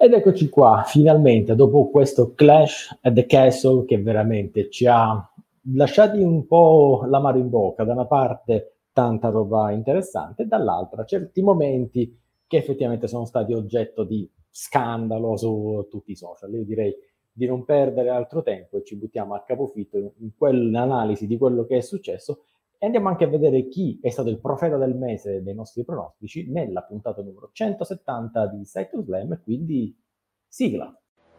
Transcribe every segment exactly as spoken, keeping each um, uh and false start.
Ed eccoci qua, finalmente, dopo questo Clash at the Castle che veramente ci ha lasciati un po' l'amaro in bocca, da una parte tanta roba interessante, dall'altra certi momenti che effettivamente sono stati oggetto di scandalo su tutti i social. Io direi di non perdere altro tempo e ci buttiamo a capofitto in, in quell'analisi di quello che è successo e andiamo anche a vedere chi è stato il profeta del mese dei nostri pronostici nella puntata numero centosettanta di Site to Slam, e quindi sigla.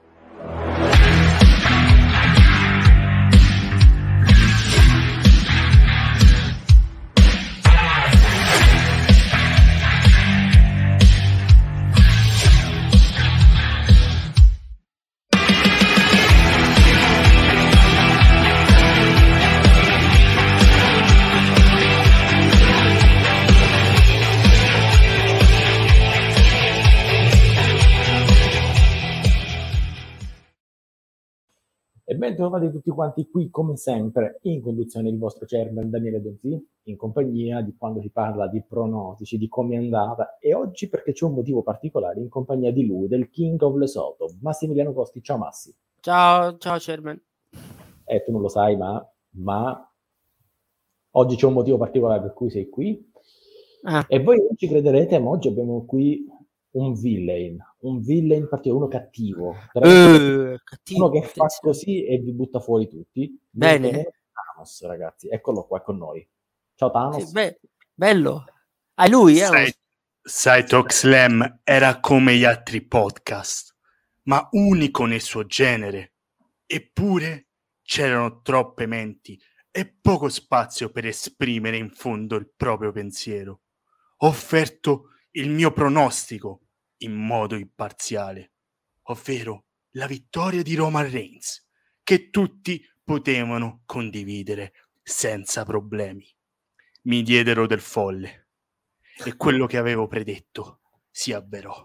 E ben trovati tutti quanti qui, come sempre, in conduzione il vostro chairman Daniele Donzi, in compagnia di quando si parla di pronostici, di come è andata, e oggi, perché c'è un motivo particolare, in compagnia di lui, del King of Lesotho, Massimiliano Costi. Ciao Massi. Ciao, ciao chairman. Eh, tu non lo sai, ma, ma oggi c'è un motivo particolare per cui sei qui. Ah. E voi non ci crederete, ma oggi abbiamo qui un villain, un villain particolare, uno cattivo, uh, cattivo, uno che fa così e vi butta fuori tutti. Bene. Thanos, ragazzi, eccolo qua con noi. Ciao Thanos. Sì, be- bello. Hai lui, eh? Site to Slam era come gli altri podcast, ma unico nel suo genere. Eppure c'erano troppe menti e poco spazio per esprimere in fondo il proprio pensiero. Ho offerto il mio pronostico in modo imparziale, ovvero la vittoria di Roman Reigns, che tutti potevano condividere senza problemi. Mi diedero del folle e quello che avevo predetto si avverò.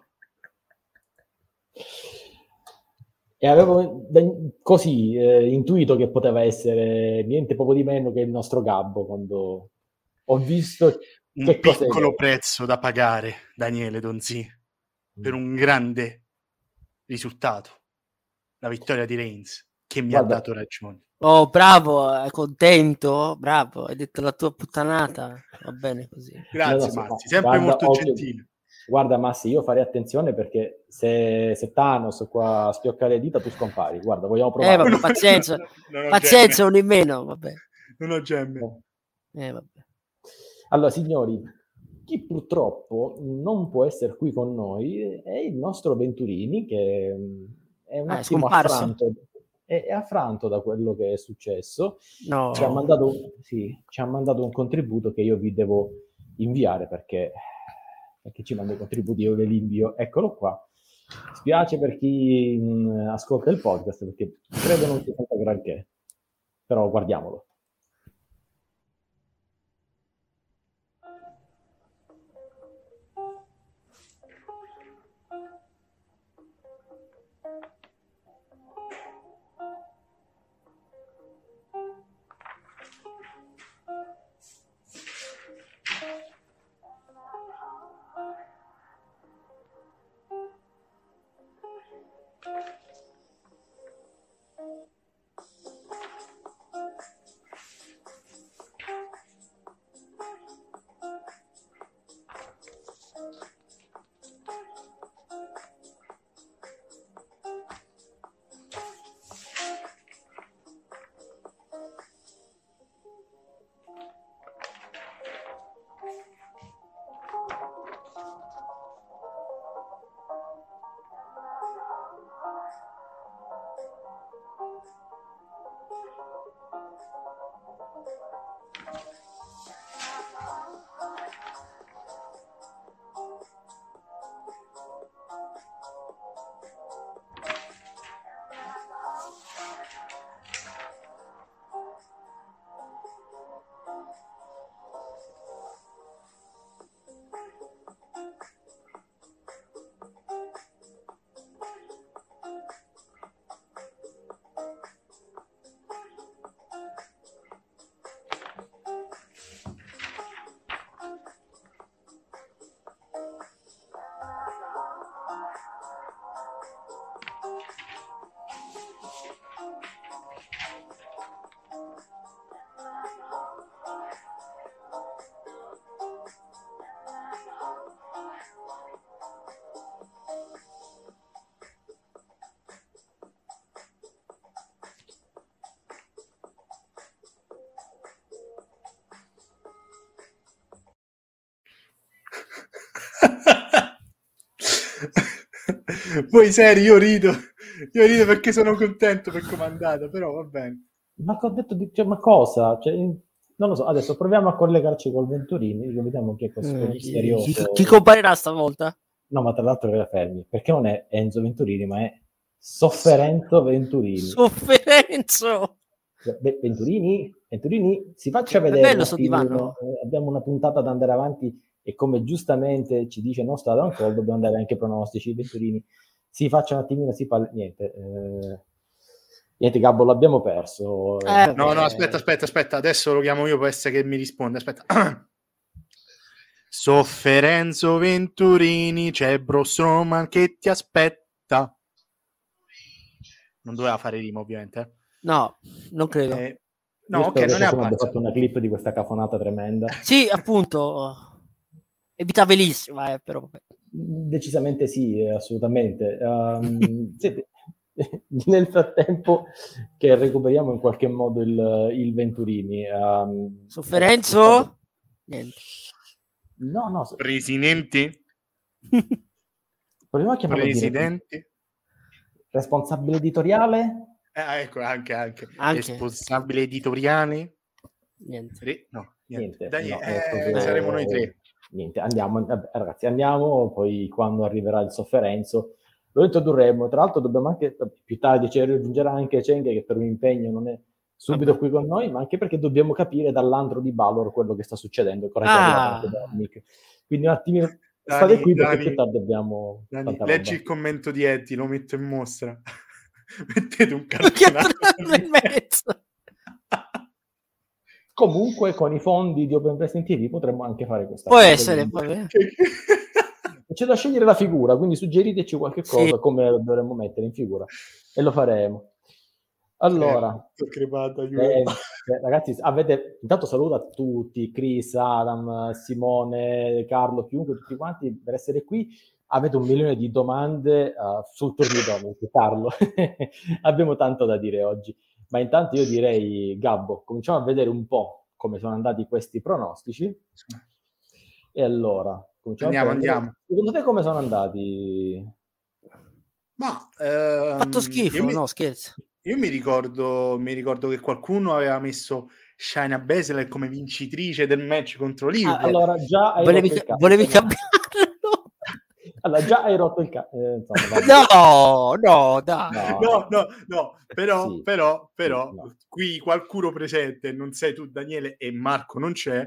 E avevo così eh, intuito che poteva essere niente poco di meno che il nostro Gabbo, quando ho visto un che piccolo prezzo da pagare, Daniele Donzi, mm. per un grande risultato, la vittoria di Reigns, che mi Guarda. ha dato ragione. Oh, bravo, è contento, bravo, hai detto la tua puttanata, va bene così. Grazie, no, no, Massi, sempre guarda, molto occhio, gentile. Guarda Massi, io farei attenzione perché se, se Thanos qua spiocca le dita tu scompari, guarda, vogliamo provare. Eh, vabbè, pazienza, pazienza, uno in meno, vabbè. Non ho gemme. Eh, vabbè. Allora, signori, chi purtroppo non può essere qui con noi è il nostro Venturini, che è un ah, attimo è affranto, è, è affranto da quello che è successo. No. Ci ha mandato, sì, ci ha mandato un contributo che io vi devo inviare perché, perché ci manda i contributi, io ve li invio. Eccolo qua. Spiace per chi mh, ascolta il podcast perché credo non si senta granché, però guardiamolo. Poi seri, io rido, io rido perché sono contento per come è andata, però va bene. Ma che ho detto di, cioè, ma cosa? Cioè, non lo so, adesso proviamo a collegarci col Venturini, vediamo chi è questo Eh, chi, misterioso. chi comparirà stavolta? No, ma tra l'altro era fermi, perché non è Enzo Venturini, ma è Sofferenzo Venturini. Sofferenzo! Beh, Venturini, Venturini, si faccia È vedere bello un sto attimino, divano. eh, abbiamo una puntata da andare avanti e come giustamente ci dice il nostro Adam Cole, dobbiamo andare anche ai pronostici. Venturini, si faccia un attimino, si parla, niente, eh, niente Gabbo, l'abbiamo perso. Eh, No, no, beh. aspetta, aspetta, aspetta, adesso lo chiamo io, può essere che mi risponde, aspetta. Sofferenzo Venturini, c'è Braun Strowman che ti aspetta. Non doveva fare rima, ovviamente. Eh. No, non credo. Eh, no, Io ok, spero che non è qualcuno abbia apparso. fatto una clip di questa cafonata tremenda. Sì, appunto. Evitabilissima, eh, però vabbè. Decisamente sì, assolutamente. Um, senti, nel frattempo che recuperiamo in qualche modo il, il Venturini. Um, Sofferenzo? Niente. No, no. Presidente? Proviamo a chiamarlo Presidente? responsabile editoriale? Eh, ecco, anche, anche. Anche. Responsabile editoriale? Niente. Re... No, niente. Niente. Dai, no, eh, proprio... saremo noi tre. Niente, andiamo, vabbè, ragazzi, andiamo, poi quando arriverà il Sofferenzo lo introdurremo. Tra l'altro dobbiamo anche, più tardi ci raggiungerà anche Cenghe, che per un impegno non è subito Vabbè. qui con noi, ma anche perché dobbiamo capire dall'antro di Balor quello che sta succedendo, ancora che Ah. arriva anche Dominic. Quindi un attimino, Dani, state qui perché Dani, più tardi abbiamo Dani, tanta leggi roba. il commento di Eddie, lo metto in mostra. Mettete un cartonato in mezzo. Comunque con i fondi di Open Wrestling T V potremmo anche fare questa Può cosa. essere, Quindi... vabbè. C'è da scegliere la figura, quindi suggeriteci qualche Sì. cosa, come dovremmo mettere in figura, e lo faremo. Allora, eh, crepata, eh, eh, ragazzi, avete, intanto saluto a tutti, Chris, Adam, Simone, Carlo, chiunque, tutti quanti per essere qui. Avete un milione di domande uh, sul turno di Dominic, Carlo. Abbiamo tanto da dire oggi, ma intanto io direi, Gabbo, cominciamo a vedere un po' come sono andati questi pronostici. E allora, cominciamo andiamo, a andiamo. Secondo te come sono andati? Ma ehm, fatto schifo, io mi, no, scherzo. Io mi ricordo, mi ricordo che qualcuno aveva messo Shayna Baszler come vincitrice del match contro Liv. Ah, allora già hai volevi, rotto il cazzo. volevi cambiarlo? Allora già hai rotto il cazzo. Eh, no, no, dai. No, no, no, no. Però, Sì. però, però, Sì, no. qui qualcuno presente, non sei tu Daniele e Marco non c'è,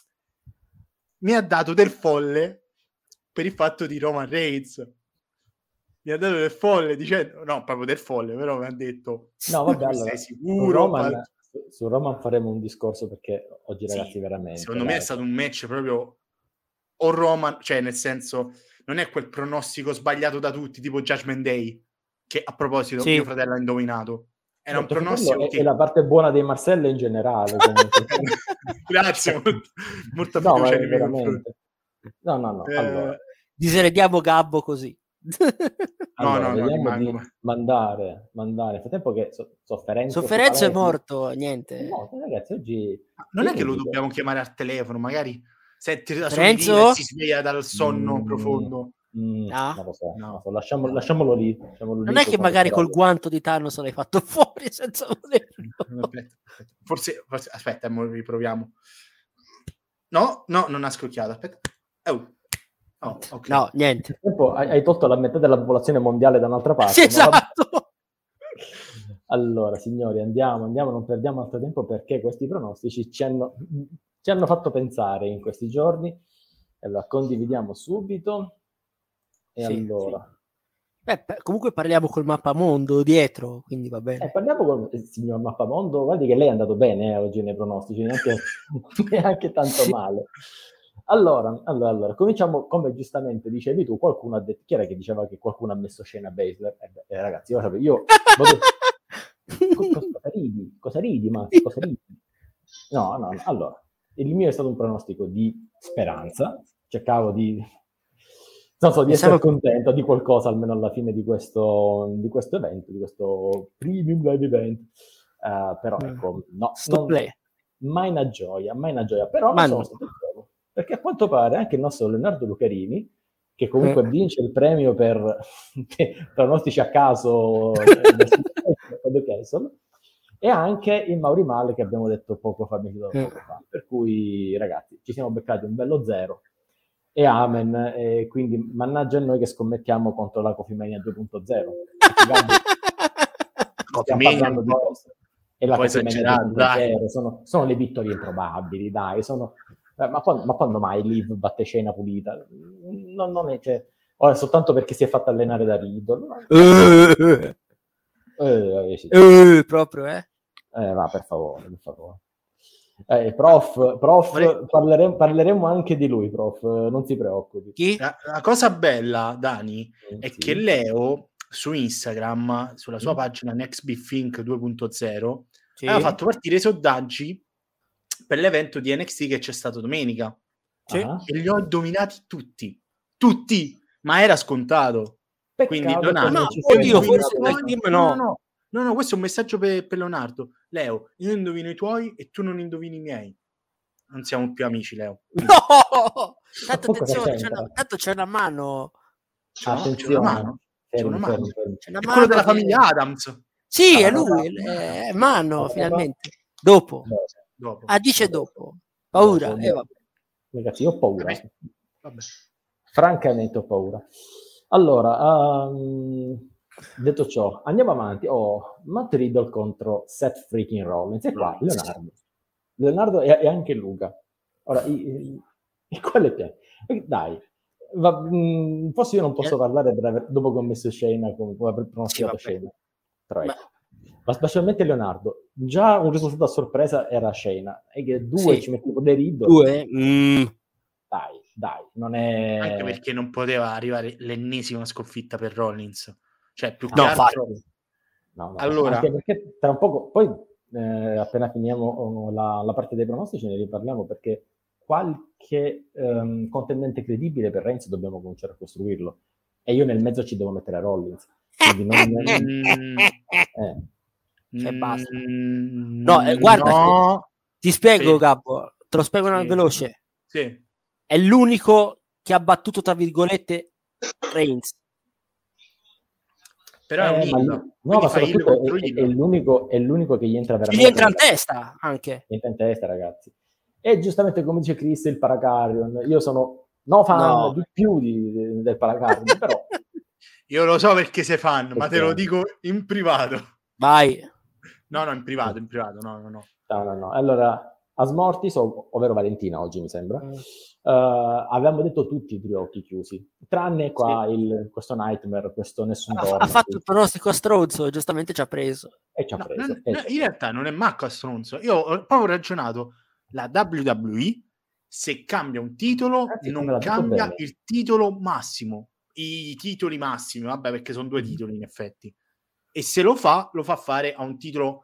mi ha dato del folle per il fatto di Roman Reigns. Mi ha dato del folle dicendo, no, proprio del folle, però mi ha detto, no, vabbè, allora, sei sicuro? Su Roman, su, su Roman faremo un discorso perché oggi, sì, ragazzi, veramente. Secondo dai. me è stato un match proprio o Roman, cioè nel senso, non è quel pronostico sbagliato da tutti, tipo Judgment Day, che a proposito Sì. mio fratello ha indovinato. Era Beh, un pronostico è, che... è la parte buona dei Marcello in generale. Grazie, molto, molta no, fiducia ma di me. veramente. No, no, no. Eh, allora. Disereghiamo Gabbo così. Allora, no, no, vediamo rimango. di mandare, mandare. Nel frattempo che so, Sofferenzo... Sofferenzo è palesi. morto, niente. No, ragazzi, oggi... Non è che lo dico? dobbiamo chiamare al telefono, magari senti da Renzo? solidina e si sveglia dal sonno Mm, profondo. Mm, No. non lo so, No. non lo so. Lasciamo, No. lasciamolo lì. Lasciamolo Non lì è che magari col parola. guanto di Thanos l'hai fatto fuori senza volerlo. Aspetta, aspetta. Forse, forse, aspetta, mo riproviamo. No, no, non ha scrocchiato, aspetta. Oh. Oh, okay. No, niente. Tempo, hai, hai tolto la metà della popolazione mondiale da un'altra parte. Sì, esatto. Va... Allora, signori, andiamo, andiamo, non perdiamo altro tempo perché questi pronostici ci hanno, ci hanno fatto pensare in questi giorni. Allora, condividiamo subito. E Sì, allora... Sì. Beh, comunque parliamo col mappamondo dietro, quindi va bene. Eh, parliamo con il signor Mappamondo. Guardi che lei è andato bene eh, oggi nei pronostici, neanche, neanche tanto Sì. male. Allora, allora, allora, cominciamo, come giustamente dicevi tu, qualcuno ha detto, chi era che diceva che qualcuno ha messo Shayna Baszler? Eh, beh, eh, ragazzi, io, io cosa, cosa ridi? Cosa ridi, Max? Cosa ridi? No, no, no, allora, il mio è stato un pronostico di speranza, cercavo di, non so, di essere Pensavo... contento di qualcosa almeno alla fine di questo, di questo evento, di questo premium live event, uh, però ecco, no, non, mai una gioia, mai una gioia, però non sono stato bravo. Perché a quanto pare anche il nostro Leonardo Lucarini, che comunque Eh. vince il premio per pronostici a caso del Castle, e anche il Mauri Mal che abbiamo detto poco fa, Eh. poco fa. Per cui ragazzi, ci siamo beccati un bello zero e amen, e quindi mannaggia a noi che scommettiamo contro la Coffee Mania due punto zero. Stiamo parlando di cose. E la Coffee Mania due punto zero sono, sono le vittorie improbabili, dai, sono... Ma quando, ma quando mai Liv batte Shayna pulita? Non, non è, cioè, oh, è soltanto perché si è fatto allenare da Riddle. Uh, eh, sì. uh, proprio, eh? Eh, va, per favore, per favore. Eh, prof, prof parleremo, parleremo anche di lui, prof, non si preoccupi. Chi? La, la cosa bella, Dani, mm, è sì. che Leo su Instagram, sulla sua mm. pagina Next Big Think due punto zero, Sì. aveva fatto partire i sondaggi per l'evento di N X T che c'è stato domenica. Sì. Ah. E li ho indovinati tutti, tutti, ma era scontato. Peccato, quindi Leonardo, no, io oddio, indovino forse i nel tuoi- team no, no. no, no, no, questo è un messaggio per, per Leonardo. Leo, io indovino i tuoi e tu non indovini i miei. Non siamo più amici, Leo. No! Tanto Ma cosa attenzione, c'è c'entra? una, tanto c'è una mano. C'è una, c'è Attenzione, una mano. C'è fermi, una mano. fermi, fermi. C'è una È mano quello della che- famiglia Adams. Sì, è Ah, lui, no. è mano, Ah, finalmente. Dopo. no. Dopo. Ah, dice dopo. Paura. Dopo, Eh, vabbè. Ragazzi, io ho paura. Vabbè. Vabbè. Francamente ho paura. Allora, um, detto ciò, andiamo avanti. Oh, Matt Riddle contro Seth freaking Rollins. E qua, Leonardo. Leonardo e, e anche Luca. Ora, i, i, i quale te? Dai, va, mh, forse io non posso Eh. parlare per aver, dopo che ho messo Shayna, come come aver pronosticato Sì, vabbè. Shayna. Però Ma- ecco. Ma specialmente Leonardo. Già un risultato a sorpresa era Shayna. E che due Sì. ci mettiamo dei Riddle. Due? Mm. Dai, dai, non è... Anche perché non poteva arrivare l'ennesima sconfitta per Rollins. Cioè, più che No, altro... No, no, Allora- anche perché tra un poco, poi eh, appena finiamo oh, la, la parte dei pronostici ne riparliamo, perché qualche ehm, contendente credibile per Reigns dobbiamo cominciare a costruirlo, e io nel mezzo ci devo mettere Rollins, quindi non... Mm, eh, Cioè, basta. mm, No, eh, guarda, no. Ti spiego, Sì. Gabbo, te lo spiego Sì. veloce. Sì. È l'unico che ha battuto, tra virgolette, Reigns. Però è un eh, ma heel. lui- no, Quindi ma fa heel soprattutto contro è, heel. è l'unico, è l'unico che gli entra Gli veramente entra in nella- testa anche. entra in testa, ragazzi. E giustamente come dice Chris, il Paracarion, io sono no fan No. di più di, del Paracarion, però Io lo so perché sei fan, ma te lo Perché? dico in privato. Vai. No, no, in privato, in privato, no, no, no. no, no, no. Allora, Asmortis, ov- ovvero Valentina oggi mi sembra, Mm. eh, avevamo detto tutti i tre occhi chiusi, tranne qua il, questo Nightmare, questo nessun Ha, torno. ha fatto il pronostico a stronzo, giustamente ci ha preso. E ci ha No, preso. non- e no, ci ha in realtà non è Marco a stronzo. Io ho proprio ragionato, la W W E, se cambia un titolo, Ragazzi, non come l'ha detto cambia bene. il titolo massimo. I titoli massimi, vabbè, perché sono due Mm. titoli in effetti. E se lo fa, lo fa fare a un titolo...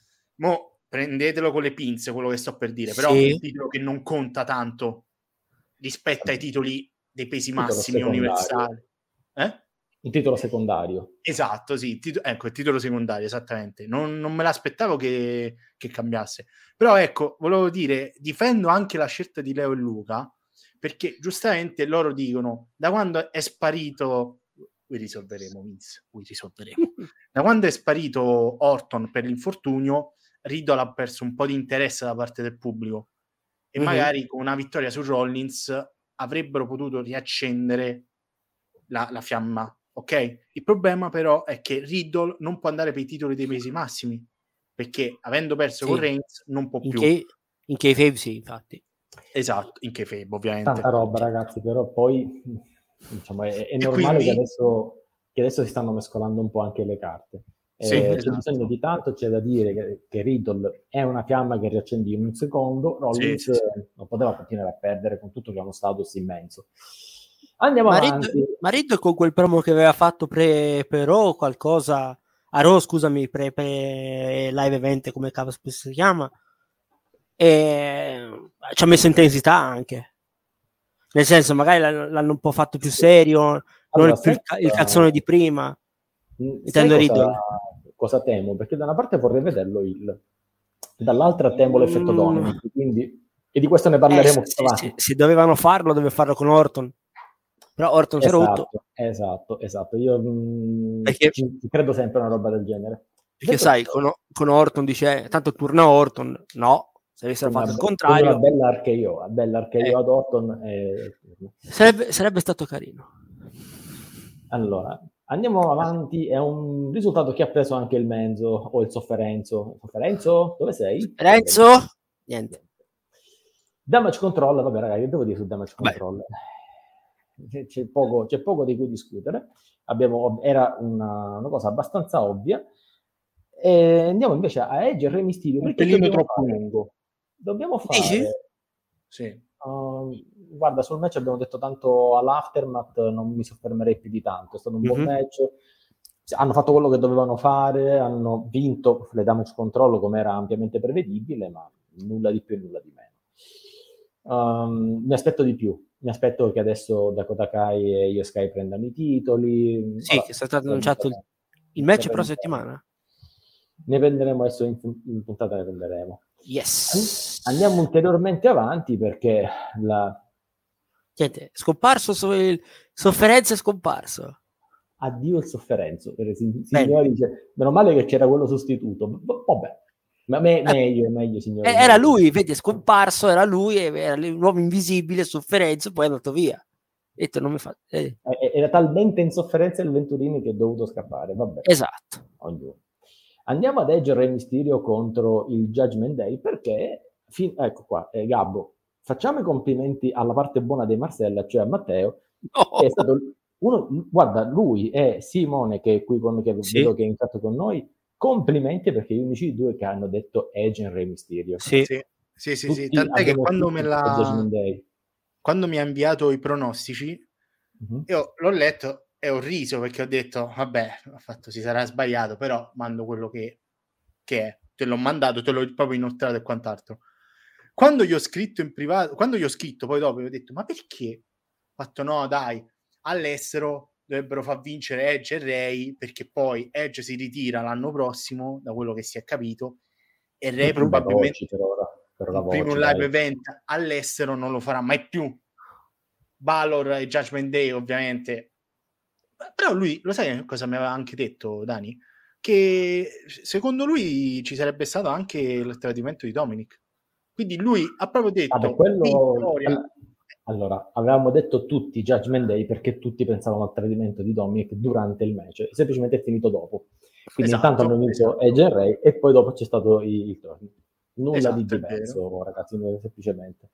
Mo, prendetelo con le pinze, quello che sto per dire, però Sì. è un titolo che non conta tanto rispetto ai titoli dei pesi Titolo massimi secondario. universali. Eh? Un titolo secondario. Esatto, sì, tito- ecco, il titolo secondario, esattamente. Non, non me l'aspettavo che, che cambiasse. Però ecco, volevo dire, difendo anche la scelta di Leo e Luca, perché giustamente loro dicono, da quando è sparito... Vi risolveremo, Vince, vi risolveremo. Da quando è sparito Orton per l'infortunio, Riddle ha perso un po' di interesse da parte del pubblico. E Mhm. magari con una vittoria su Rollins avrebbero potuto riaccendere la, la fiamma, ok? Il problema però è che Riddle non può andare per i titoli dei pesi massimi, perché avendo perso Sì. con Reigns non può In più. che in kayfabe sì, infatti. Esatto, in kayfabe ovviamente. Tanta roba, ragazzi, però poi diciamo, è, è E normale quindi- che, adesso, che adesso si stanno mescolando un po' anche le carte. Sì, Eh, C'è esatto. bisogno di tanto, c'è da dire che, che Riddle è una fiamma che riaccendi in un secondo, Rollins Sì, sì, sì. eh, non poteva continuare a perdere con tutto che ha uno status immenso. Andiamo Ma avanti. Riddle, ma Riddle con quel promo che aveva fatto pre per Raw, qualcosa a Raw, scusami, pre, pre live event, come cavolo si chiama, e ci ha messo intensità anche. Nel senso, magari l'hanno l'hanno un po' fatto più serio, non Allora, il, più il, sai il cosa- cazzone di prima. Mm, Intendo sai cosa, Riddle. cosa temo? Perché da una parte vorrei vederlo il, dall'altra temo l'effetto Mm. Dominic, quindi, e di questo ne Eh, parleremo se, più se- avanti. se- se dovevano farlo, deve farlo con Orton. Però Orton si è esatto, rotto. Esatto, esatto. Io mh, Perché- ci, credo sempre a una roba del genere. Perché Detto sai, ciò, con, con Orton dice, tanto turna Orton. No, se avessero una, fatto il be- contrario, una bella archeio, una bella archeio Eh. ad Orton. E... sarebbe, sarebbe stato carino. Allora, andiamo avanti. È un risultato che ha preso anche il Menzo o il Sofferenzo. Sofferenzo, dove sei? Renzo? Niente. Damage control, vabbè ragazzi, che devo dire su damage Vabbè. control? C'è, c'è, poco, c'è poco di cui discutere. Abbiamo, era una, una cosa abbastanza ovvia. E andiamo invece a Edge e Re Mysterio. Un Perché pelino dobbiamo troppo fare? lungo. Dobbiamo Dici? fare... Sì. Uh, guarda, sul match abbiamo detto tanto all'aftermath, non mi soffermerei più di tanto. È stato un Mhm. buon match. Hanno fatto quello che dovevano fare, hanno vinto le damage control come era ampiamente prevedibile, ma nulla di più e nulla di meno. Um, mi aspetto di più. Mi aspetto che adesso Dakota Kai e Io Sky prendano i titoli. Sì, Allora, che è stato annunciato il, il match per la settimana. Ne prenderemo adesso in, in puntata, ne prenderemo. Yes. Andiamo ulteriormente avanti perché la... Niente, scomparso so- il Sofferenza è scomparso. Addio il Sofferenzo, per esempio. Signori, dice, meno male che c'era quello sostituto. B- vabbè, ma me- meglio, meglio, signori. Eh, Era meglio. lui, vedi, è scomparso, era lui, era l'uomo invisibile, Sofferenza, poi è andato via. E detto, non mi fa... eh, Eh, Era talmente in sofferenza il Venturini che è dovuto scappare. Vabbè, Esatto. ognuno. Andiamo ad Edge e Re Mysterio contro il Judgment Day perché, fin- ecco qua, eh, Gabbo, facciamo i complimenti alla parte buona dei Marcella, cioè a Matteo, No. che è stato uno, guarda, lui e Simone, che è qui con, che Sì. vedo che è iniziato con noi, complimenti perché gli unici due che hanno detto Edge e Re Mysterio. Sì. Sì, sì, sì, Tutti sì. Tant'è che abbiamo quando tutti me detto la... Judgment Day. quando mi ha inviato i pronostici, Mhm. io l'ho letto e ho riso perché ho detto, vabbè, ho fatto, si sarà sbagliato, però mando quello che, che è. Te l'ho mandato, te l'ho proprio inoltrato e quant'altro. Quando gli ho scritto in privato, quando gli ho scritto poi dopo, gli ho detto, ma perché? Ho fatto, no, dai, all'estero dovrebbero far vincere Edge e Ray, perché poi Edge si ritira l'anno prossimo, da quello che si è capito, e Ray Non prima probabilmente voci, per ora, per ora un primo voci, live dai. event all'estero non lo farà mai più. Balor e Judgment Day ovviamente, però lui, lo sai cosa mi aveva anche detto Dani? Che secondo lui ci sarebbe stato anche il tradimento di Dominic, quindi lui ha proprio detto Vabbè, quello... vittoria. Allora, avevamo detto tutti Judgment Day perché tutti pensavano al tradimento di Dominic durante il match, semplicemente è finito dopo. Quindi Esatto, intanto hanno vinto esatto. Edge e Ray e poi dopo c'è stato il, il torneo. Nulla Esatto, di è diverso, ragazzi, semplicemente.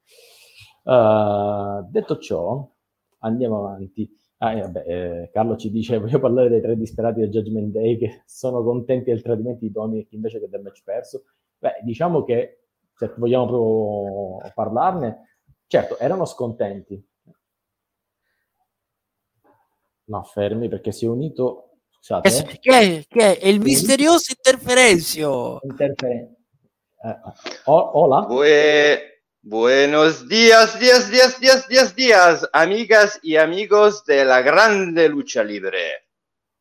Uh, detto ciò, andiamo avanti. Ah, eh, vabbè, eh, Carlo ci dice, voglio parlare dei tre disperati del Judgment Day che sono contenti del tradimento di Dominic invece che del match perso. Beh, diciamo che se vogliamo proprio parlarne, certo, erano scontenti. No, fermi perché si è unito. Scusate, eh. Che è, che è il misterioso Interferenzio. Interferenza. Eh, oh, hola. Bue- buenos días, días, días, días, días, días, amigas y amigos de la grande lucha libre.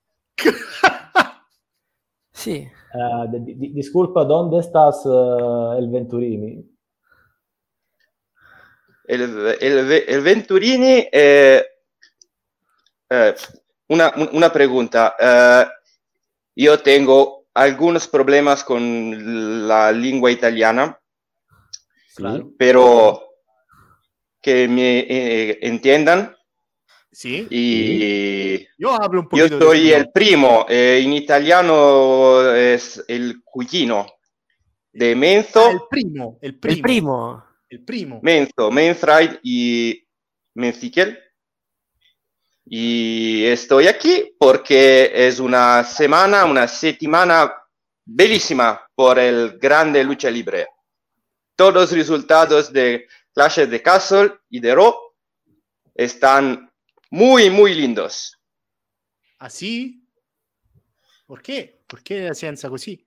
Sì. Uh, di, di, disculpa, ¿dónde estás, uh, el Venturini? El, el, el Venturini, eh, eh, una, una pregunta. Eh, yo tengo algunos problemas con la lengua italiana, Claro. pero que me eh, entiendan. Sí. Y yo hablo un yo poquito soy de el primo, eh, en italiano es el cugino de Menzo. Ah, el primo, el primo. El primo. El primo. Menzo, Menzride y Menzikel. Y estoy aquí porque es una semana, una semana bellísima por el grande lucha libre. Todos los resultados de Clash of the Castle y de Raw están muy, muy lindos. ¿Ah, sí? ¿Por qué? ¿Por qué la ciencia così?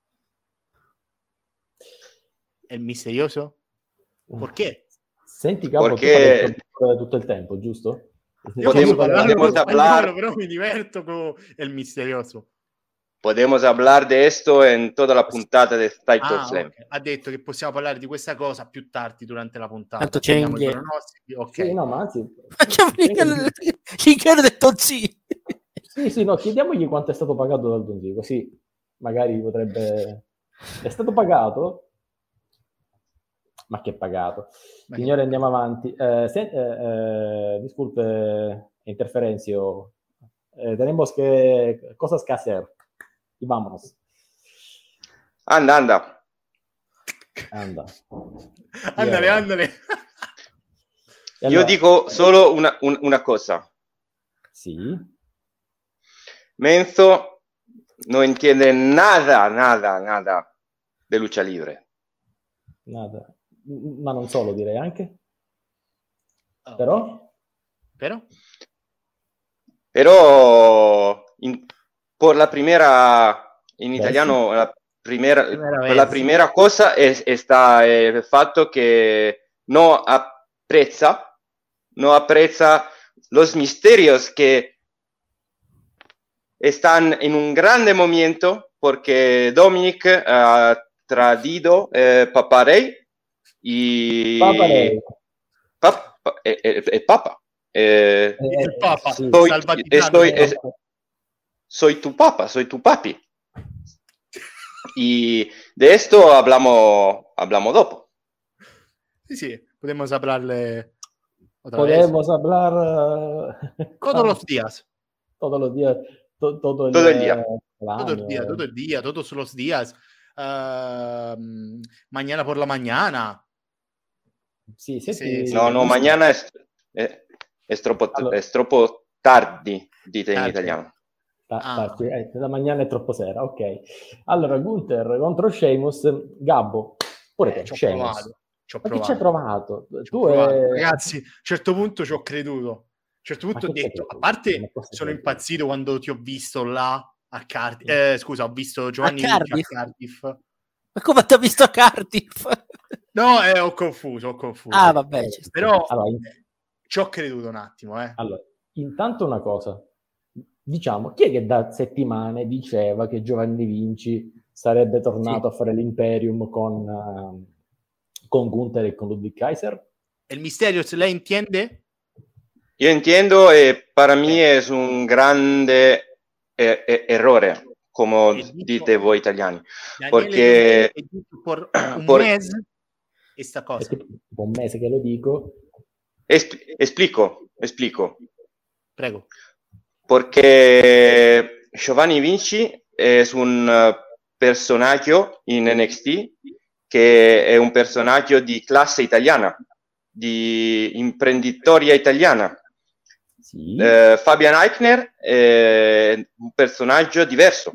¿El misterioso? ¿Por qué? Senti, Gabbo, Perché... tu parli tutto il tempo, giusto? Io Podemos, posso parlare podemos con hablar... spagnolo, però mi diverto con il misterioso. podemos hablar de esto en toda la puntata del Title Ah, Slam. ok. Ha detto che possiamo parlare di questa cosa più tardi durante la puntata. Tanto Prendiamo i c'è- pronostici, ok. Sì, no, ma anzi... Facciamo finché ho detto sì. Sì, sì, no, chiediamogli quanto è stato pagato dal Donzi, così magari potrebbe... È stato pagato? Ma che pagato? Ma Signore, che- andiamo avanti. Eh, se, eh, eh, disculpe, interferencio. Eh, tenemos que cosas que hacer. Y vámonos. Anda, anda. Anda. Andale, Io- andale. E Io allora- dico solo una, un- una cosa. Sì. Menzo no entiende nada, nada, nada de lucha libre. Nada. M- Ma non solo, direi anche. Ok. Però... Però? Pero in- por la primera, in Beh, italiano, la primera, Primera per la vez. primera cosa è, è sta il fatto che no apprezza, no apprezza los misterios que están en un grande momento porque Dominic ha tradido eh, Papa Rey y Papa Rey. Pap- pa- eh, eh, eh, Papa. Eh, Eh, Il Papa, sì. soy, sta al Vaticano. estoy- il es- Papa. soy tu papa, soy tu papi. Y de esto hablamos, hablamos dopo. Sì, sì, podemos hablarle otra vez. Podemos hablar... eh, Todos los días. Todos los días. to- todo el, Todo el día. eh, Todo el año. día, todo el día, todos los días. Um, mañana por la mañana. Sì, Sì, senti... sì. No, no, mañana es, eh, es, troppo, Allora. es troppo tardi, dite in Tardi. italiano. Ta- Ah. ta- eh, la mañana è troppo sera, ok. Allora, Gunther contro Sheamus, Gabbo, pure te, Eh, ci ho Sheamus. provato. Ci ho Ma chi provato. ci hai provato? Ci ho Tu provato. e... Ragazzi, a un certo punto ci ho creduto. A un certo punto Ma ho che c'è detto, a creduto? parte Ma cosa sono c'è impazzito quando ti ho visto là a Cardiff. Eh, scusa, ho visto Giovanni Vinci a Cardiff? Cardiff. Ma come ti ha visto a Cardiff? No, eh, ho confuso, ho confuso. Ah, vabbè, ci sta. Però Allora, in- eh, ci ho creduto un attimo, eh. allora, intanto una cosa. Diciamo, chi è che da settimane diceva che Giovanni Vinci sarebbe tornato Sì. a fare l'Imperium con, eh, con Gunther e con Ludwig Kaiser? El misterio, se lei entiende? Yo entiendo, eh, para mí es un grande eh, eh, errore, como E dico- dite voi italiani. Daniele Porque- Donizetti, e dico por un por- mese esta È cosa. tipo tipo un mese che lo dico. Es- explico, explico. Prego. Porque Giovanni Vinci es un eh, personaggio in N X T che è un personaggio di classe italiana, di imprenditoria italiana. Sì. Eh, Fabian Eichner è un personaggio diverso.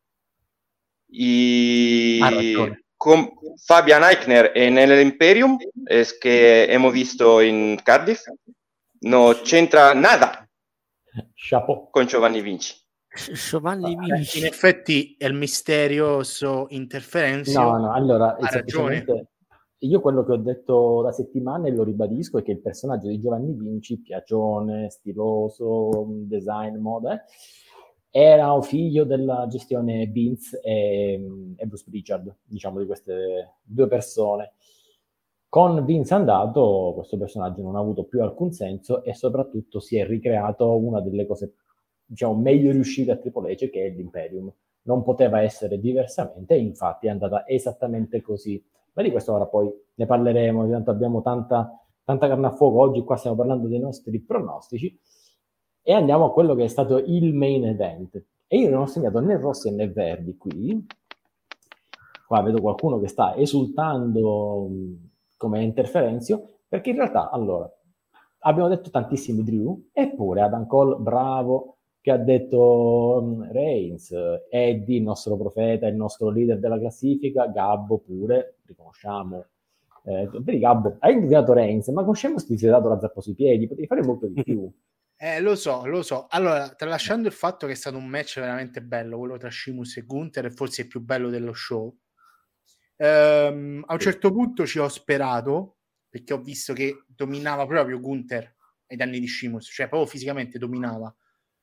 Y Ha ragione. con Fabian Eichner en el Imperium, es que hemos visto en Cardiff, no c'entra nada Chapeau. con Giovanni Vinci. Giovanni Ah, Vinci. In effetti è il misterioso interferenzio. No, no, allora, Ha semplicemente io quello che ho detto da settimane e lo ribadisco è che il personaggio di Giovanni Vinci, piacione, stiloso, design, moda, eh, era un figlio della gestione Vince e, e Bruce Pritchard, diciamo di queste due persone. Con Vince andato, questo personaggio non ha avuto più alcun senso e soprattutto si è ricreato una delle cose, diciamo, meglio riuscite a Triple H, che è l'Imperium. Non poteva essere diversamente e infatti è andata esattamente così. Ma di questo ora poi ne parleremo, tanto abbiamo tanta, tanta carne a fuoco. Oggi qua stiamo parlando dei nostri pronostici e andiamo a quello che è stato il main event. E io non ho segnato né rossi né verdi qui. Qua vedo qualcuno che sta esultando mh, come interferenzio, perché in realtà, allora, abbiamo detto tantissimi Drew, eppure Adam Cole, bravo, che ha detto um, Reigns, Eddie, il nostro profeta, il nostro leader della classifica, Gabbo pure, riconosciamo. Eh, vedi Gabbo, hai indicato Reigns, ma con Sheamus ti sei dato la zappa sui piedi, potevi fare molto di più. Eh, lo so, lo so. Allora, tralasciando il fatto che è stato un match veramente bello, quello tra Sheamus e Gunther, e forse il più bello dello show, ehm, a un certo punto ci ho sperato, perché ho visto che dominava proprio Gunther ai danni di Sheamus, cioè proprio fisicamente dominava.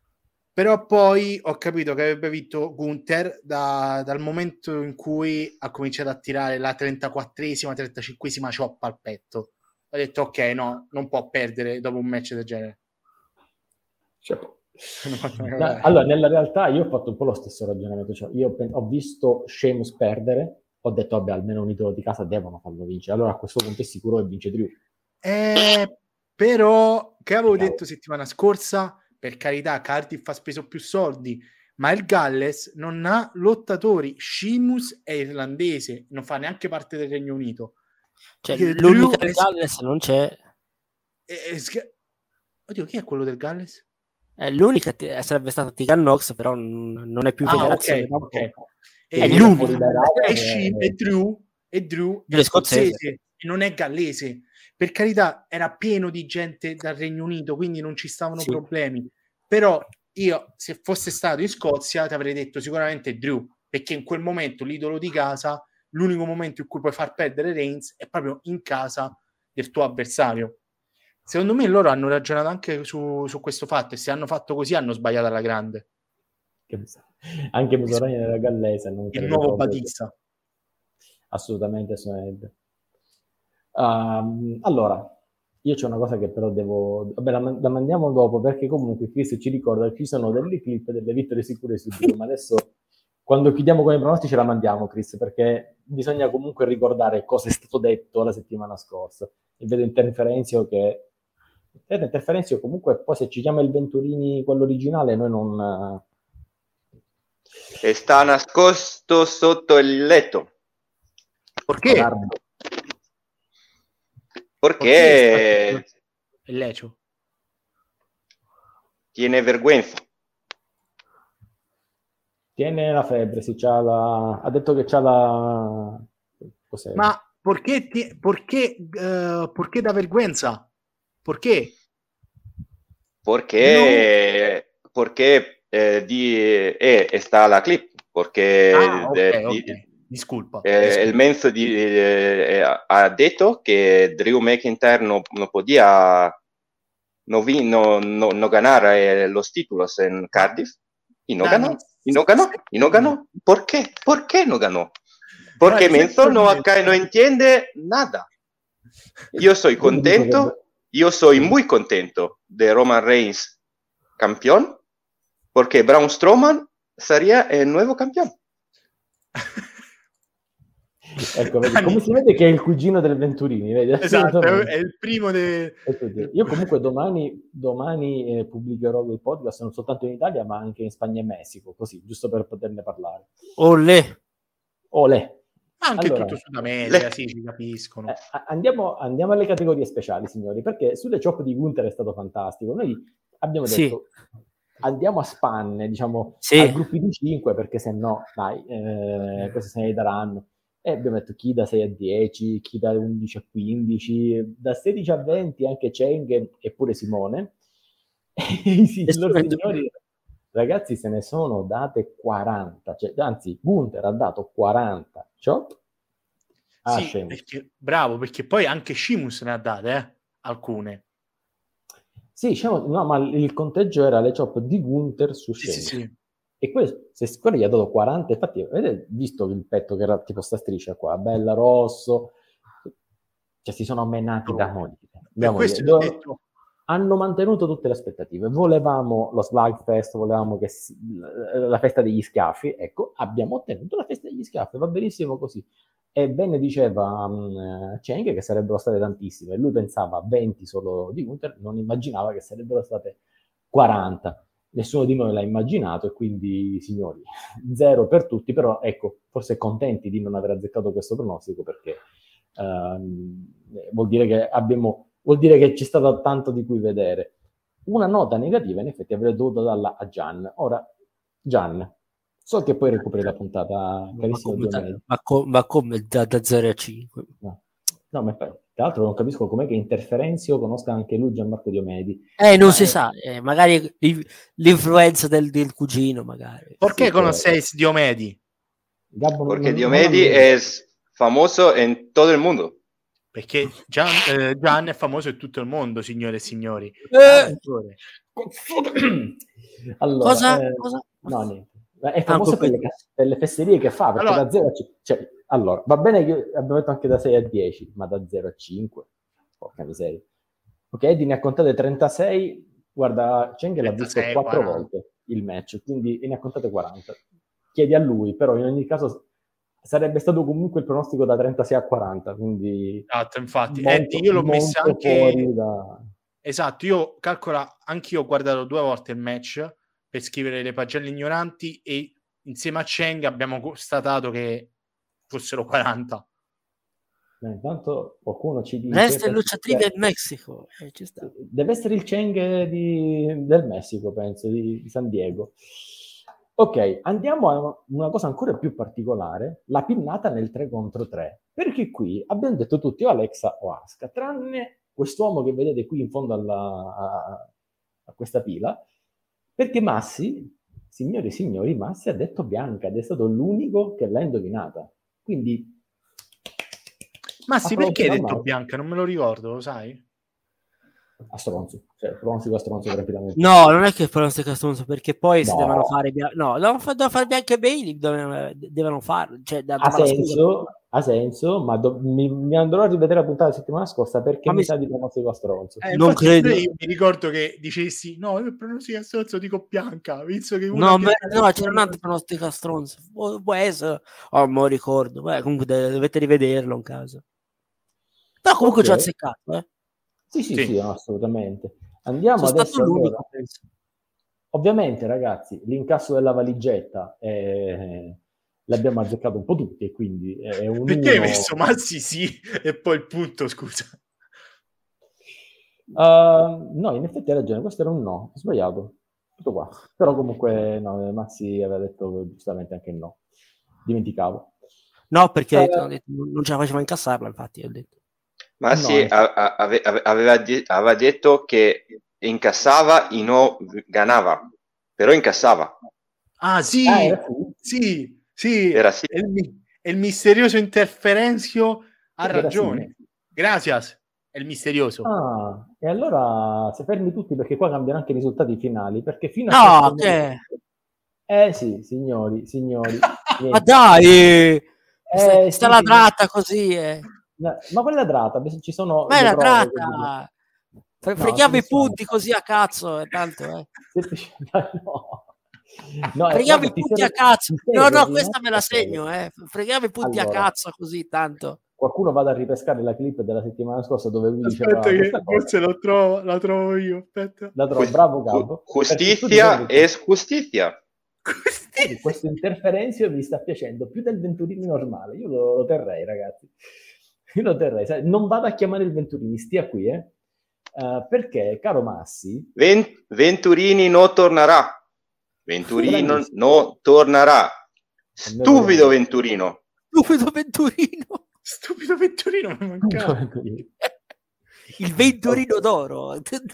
Però poi ho capito che avrebbe vinto Gunther da, dal momento in cui ha cominciato a tirare la trentaquattresima, trentacinquesima cioppa al petto. Ho detto ok, no, non può perdere dopo un match del genere. Cioè, no, allora, nella realtà io ho fatto un po' lo stesso ragionamento. Cioè, io pen- ho visto Sheamus perdere, ho detto vabbè, almeno un idolo di casa devono farlo vincere. Allora a questo punto è sicuro che vince Drew. Eh, però, che avevo Ciao. detto settimana scorsa, per carità, Cardiff ha speso più soldi, ma il Galles non ha lottatori. Sheamus è irlandese, non fa neanche parte del Regno Unito. Cioè, l'unica del Galles non c'è. È, è, è... Oddio, chi è quello del Galles? Eh, l'unica t- sarebbe stata Tegan Nox, però non è più ah, federazione. Okay, okay. È, è l'unica. È, Sci- è Drew, è, Drew è scozzese e non è gallese. Per carità, era pieno di gente dal Regno Unito, quindi non ci stavano sì. problemi. Però io, se fosse stato in Scozia, ti avrei detto sicuramente Drew, perché in quel momento l'idolo di casa, l'unico momento in cui puoi far perdere Reigns è proprio in casa del tuo avversario. Secondo me loro hanno ragionato anche su, su questo fatto, e se hanno fatto così hanno sbagliato alla grande. Anche Mussolini era gallese. Non il nuovo Batista. Assolutamente, assolutamente. Um, allora, io c'è una cosa che però devo... Vabbè, la, la mandiamo dopo, perché comunque Chris ci ricorda che ci sono delle clip delle vittorie sicure su Drew, ma adesso quando chiudiamo con i pronostici la mandiamo, Chris, perché bisogna comunque ricordare cosa è stato detto la settimana scorsa. E vedo Interferenzio che... Interferenzio comunque poi se ci chiama il Venturini quello originale noi non... E sta nascosto sotto il letto. Perché? Perché il lecio tiene vergogna. Tiene la febbre, sì, c'ha la... ha detto che c'ha la... Cos'è? Ma perché, ti... perché, uh, perché da vergogna? Perché? Perché, no. Perché eh, di, eh, sta la clip, perché ah, okay, de, okay. Di, disculpa, eh, disculpa. Il mezzo di, eh, ha detto che Drew McIntyre non no podía no, no, no, no ganar eh, los títulos en Cardiff y no Dani. ganó, y no ganó, y no ganó. ¿Por qué? ¿Por qué no ganó? Porque Dani, Menzo no, acá no entiende nada. Yo soy contento, yo soy muy contento de Roman Reigns campeón, porque Braun Strowman sería el nuevo campeón. Ecco, vedi, come si vede che è il cugino del Venturini, vedi? Esatto, è il primo de... Io comunque domani, domani eh, pubblicherò il podcast non soltanto in Italia ma anche in Spagna e Messico, così, giusto per poterne parlare. Olè! Olè! Anche allora, tutto Sud America, le... sì, si capiscono. Eh, andiamo, andiamo alle categorie speciali, signori, perché sulle chop di Gunther è stato fantastico. Noi abbiamo detto... Sì. Andiamo a spanne, diciamo, sì. a gruppi di cinque, perché se no, dai, eh, queste se ne daranno. E abbiamo detto chi da sei a dieci, chi da undici a quindici, da sedici a venti anche Cheng e pure Simone. E sì, loro signori, ragazzi, se ne sono date quaranta, cioè, anzi, Gunther ha dato quaranta chop a sì, perché, bravo, perché poi anche Sheamus ne ha date, eh, alcune. Sì, diciamo, no, ma il conteggio era le chop di Gunther su Sheamus. Sì, sì, sì. E questo, se quello gli ha dato quaranta, infatti, avete visto il petto che era tipo sta striscia qua, bella rosso, cioè si sono menati oh. da morire. Per questo Dove... detto... Hanno mantenuto tutte le aspettative. Volevamo lo Slugfest, volevamo che si... la festa degli schiaffi, ecco, abbiamo ottenuto la festa degli schiaffi, va benissimo così. E bene diceva um, Cheng che sarebbero state tantissime, lui pensava venti solo di Gunther, non immaginava che sarebbero state quaranta. Nessuno di noi l'ha immaginato e quindi, signori, zero per tutti, però ecco, forse contenti di non aver azzeccato questo pronostico, perché um, vuol dire che abbiamo, vuol dire che c'è stato tanto di cui vedere. Una nota negativa, in effetti, avrei dovuto darla a Gian. Ora, Gian, so che poi recuperi la puntata, carissimo Diomede. Ma, co- ma come da, da zero a cinque? No. No, ma tra l'altro non capisco com'è che Interferenzio conosca anche lui Gianmarco Diomedi. Eh, non ma si è... sa, eh, magari l'influenza del, del cugino, magari. Perché sì, conosceis Diomedi? Gabbo, Porque non, Diomedi non è famoso in tutto il mondo. Perché Gian, eh, Gian è famoso in tutto il mondo, signore e signori. Eh, allora, cosa? Eh, cosa? No, niente. È famoso per le, per le fesserie che fa, perché Allora- da zero a cinque... Cioè, allora, va bene che abbiamo detto anche da sei a dieci, ma da zero a cinque? Porca miseria. Ok, Eddie ne ha contate trentasei. Guarda, Cheng l'ha visto trentasei, quattro quaranta volte il match, quindi ne ha contate quaranta. Chiedi a lui, però in ogni caso sarebbe stato comunque il pronostico da trentasei a quaranta, quindi Esatto, infatti. molto, Eddie, io l'ho messa molto anche... fuori da... Esatto, io calcola, anch'io ho guardato due volte il match per scrivere le pagelle ignoranti e insieme a Cheng abbiamo constatato che fossero quaranta. Eh, intanto qualcuno ci dice... Resta in che- Lucha Trivia in Messico. Eh, ci sta. Deve essere il Cheng di- del Messico, penso, di, di San Diego. Ok, andiamo a una cosa ancora più particolare, la pinnata nel tre contro tre, perché qui abbiamo detto tutti o Alexa o Asuka, tranne quest'uomo che vedete qui in fondo alla, a, a questa pila, perché Massi, signori e signori, Massi ha detto Bianca ed è stato l'unico che l'ha indovinata. Quindi... Ma sì, perché hai detto Applausi Bianca? Non me lo ricordo, lo sai? a stronzo, cioè pronostico a stronzo tranquillamente. No, non è che pronostica stronzo, perché poi si No. devono fare bia- no, devono, fa- devono fare Bianca e Bailey, devono, devono farlo, cioè da, Ha da- senso, ha senso, ma do- mi, mi andrò a rivedere la puntata la settimana scorsa perché Ma mi mi- sa di pronostico a stronzo. Eh, Non infatti credo. pure io mi ricordo che dicessi no, io pronostico a stronzo dico Bianca, visto che uno No, che- ma- no, c'era un altro pronostico a stronzo. Può, può essere, oh, me lo ricordo. Beh, comunque de- dovete rivederlo in caso. Però comunque Ok. ci ha azzeccato, eh. Sì, sì, Sì. sì, no, assolutamente. Andiamo Sono adesso stato l'unico, allora. penso. Ovviamente, ragazzi, l'incasso della valigetta eh, l'abbiamo azzeccato un po' tutti e quindi è un Perché hai uno... messo Mazzi sì e poi il punto, scusa? Uh, no, in effetti hai ragione, questo era un no, ho sbagliato. Tutto qua. Però comunque no, Mazzi aveva detto giustamente anche no. Dimenticavo. No, perché ho Eh, detto- ho detto, non ce la faceva incassarla, infatti, ho detto. Ma No, sì, eh. a- a- ave- ave- aveva, di- aveva detto che incassava e non ganava, però incassava. Ah sì, Ah, era sì. sì, sì, Era sì. è il, mi- è il misterioso interferenzio, ha Era ragione. sì. Gracias, è il misterioso. Ah, e allora si fermi tutti perché qua cambiano anche i risultati finali, perché fino a No, questo che? momento... Eh sì, signori, signori. Ma niente. dai! Sta, Eh, sta sì, ladrata così, eh. Ma ma quella è ladrata, ci sono Ma è le prove, così. ladrata! Fre- No, Freghiamo i ci sono. punti così a cazzo, eh, tanto, eh. Semplice- no. No, eh, Freghiamo guarda, i ti punti a serve- cazzo. ti No, serve no, il questa me la match, segno, eh. Freghiamo i punti Allora. a cazzo così, tanto. Qualcuno vada a ripescare la clip della settimana scorsa dove lui diceva Aspetta che questa cosa. forse lo trovo, la trovo io, aspetta. La trovo, bravo Gabbo. Ju- perché tu Giustizia devi- e giustizia. Vedi, questo interferenzio mi sta piacendo più del Venturini normale. Io lo, lo terrei, ragazzi. Io lo terrei. Sai, non vado a chiamare il Venturini, stia qui, eh. Uh, perché, caro Massi, Ven- Venturini non tornerà. Venturino Bravissimo. non tornerà. Stupido Venturino. Stupido Venturino. Stupido Venturino mi mancava. Il Venturino d'oro.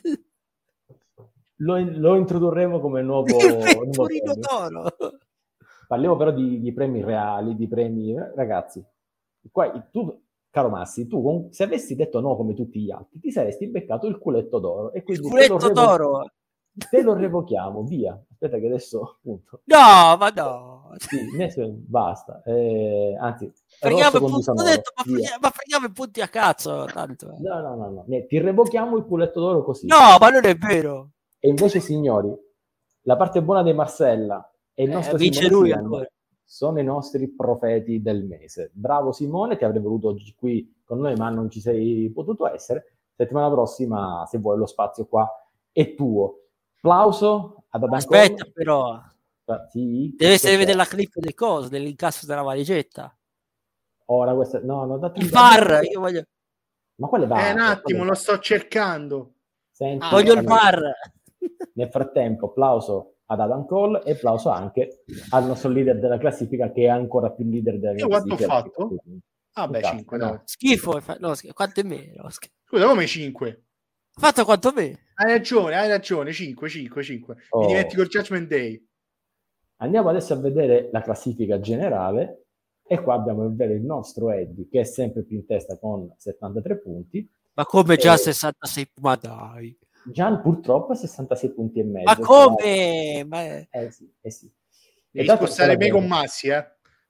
Lo, lo introdurremo come nuovo, Il nuovo Venturino premio. d'oro. Parliamo però di, di premi reali, di premi... Ragazzi, qua, tu, caro Massi, tu con- se avessi detto no come tutti gli altri, ti saresti beccato il culetto d'oro. E Il quindi culetto te lo revo- d'oro. Te lo revochiamo, via. Aspetta che adesso, appunto... No, ma no. Sì, adesso basta. Eh, anzi, Freghiamo rosso i con punti, ho Dusanoro, detto, ma, via. freghiamo, ma freghiamo i punti a cazzo, tanto. eh. No, no, no, no. Ne- Ti revochiamo il culetto d'oro così. No, ma non è vero. E invece, signori, la parte buona di Marcella e il Eh, nostro vince Simone lui Sian ancora. sono i nostri profeti del mese. Bravo Simone, ti avrei voluto oggi qui con noi, ma non ci sei potuto essere. Settimana prossima, se vuoi, lo spazio qua è tuo. Applauso ad Adam Aspetta, Cole. però. Ah, sì, Deve essere che vedere c'è? la clip del coso, dell'incasso della valigetta. Ora questa... No, no, date Il V A R, io voglio, Ma quale va? Eh, un attimo, lo sto cercando. Senti, ah, voglio il allora, V A R. Nel frattempo, applauso ad Adam Cole e applauso anche al nostro leader della classifica, che è ancora più leader della Io quanto ho classifica. fatto? Ah, beh, Cazzo, cinque, no. dai. Schifo, fa- no, schifo. Quanto è meno? Schifo. Scusa, come cinque? Fatto quanto me. Hai ragione, hai ragione, cinque, cinque, cinque. Oh. Mi dimentico il Judgment Day. Andiamo adesso a vedere la classifica generale e qua abbiamo il vero il nostro Eddie, che è sempre più in testa con settantatré punti. Ma come già Eh. sessantasei? Ma dai. Gian purtroppo ha sessantasei punti e mezzo. Ma come? Ma... Eh sì, eh sì. Devi spostare me con Massi, eh?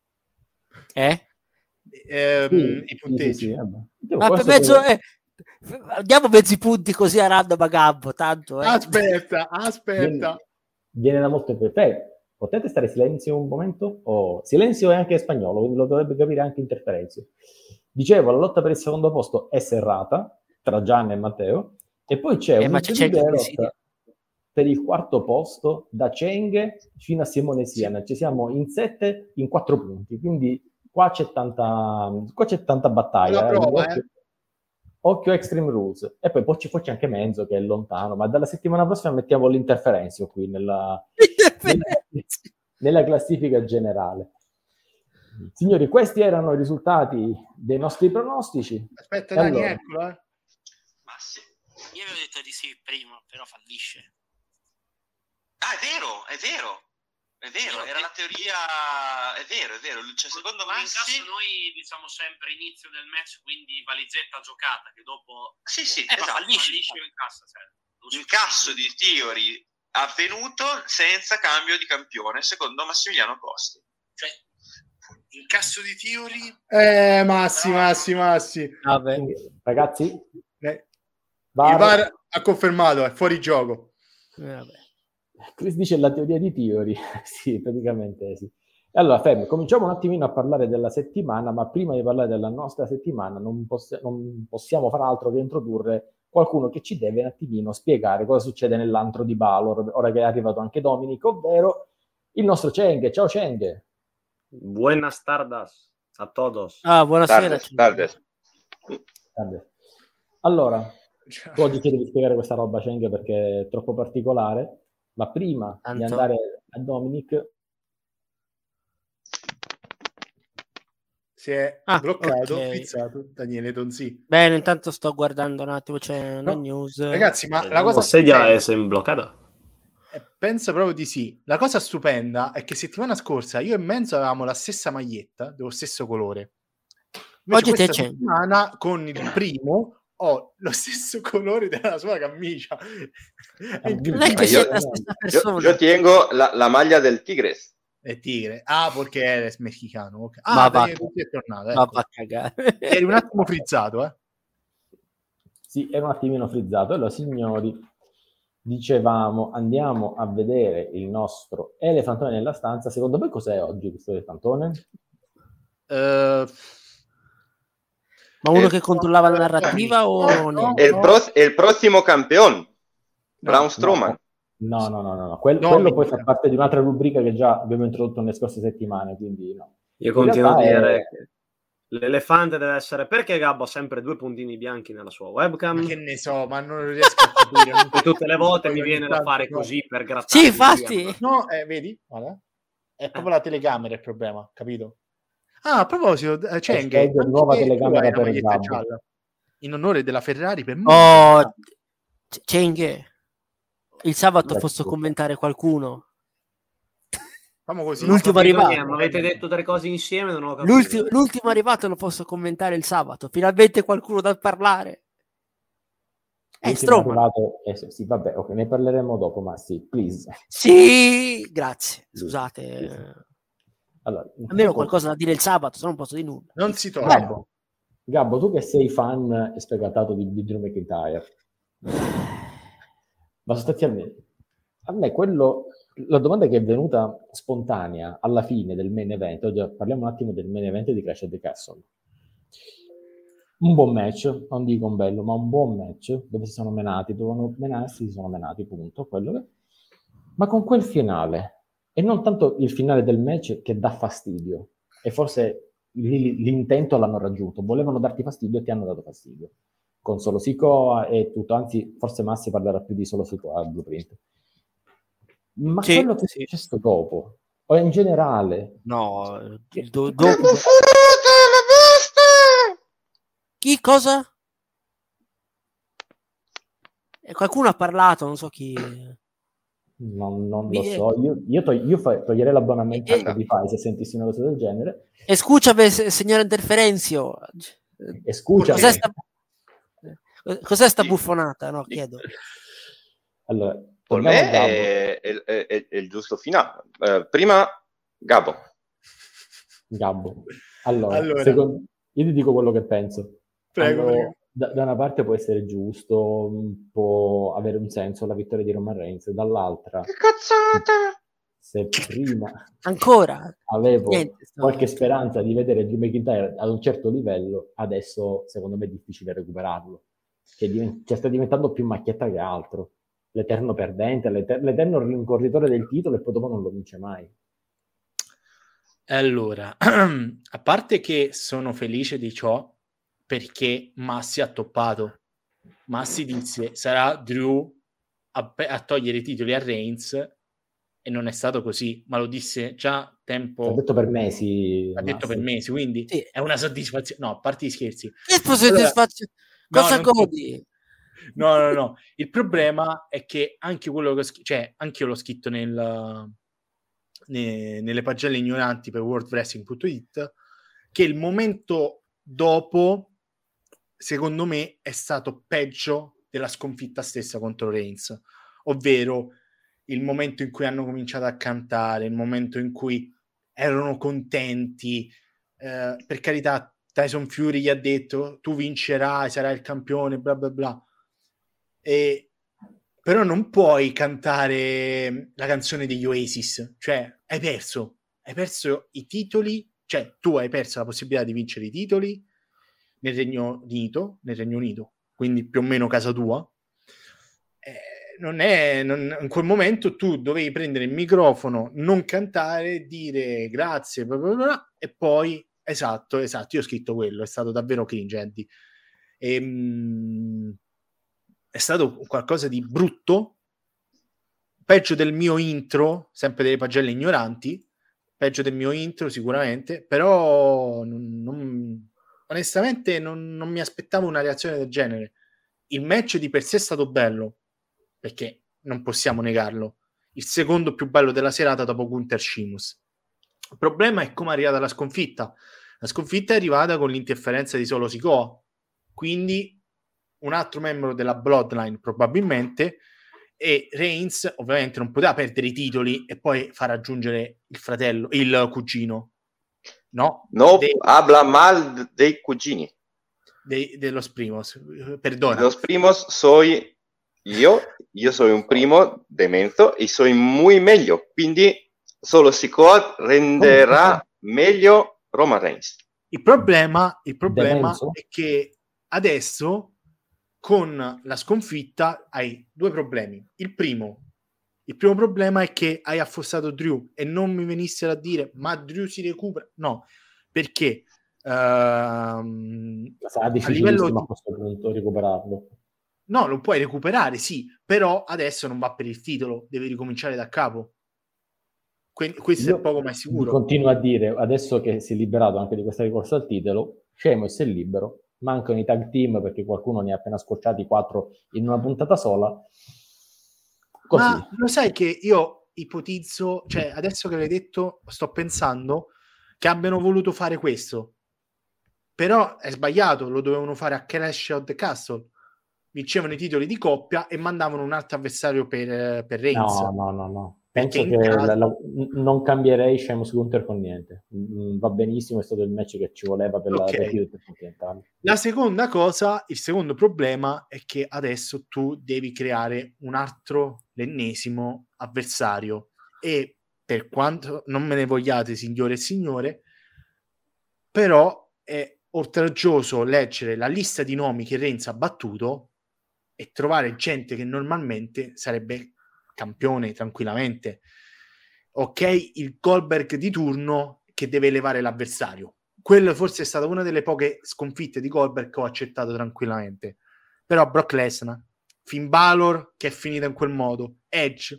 Eh? Ehm, sì, I punteggi. sì, sì, sì, ma per mezzo... Eh, diamo mezzi punti così a random a Gabbo, tanto. Eh. Aspetta, aspetta. Viene, viene da molto perfetto. Potete stare silenzio un momento? Oh, silenzio è anche spagnolo, quindi lo dovrebbe capire anche Interferenzio. Dicevo, la lotta per il secondo posto è serrata tra Gian e Matteo, e poi c'è eh, un incredibile lotta per il quarto posto da Cheng fino a Simone Siena. Ci siamo in sette in quattro punti, quindi qua c'è tanta, qua c'è tanta battaglia. Prova, eh. Occhio, eh. occhio Extreme Rules. E poi poi ci c'è anche Menzo che è lontano, ma dalla settimana prossima mettiamo l'Interferenzio qui nella, nella, nella classifica generale. Signori, questi erano i risultati dei nostri pronostici. Aspetta, Dani, allora, eccolo, eh. Ma sì. Io avevo detto di sì prima, però fallisce. Ah, è vero, è vero. È vero, era la teoria, è vero, è vero, cioè, secondo me in caso noi diciamo sempre inizio del match, quindi valigetta giocata, che dopo sì, sì, eh, esatto. fallisce o incassa, cioè, incasso di Theory avvenuto senza cambio di campione, secondo Massimiliano Costi. Cioè, incasso di Theory? Eh, Massi, no. Massi, Massi. Vabbè. Ragazzi, eh. Var... il V A R ha confermato, è fuori gioco. Eh, vabbè. Chris dice la teoria di Theory. Sì, praticamente sì. Allora, Fem, cominciamo un attimino a parlare della settimana, ma prima di parlare della nostra settimana non, poss- non possiamo far altro che introdurre qualcuno che ci deve un attimino spiegare cosa succede nell'antro di Balor, ora che è arrivato anche Dominic, ovvero il nostro Cheng. Ciao Cheng. Buenas tardes a todos. Ah, buonasera. Tardes, tardes. Allora, tu oggi ti devi spiegare questa roba, Cheng, perché è troppo particolare. Ma prima Tanto. di andare a Dominic si è ah, bloccato, okay. Pizzato Daniele Donzi. Bene, intanto sto guardando un attimo, c'è una no, news. Ragazzi, ma eh, la cosa sedia è bloccata? Eh, penso proprio di sì. La cosa stupenda è che settimana scorsa io e Menzo avevamo la stessa maglietta, dello stesso colore. Invece oggi questa te c'è. settimana con il primo ho lo stesso colore della sua camicia. Non è che sia la stessa persona. Io, io tengo la, la maglia del Tigres. È tigre. Ah, perché è messicano. Okay. Ah, ma dai, va, è tornato. Ecco. Ma va a cagare. Eri un attimo frizzato, eh? Sì, era un attimino frizzato. Allora, signori, dicevamo, andiamo a vedere il nostro elefantone nella stanza. Secondo me cos'è oggi questo elefantone? Uh... Ma uno che controllava la narrativa o no? È il, pro- è il prossimo campione, Braun no, Strowman. No, no, no, no, no. Quello, no, quello poi fa parte di un'altra rubrica che già abbiamo introdotto nelle scorse settimane, quindi no. Io continuo a dire è... che l'elefante deve essere, perché Gabbo ha sempre due puntini bianchi nella sua webcam. Ma che ne so, ma non riesco a capire. E tutte le volte mi viene da fare così per grattare. Sì, infatti. No, eh, vedi? Guarda. È proprio la telecamera il problema, capito? Ah, a proposito, c'è anche una nuova telecamera per il in onore della Ferrari per oh, Cheng, il sabato posso commentare qualcuno? Famo così. L'ultimo arrivato. Niente, avete detto tre cose insieme, non ho capito. L'ultimo, l'ultimo arrivato lo posso commentare il sabato. Finalmente qualcuno da parlare. È Strowman. Eh, sì, vabbè, ok, ne parleremo dopo, ma sì, please. Sì, grazie. Scusate. Allora, almeno qualcosa da dire il sabato, se no non posso dire nulla. Non si torna. Gabbo, Gabbo, tu che sei fan sfegatato di, di Drew McIntyre, ma sostanzialmente a me quello, la domanda che è venuta spontanea alla fine del main event, oggi parliamo un attimo del main event di Clash at the Castle. Un buon match, non dico un bello, ma un buon match dove si sono menati, dovevano menarsi, si sono menati, punto, quello che... ma con quel finale. E non tanto il finale del match che dà fastidio, e forse l'intento l'hanno raggiunto, volevano darti fastidio e ti hanno dato fastidio, con Solo Sikoa e tutto, anzi forse Massi parlerà più di Solo Sikoa al Blueprint. Ma sì, quello che è successo dopo, o in generale... No, do, dopo... Chi, cosa? E qualcuno ha parlato, non so chi... Non, non lo so, io, io, tog- io fa- toglierei l'abbonamento a Spotify se sentissi una cosa del genere. E scusami, signor Interferenzio, e scusa, cos'è sta, cos'è sta buffonata? No, chiedo. Allora, Per torniamo a me Gabbo. è, è- è- è- è il giusto finale. Eh, prima Gabbo. Gabbo. Allora, Allora, secondo- io ti dico quello che penso. prego, Hanno- prego. da, da una parte può essere giusto, mh, può avere un senso la vittoria di Roman Reigns, dall'altra, Che cazzata! se prima Ancora? avevo Niente, sto- qualche speranza di vedere Drew McIntyre ad un certo livello, adesso secondo me è difficile recuperarlo. Che diven- cioè, sta diventando più macchietta che altro. L'eterno perdente, l'eter- l'eterno rincorritore del titolo e poi dopo non lo vince mai. Allora, a parte che sono felice di ciò perché Massi ha toppato. Massi disse sarà Drew a, a togliere i titoli a Reigns e non è stato così, ma lo disse già tempo, L'ha detto per mesi. ha detto Massi. per mesi, quindi Sì. è una soddisfazione. No, a parte gli scherzi. Che soddisfazione? No, Cosa non so- godi? No, no, no. Il problema è che anche quello che ho scritto, cioè anche io l'ho scritto nel, ne- nelle pagelle ignoranti per world wrestling punto it, che il momento dopo, secondo me, è stato peggio della sconfitta stessa contro Reigns, ovvero il momento in cui hanno cominciato a cantare, il momento in cui erano contenti. Eh, per carità, Tyson Fury gli ha detto tu vincerai, sarai il campione, bla bla bla. E, però non puoi cantare la canzone degli Oasis, cioè hai perso, hai perso i titoli, cioè tu hai perso la possibilità di vincere i titoli nel Regno Unito, nel Regno Unito, quindi più o meno casa tua. Eh, non è, non, in quel momento tu dovevi prendere il microfono, non cantare, dire grazie, bla bla bla, e poi esatto, esatto, io ho scritto quello, è stato davvero cringe, Andy. E, mh, è stato qualcosa di brutto, peggio del mio intro, sempre delle pagelle ignoranti, peggio del mio intro sicuramente, però non, non, onestamente non, non mi aspettavo una reazione del genere. Il match di per sé è stato bello, perché non possiamo negarlo, il secondo più bello della serata dopo Gunther Sheamus. Il problema è come è arrivata la sconfitta. La sconfitta è arrivata con l'interferenza di Solo Sikoa, quindi un altro membro della Bloodline probabilmente, e Reigns ovviamente non poteva perdere i titoli e poi far raggiungere il fratello, il cugino, no? No, De, habla mal dei cugini. de, de los primos, perdona. Los primos soy io, io soy un primo de mento e soy muy meglio, quindi Solo Sikoa renderà meglio Roman Reigns. Il problema, il problema Demenso? è che adesso con la sconfitta hai due problemi. Il primo, il primo problema è che hai affossato Drew e non mi venissero a dire ma Drew si recupera. No, perché ehm, Sarà a difficilissimo livello a di... questo punto recuperarlo. No, lo puoi recuperare, sì, però adesso non va per il titolo, devi ricominciare da capo. Quindi, questo Io è poco mai vi sicuro. continuo a dire, adesso che si è liberato anche di questa ricorsa al titolo, Sheamus è libero, mancano i tag team perché qualcuno ne ha appena scocciati quattro in una puntata sola. Così. Ma lo sai che io ipotizzo, cioè adesso che l'hai detto, sto pensando che abbiano voluto fare questo, però è sbagliato, lo dovevano fare a Clash of the Castle, vincevano i titoli di coppia e mandavano un altro avversario per, per Reigns. No, no, no, no. Perché Penso in che caso- la- la- non cambierei Sheamus Gunther con niente. Mm, va benissimo, è stato il match che ci voleva per la Ok. per il Intercontinentale. La seconda cosa, il secondo problema è che adesso tu devi creare un altro, l'ennesimo avversario e per quanto non me ne vogliate signore e signore, però è oltraggioso leggere la lista di nomi che Reigns ha battuto e trovare gente che normalmente sarebbe campione tranquillamente. Ok, il Goldberg di turno che deve elevare l'avversario. Quello forse è stata una delle poche sconfitte di Goldberg che ho accettato tranquillamente. Però Brock Lesnar, Finn Balor che è finita in quel modo, Edge,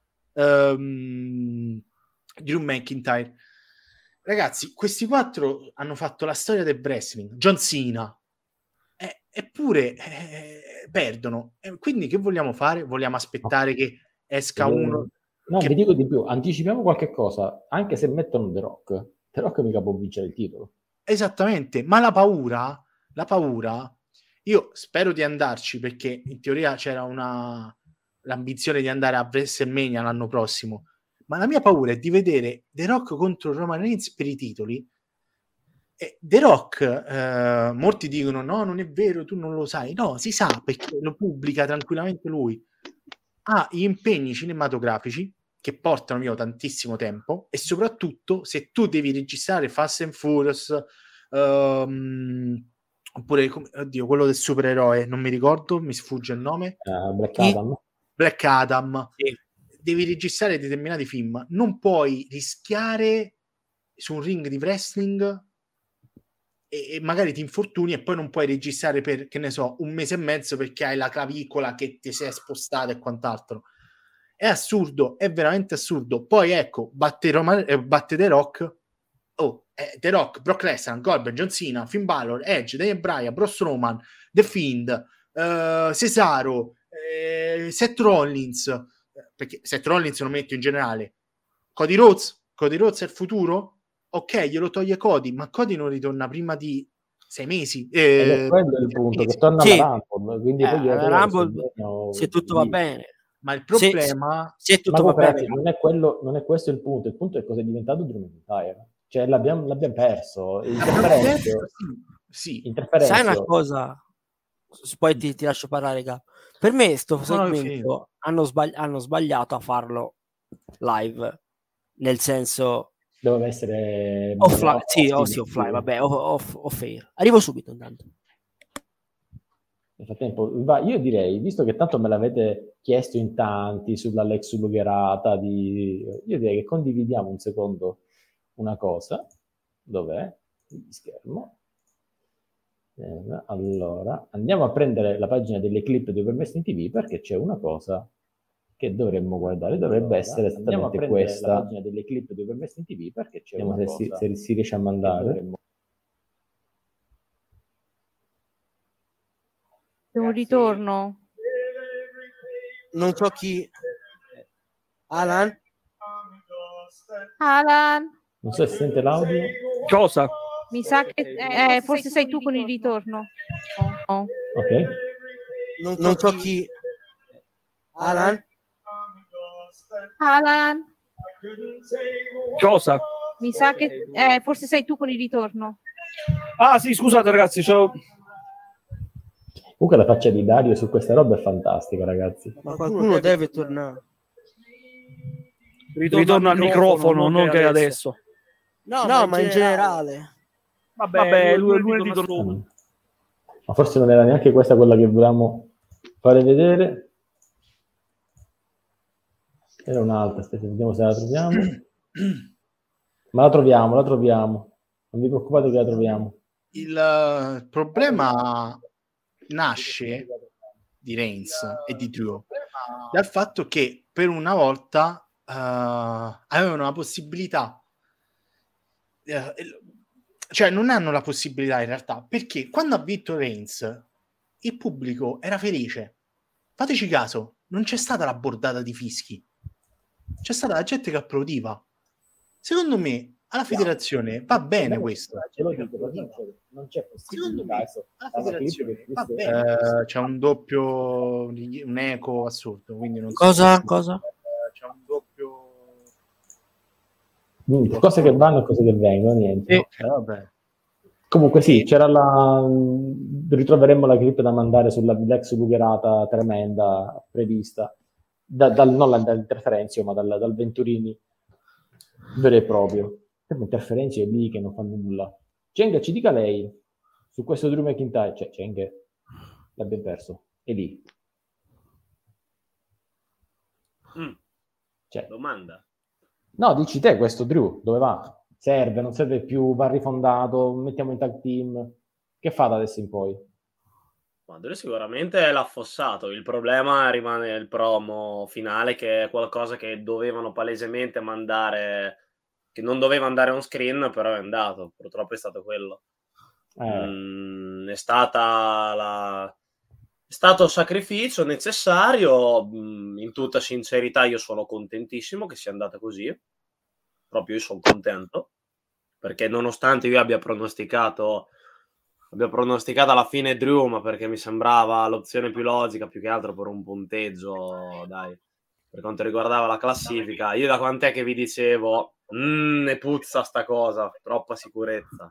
um, Drew McIntyre. Ragazzi, questi quattro hanno fatto la storia del wrestling. John Cena. Eh, eppure eh, perdono. Eh, quindi che vogliamo fare? Vogliamo aspettare che esca Eh, uno? No, che- vi dico di più, anticipiamo qualche cosa, anche se mettono The Rock, The Rock mica può vincere il titolo. Esattamente, ma la paura, la paura, io spero di andarci perché in teoria c'era una, l'ambizione di andare a WrestleMania l'anno prossimo, ma la mia paura è di vedere The Rock contro Roman Reigns per i titoli. E The Rock, eh, molti dicono no, non è vero, tu non lo sai. No, si sa, perché lo pubblica tranquillamente lui. Ha gli impegni cinematografici che portano via tantissimo tempo, e soprattutto se tu devi registrare Fast and Furious, um, oppure come, oddio, quello del supereroe, non mi ricordo, mi sfugge il nome. Uh, Black Chi? Adam. Black Adam. Sì. Devi registrare determinati film, non puoi rischiare su un ring di wrestling e, e magari ti infortuni e poi non puoi registrare per, che ne so, un mese e mezzo perché hai la clavicola che ti si è spostata e quant'altro. È assurdo, è veramente assurdo. Poi ecco, batte, Roman, eh, batte The Rock, oh, eh, The Rock, Brock Lesnar, Goldberg, John Cena, Finn Balor, Edge, Daniel Bryan, Braun Strowman, The Fiend, eh, Cesaro, eh, Seth Rollins, perché Seth Rollins lo metto in generale, Cody Rhodes, Cody Rhodes è il futuro? Ok, glielo toglie Cody, ma Cody non ritorna prima di sei mesi. Eh, Ed è quello il punto, che torna Sì. alla Rumble, quindi Eh, poi gli alla autori Rumble, sono- se tutto va bene. Ma il problema... Se, se tutto Ma va comunque, bene. ragazzi, non è, quello, non è questo il punto, il punto è cosa è diventato Drew McIntyre. Cioè l'abbiamo, l'abbiamo perso. Interferenzio, Sì. interferenzio. Sai una cosa? S- Poi ti, ti lascio parlare, Gab. Per me sto no, segmento hanno, sbagli- hanno sbagliato a farlo live, nel senso Doveva essere offline, sì, oh, sì, sì, offline, sì. vabbè, off, off, off air. Arrivo subito intanto. Nel frattempo, va, io direi, visto che tanto me l'avete chiesto in tanti sulla Lex Lugherata, di... io direi che condividiamo un secondo una cosa. Dov'è? Il schermo. Eh, allora, andiamo a prendere la pagina delle clip dei permessi in T V, perché c'è una cosa che dovremmo guardare, dovrebbe Allora, essere esattamente questa. la pagina delle clip dei permessi in T V, perché c'è Vediamo una se cosa si- se si riesce a mandare. dovremmo- C'è un ritorno. Non so chi. Alan? Alan, Non so se si sente l'audio. Cosa? mi sa che eh, forse sei tu con il ritorno. No. Ok. Non, non so chi. Alan? Alan, Cosa? mi sa che eh, forse sei tu con il ritorno. Ah sì, scusate ragazzi, c'ho... Comunque la faccia di Dario su questa roba è fantastica, ragazzi. Ma qualcuno deve tornare. ritorno al microfono, non che adesso. No, no, ma in generale. Vabbè, Vabbè lunedì, lunedì torno. Mm. Ma forse non era neanche questa quella che volevamo fare vedere. Era un'altra, aspetta, vediamo se la troviamo. Ma la troviamo, la troviamo. Non vi preoccupate che la troviamo. Il uh, problema nasce di Reigns e di Drew dal fatto che per una volta uh, avevano la possibilità, uh, cioè non hanno la possibilità in realtà, perché quando ha vinto Reigns il pubblico era felice. Fateci caso, non c'è stata la bordata di fischi, c'è stata la gente che applaudiva. Secondo me alla federazione va bene questo. Non c'è Secondo me possibilità. alla federazione va bene. Eh, c'è un doppio, un eco assurdo. Quindi non Cosa? so se- Cosa? Eh, c'è un doppio. Niente, cose che vanno e cose che vengono, niente. Eh, vabbè. Comunque sì, c'era la... ritroveremo la clip da mandare sulla Lex Lugherata tremenda prevista, da, dal, non dall'interferenzio, ma dal, dal Venturini vero e proprio. Interferenzio è lì che non fa nulla. Cenga, ci dica lei su questo Drew McIntyre, cioè Cenga l'abbiamo perso, è lì. Mm. Cioè, Domanda. no, dici te questo Drew, dove va? Serve, non serve più, va rifondato, mettiamo in tag team. Che fa da adesso in poi? Ma lui sicuramente l'ha affossato. Il problema rimane il promo finale, che è qualcosa che dovevano palesemente mandare, che non doveva andare on screen, però è andato. Purtroppo è stato quello. Eh, Mm, è stata la... è stato il sacrificio necessario. Mm, in tutta sincerità io sono contentissimo che sia andata così. Proprio io sono contento, perché nonostante io abbia pronosticato Abbiamo pronosticato alla fine Drew, ma perché mi sembrava l'opzione più logica, più che altro per un punteggio, dai. Per quanto riguardava la classifica, io da quant'è che vi dicevo, mmm, ne puzza sta cosa, troppa sicurezza.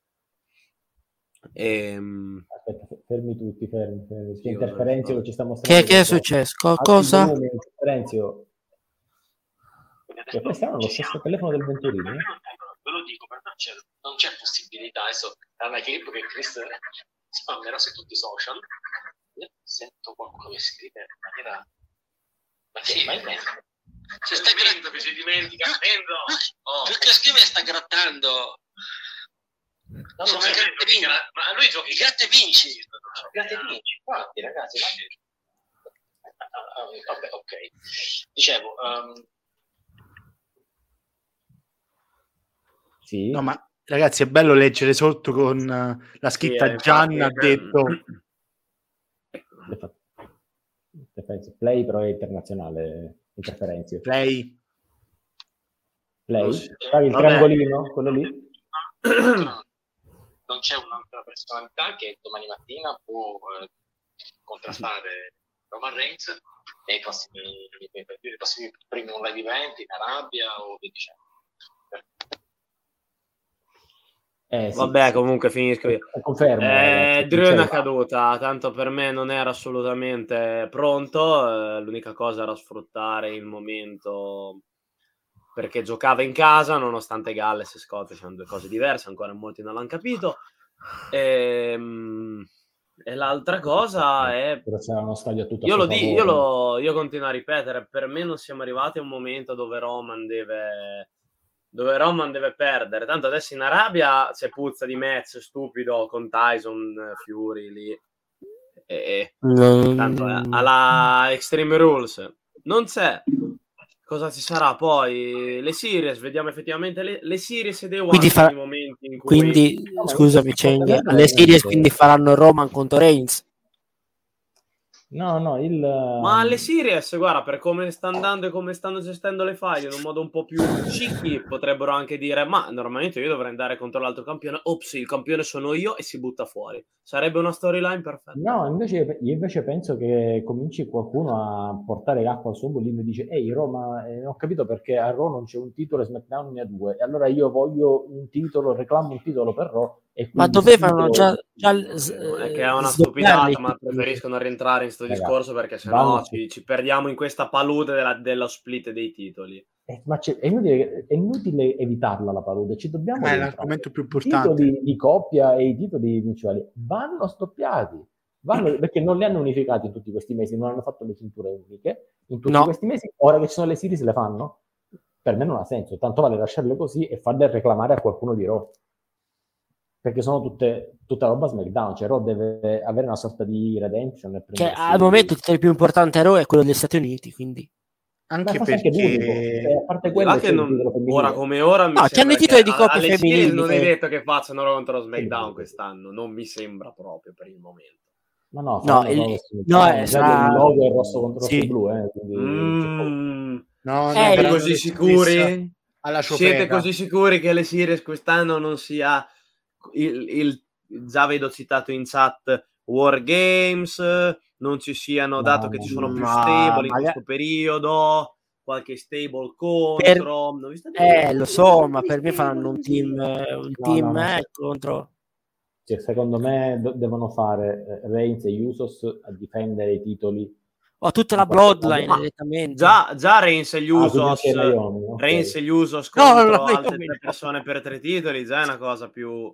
E, Aspetta, fermi tutti, fermi, fermi. C'è Io Interferenzio so. che ci sta mostrando. Che, che è successo? Qualcosa? Interferenzio. Che questo è lo stesso telefono del Venturini? Ve lo dico, per c'è, non c'è possibilità, adesso è una clip che Chris spammerà su tutti i social. Io sento qualcuno che scrive in maniera... Ma sì, ma se stai vedendo che si dimentica, oh. Più che scrive sta grattando. No, sono i gratte vinci. Ma lui gioca i gratte vinci. Gratte vinci, quanti ragazzi? Vabbè, ok. Dicevo... Um... Sì. No, ma ragazzi, è bello leggere sotto con uh, la scritta sì, Gian ha detto play, però è internazionale. Interferenzio. Play. Play. So. Fai il Vabbè. triangolino, quello lì. Non c'è un'altra personalità che domani mattina può eh, contrastare Roman Reigns nei prossimi, nei prossimi primi live event in Arabia o via dicendo. Eh, sì, Vabbè, sì. comunque finisco io. Confermo. Eh, Eh, Drew è una c'è- caduta, tanto per me non era assolutamente pronto. eh, l'unica cosa era sfruttare il momento perché giocava in casa, nonostante Galles e Scott siano due cose diverse, ancora molti non l'hanno capito. E, e l'altra cosa è Però c'era uno stadio tutto a io suo lo dico, favore. io, lo, io continuo a ripetere, per me non siamo arrivati a un momento dove Roman deve dove Roman deve perdere, tanto adesso in Arabia c'è puzza di match stupido con Tyson Fury lì e, Non- tanto è, alla Extreme Rules non c'è, cosa ci sarà poi? Le series, vediamo effettivamente le, le series e Day One Quindi, sono fa- i momenti in cui quindi No, ma scusami, io- Cheng, io- alle series quindi faranno Roman contro Reigns. No, no, il... ma alle series, guarda, per come sta andando e come stanno gestendo le file in un modo un po' più cheeky, potrebbero anche dire, ma normalmente io dovrei andare contro l'altro campione, ops, il campione sono io e si butta fuori. Sarebbe una storyline perfetta. No, invece, io invece penso che cominci qualcuno a portare l'acqua al suo bollino e dice ehi Roma, eh, ho capito perché a Raw non c'è un titolo e SmackDown ne ha due, e allora io voglio un titolo, reclamo un titolo per Raw. E Ma quindi dovevano il già, titolo- già s- È che è una sdoppiarli stupidata, i ma titoli. preferiscono rientrare in sto Ragazzi, discorso perché sennò vanno- ci, ci perdiamo in questa palude della, dello split dei titoli. Eh, ma c'è- è, inutile, è inutile evitarla la palude, ci dobbiamo Ma è rientrare. l'argomento più I importante. titoli di coppia e i titoli principali vanno stoppiati, vanno, perché non li hanno unificati in tutti questi mesi, non hanno fatto le cinture uniche in tutti No. questi mesi, ora che ci sono le series le fanno? Per me non ha senso, tanto vale lasciarle così e farle reclamare a qualcuno di Raw, perché sono tutte tutta roba SmackDown, cioè Raw deve avere una sorta di redemption e Cioè, prendersi- al momento il titolo più importante a Raw è quello degli Stati Uniti, quindi Ma Anche forse anche l'unico, perché cioè, a parte quello Là c'è che il non- titolo femminile. ora come ora mi No, sembra c'hanno i titoli di che coppia alle series femminili non è che- detto che facciano Raw contro SmackDown Sì. quest'anno, non mi sembra proprio per il momento. Ma no, No, faranno il- proprio sul- no, ah, eh, già sarà- il logo è rosso contro rosso sì. e blu, eh, quindi Mm, no, Eh, no, siete però così le sicuri? series alla Siete ciofrega. così sicuri che le series quest'anno non sia il, il- già vedo citato in chat War Games, non ci siano, No, dato che no, ci sono no. più Ma stable in maga- questo periodo, qualche stable contro, non vi sta eh, lo so, ma per me faranno un team, eh, un No, team no, no, eh, sì. contro... Cioè, secondo me do- devono fare eh, Reigns e Usos a difendere i titoli. Ho tutta la In qualche bloodline modo. direttamente. Già, già Reigns e gli Ah, quindi Usos, anche Naomi, ok. Reigns e gli Usos No, contro no, no, altre Naomi tre no. persone per tre titoli, già è una cosa più...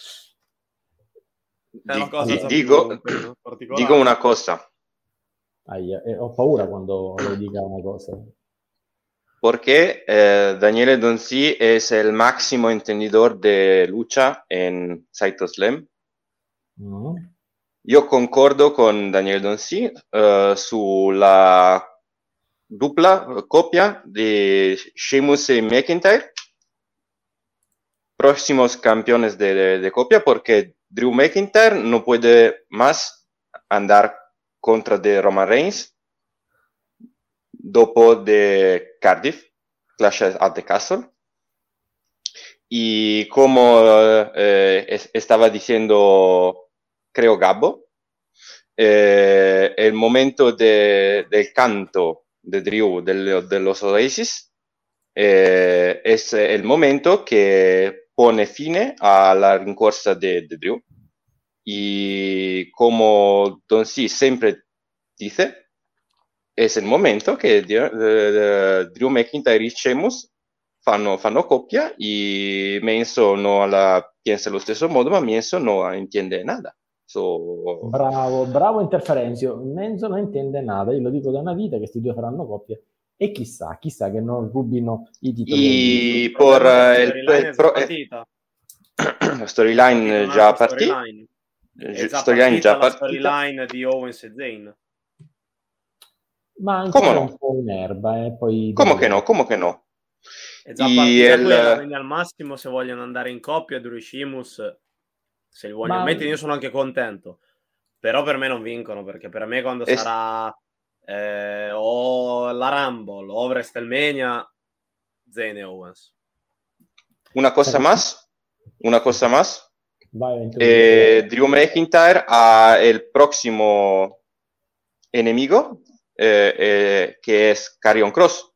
È una Di- cosa di- già dico, più, più particolare. dico una cosa, Aia, eh, ho paura quando lei dica una cosa. porque eh, Daniele Donzi es el máximo entendedor de lucha en Saito Slam. Mm. Io concordo con Daniele Donzi eh, sulla dupla coppia de Sheamus y McIntyre, próximos campeones de, de, de copia, porque Drew McIntyre no puede más andar contra de Roman Reigns dopo de Cardiff, Clash at the Castle. y como eh, es- estaba diciendo, creo, Gabbo, eh, el momento de- del canto de Drew del- de los Oasis eh, es el momento que pone fine a la rincorsa de, de Drew. Y como Don C siempre dice, es il momento che uh, Drew McIntyre e Sheamus fanno, fanno coppia e Manson non la pensa allo stesso modo, ma Manson non intende nada. So... Bravo, bravo Interferenzio. Menzo non intende nada, io lo dico da una vita che questi due faranno coppia e chissà, chissà che non rubino i titoli. E per uh, il, il, il pro... la storyline già partita. È già storyline partita già la partita. storyline di Owens e Zayn. Ma ancora Come no? un po' in erba, eh, poi... Come che no? Come che no? È già E partita il- quella, quindi al massimo se vogliono andare in coppia Drew e Sheamus, se li vogliono Ma- mettere io sono anche contento, però per me non vincono, perché per me quando Es- sarà eh, o la Rumble o WrestleMania, Zayn e Owens. Una cosa más, una cosa más. Vai, Ventura. Eh, Drew McIntyre ha el próximo enemigo, eh, eh, que es Karrion Kross.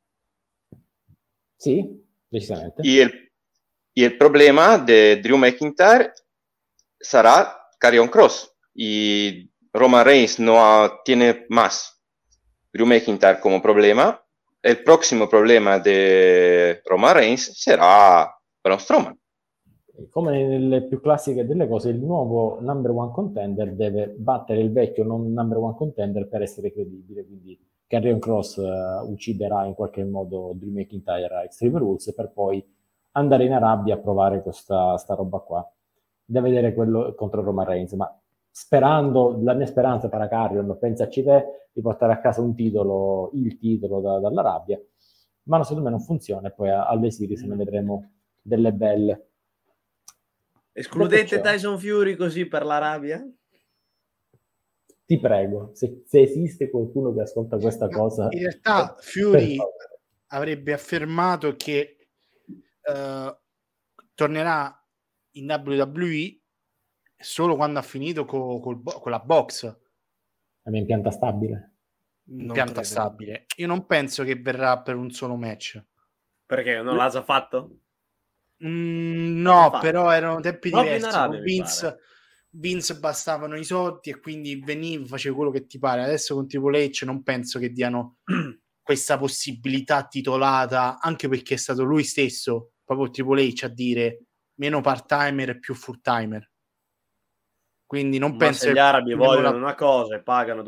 Sì, decisamente. Y el, y el problema de Drew McIntyre será Karrion Kross. Y Roman Reigns no ha- tiene más Drew McIntyre como problema. El próximo problema de Roman Reigns será Braun Strowman. Come nelle più classiche delle cose, il nuovo number one contender deve battere il vecchio non number one contender per essere credibile, quindi Karrion Kross eh, ucciderà in qualche modo Drew McIntyre a Extreme Rules per poi andare in Arabia a provare questa sta roba qua, da vedere quello contro Roman Reigns, ma sperando, la mia speranza per Karrion, pensaci te, di portare a casa un titolo, il titolo da- dall'Arabia, ma secondo me non funziona e poi a- alle series ne vedremo delle belle. Escludete Detto ciò, Tyson Fury così per l'Arabia? ti prego, se, se esiste qualcuno che ascolta questa cosa, In realtà per Fury favore. avrebbe affermato che eh, tornerà in W W E solo quando ha finito co- col bo- con la box La mia impianta stabile. in Non pianta credo. stabile. Io non penso che verrà per un solo match. Perché non l'ha già fatto? Mm, L'ha no, fatto. però erano tempi Proprio in diversi. Arabia, Con mi Vince, Vince bastavano i soldi e quindi veniva, facevi quello che ti pare. Adesso con Triple H non penso che diano questa possibilità titolata, anche perché è stato lui stesso, proprio Triple H, a dire meno part-timer e più full-timer. Quindi non Ma penso se gli che arabi prendiamo vogliono la- una cosa e pagano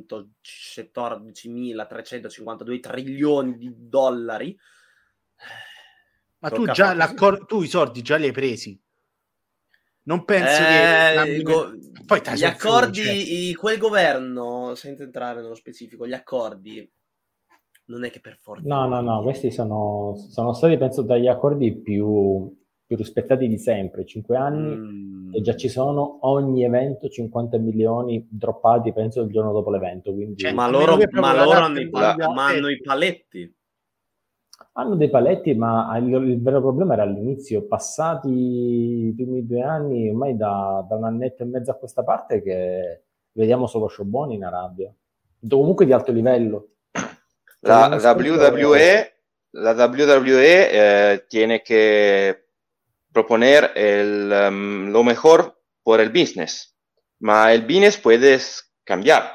duecentoquattordicimilatrecentocinquantadue trilioni di dollari, Ma tu tocca già far così. l'accor- tu i soldi già li hai presi. Non penso Eh, che il go- poi gli Tyson Fury, accordi, cioè, i- quel governo, senza entrare nello specifico, gli accordi non è che per forza. No, no, no, questi sono, sono stati, penso, dagli accordi più, più rispettati di sempre. Cinque anni Mm. e già ci sono ogni evento cinquanta milioni droppati, penso, il giorno dopo l'evento. Quindi Cioè, Ma come loro, lui è proprio ma la loro data hanno, i, del pa- La- ma hanno i paletti. hanno dei paletti, ma il, il vero problema era all'inizio, passati i primi due anni, ormai da, da un annetto e mezzo a questa parte, che vediamo solo show buoni in Arabia, comunque di alto livello. La L'anno scorso- W W E, la W W E eh, tiene que proponer el, um, lo mejor por el business, ma el business puedes cambiar.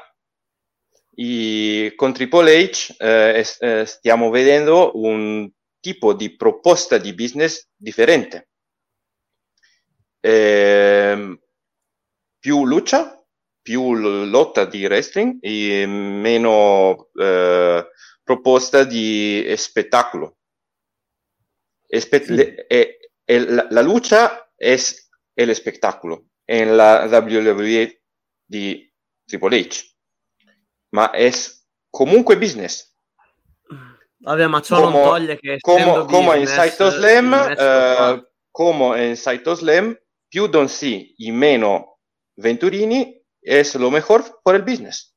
Y con Triple H eh, es- eh, stiamo vedendo un tipo di proposta di business differente. Ehm, più lucha, più l- lotta di wrestling e meno eh, proposta di spettacolo. Espe- Sì. le- e- e la, la lucha es el espectáculo en la W W E di Triple H, ma es comunque business. Vabbè, ma ciò non Como, toglie che essendo como, como en business, Saito Slam, il match lo fa. eh, como en Saito Slam, più Don C y meno Venturini es lo mejor por el business.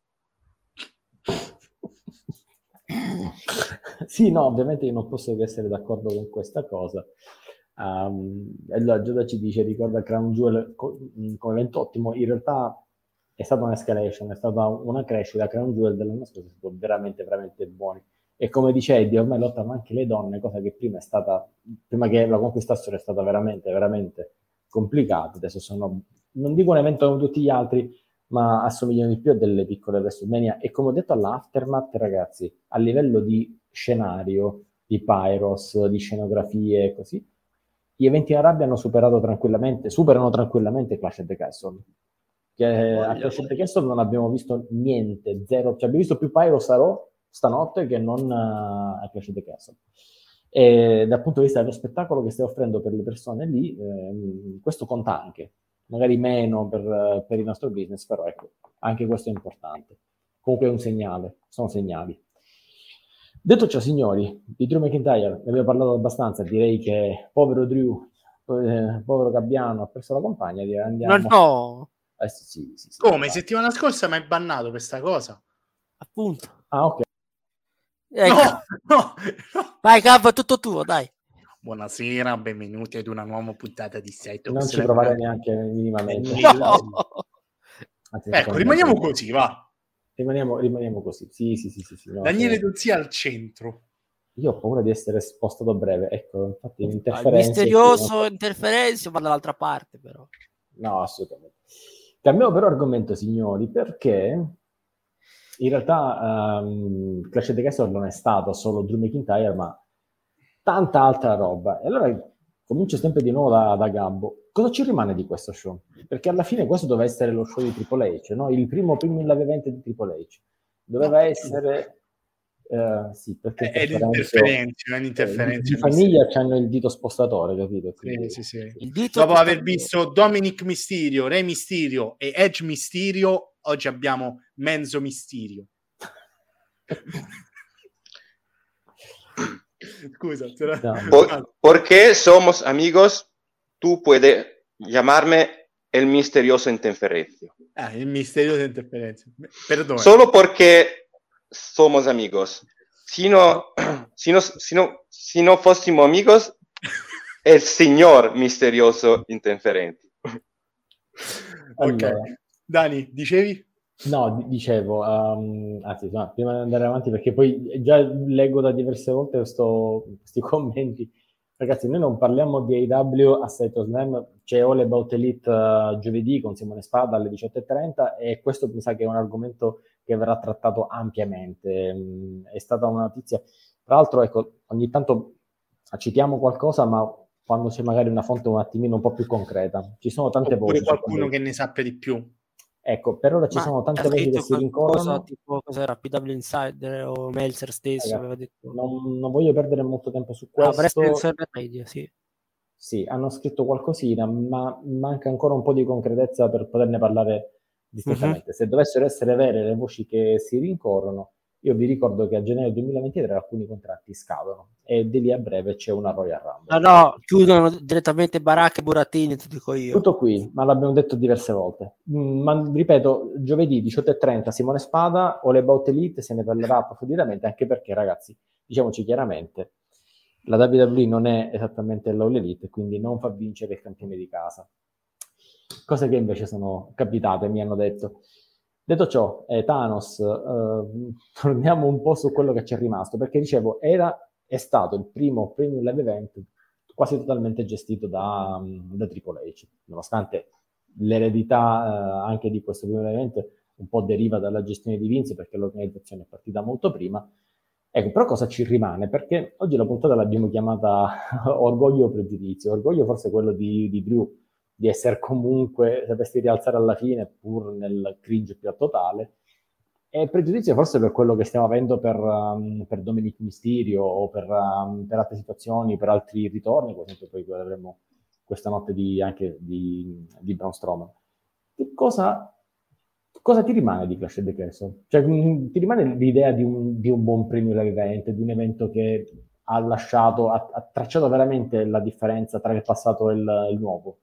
Sì, no, ovviamente io non posso che essere d'accordo con questa cosa. Um, e allora Giuda ci dice, ricorda Crown Jewel co- come evento ottimo, in realtà è stata un'escalation, è stata una crescita. Crown Jewel dell'anno scorso è stato veramente, veramente buoni. E come dice Eddie, ormai lottano anche le donne, cosa che prima è stata, prima che la conquistassero è stata veramente, veramente complicata. Adesso sono, non dico un evento come tutti gli altri, ma assomigliano di più a delle piccole WrestleMania. E come ho detto all'Aftermath, ragazzi, a livello di scenario, di pyros, di scenografie e così, gli eventi in Arabia hanno superato tranquillamente, superano tranquillamente Clash at the Castle. Che a Clash at the Castle non abbiamo visto niente, zero, cioè abbiamo visto più pyros a Raw stanotte che non uh, a Clash at the Castle. E dal punto di vista dello spettacolo che stai offrendo per le persone lì, eh, questo conta anche, magari meno per, per il nostro business, però ecco, anche questo è importante. Comunque è un segnale, sono segnali. Detto ciò, signori, di Drew McIntyre ne abbiamo parlato abbastanza, direi che povero Drew, eh, povero Gabbiano, ha perso la compagna, direi andiamo... No, no! Eh, sì, sì, sì, sì, Come? vai. Settimana scorsa mi hai bannato questa cosa? Appunto. Ah, ok. Ecco. No, no, no. Vai, Gabbo, è tutto tuo, dai. Buonasera, benvenuti ad una nuova puntata di Seto. Non ci provare neanche minimamente. No. Anzi, Ecco, rimaniamo me. così, va. Rimaniamo, rimaniamo così. Sì, sì, sì, sì, sì, no, Daniele cioè, Dozzi al centro. io ho paura di essere spostato a breve. Ecco, infatti, Il interferenze. misterioso interferenze va dall'altra parte, però. No, assolutamente. Cambiamo però argomento, signori, perché in realtà um, Clash of the Castle non è stato solo Drew McIntyre, ma tanta altra roba. E allora comincio sempre di nuovo da, da Gabbo. Cosa ci rimane di questo show? Perché alla fine questo doveva essere lo show di Triple H, no? Il primo primo live event di Triple H. Doveva no, essere... Uh, sì, perché è l'interferenza, è l'interferenza. Eh, in famiglia c'hanno il dito spostatore, capito? Sì, sì, sì. Il dito Dopo spostatore. aver visto Dominic Mysterio, Re Mysterio e Edge Mysterio, oggi abbiamo Menzo Mysterio. Scusa, no. Por- porque somos amigos, tú puedes llamarme el misterioso interferencio. Ah, el misterioso interferencio. Perdón. Solo porque somos amigos. Si no, si no, si no, si no fossimo amigos, el señor misterioso interferente. Allora. Ok. Dani, dicevi? No, dicevo, um, anzi, no, prima di andare avanti, perché poi già leggo da diverse volte questo, questi commenti. Ragazzi, noi non parliamo di A E W a Saito Slam, c'è All About Elite uh, giovedì con Simone Spada alle diciotto e trenta e questo mi sa che è un argomento che verrà trattato ampiamente. Um, è stata una notizia, tra l'altro, ecco, ogni tanto citiamo qualcosa, ma quando c'è magari una fonte un attimino un po' più concreta. Ci sono tante Oppure voci. qualcuno che ne sappia di più. Ecco, per ora ci Ma sono tante voci che si rincorrono. Tipo cos'era P W Insider o Meltzer stesso Ragazzi, aveva detto. Non, non voglio perdere molto tempo su Ah, questo. Radio, sì. Sì, hanno scritto qualcosina, ma manca ancora un po' di concretezza per poterne parlare distintamente. Uh-huh. Se dovessero essere vere le voci che si rincorrono, io vi ricordo che a gennaio duemilaventitré alcuni contratti scadono e di lì a breve c'è una Royal Rumble. No, no, chiudono direttamente Baracca e Burattini, ti dico io. Tutto qui, ma l'abbiamo detto diverse volte. Mm, ma ripeto, giovedì diciotto e trenta Simone Spada, All About Elite, se ne parlerà approfonditamente, anche perché, ragazzi, diciamoci chiaramente, la W W E non è esattamente l'All Elite, quindi non fa vincere il campione di casa. Cose che invece sono capitate, mi hanno detto. Detto ciò, eh, Thanos, eh, torniamo un po' su quello che ci è rimasto, perché dicevo, era, è stato il primo premium live event quasi totalmente gestito da, da Triple H, nonostante l'eredità eh, anche di questo primo live event un po' deriva dalla gestione di Vince, perché l'organizzazione è partita molto prima. Ecco, però cosa ci rimane? Perché oggi la puntata l'abbiamo chiamata Orgoglio o Pregiudizio. Orgoglio forse quello di, di Drew, di essere comunque, sapersi rialzare alla fine pur nel cringe più totale, e pregiudizio forse per quello che stiamo avendo per, um, per Dominic Mysterio o per, um, per altre situazioni, per altri ritorni, per esempio poi avremo questa notte di, anche di, di Braun Strowman. Che cosa, cosa ti rimane di Clash of the Castle? Cioè, mh, ti rimane l'idea di un, di un buon premio live event, di un evento che ha lasciato, ha, ha tracciato veramente la differenza tra il passato e il, il nuovo?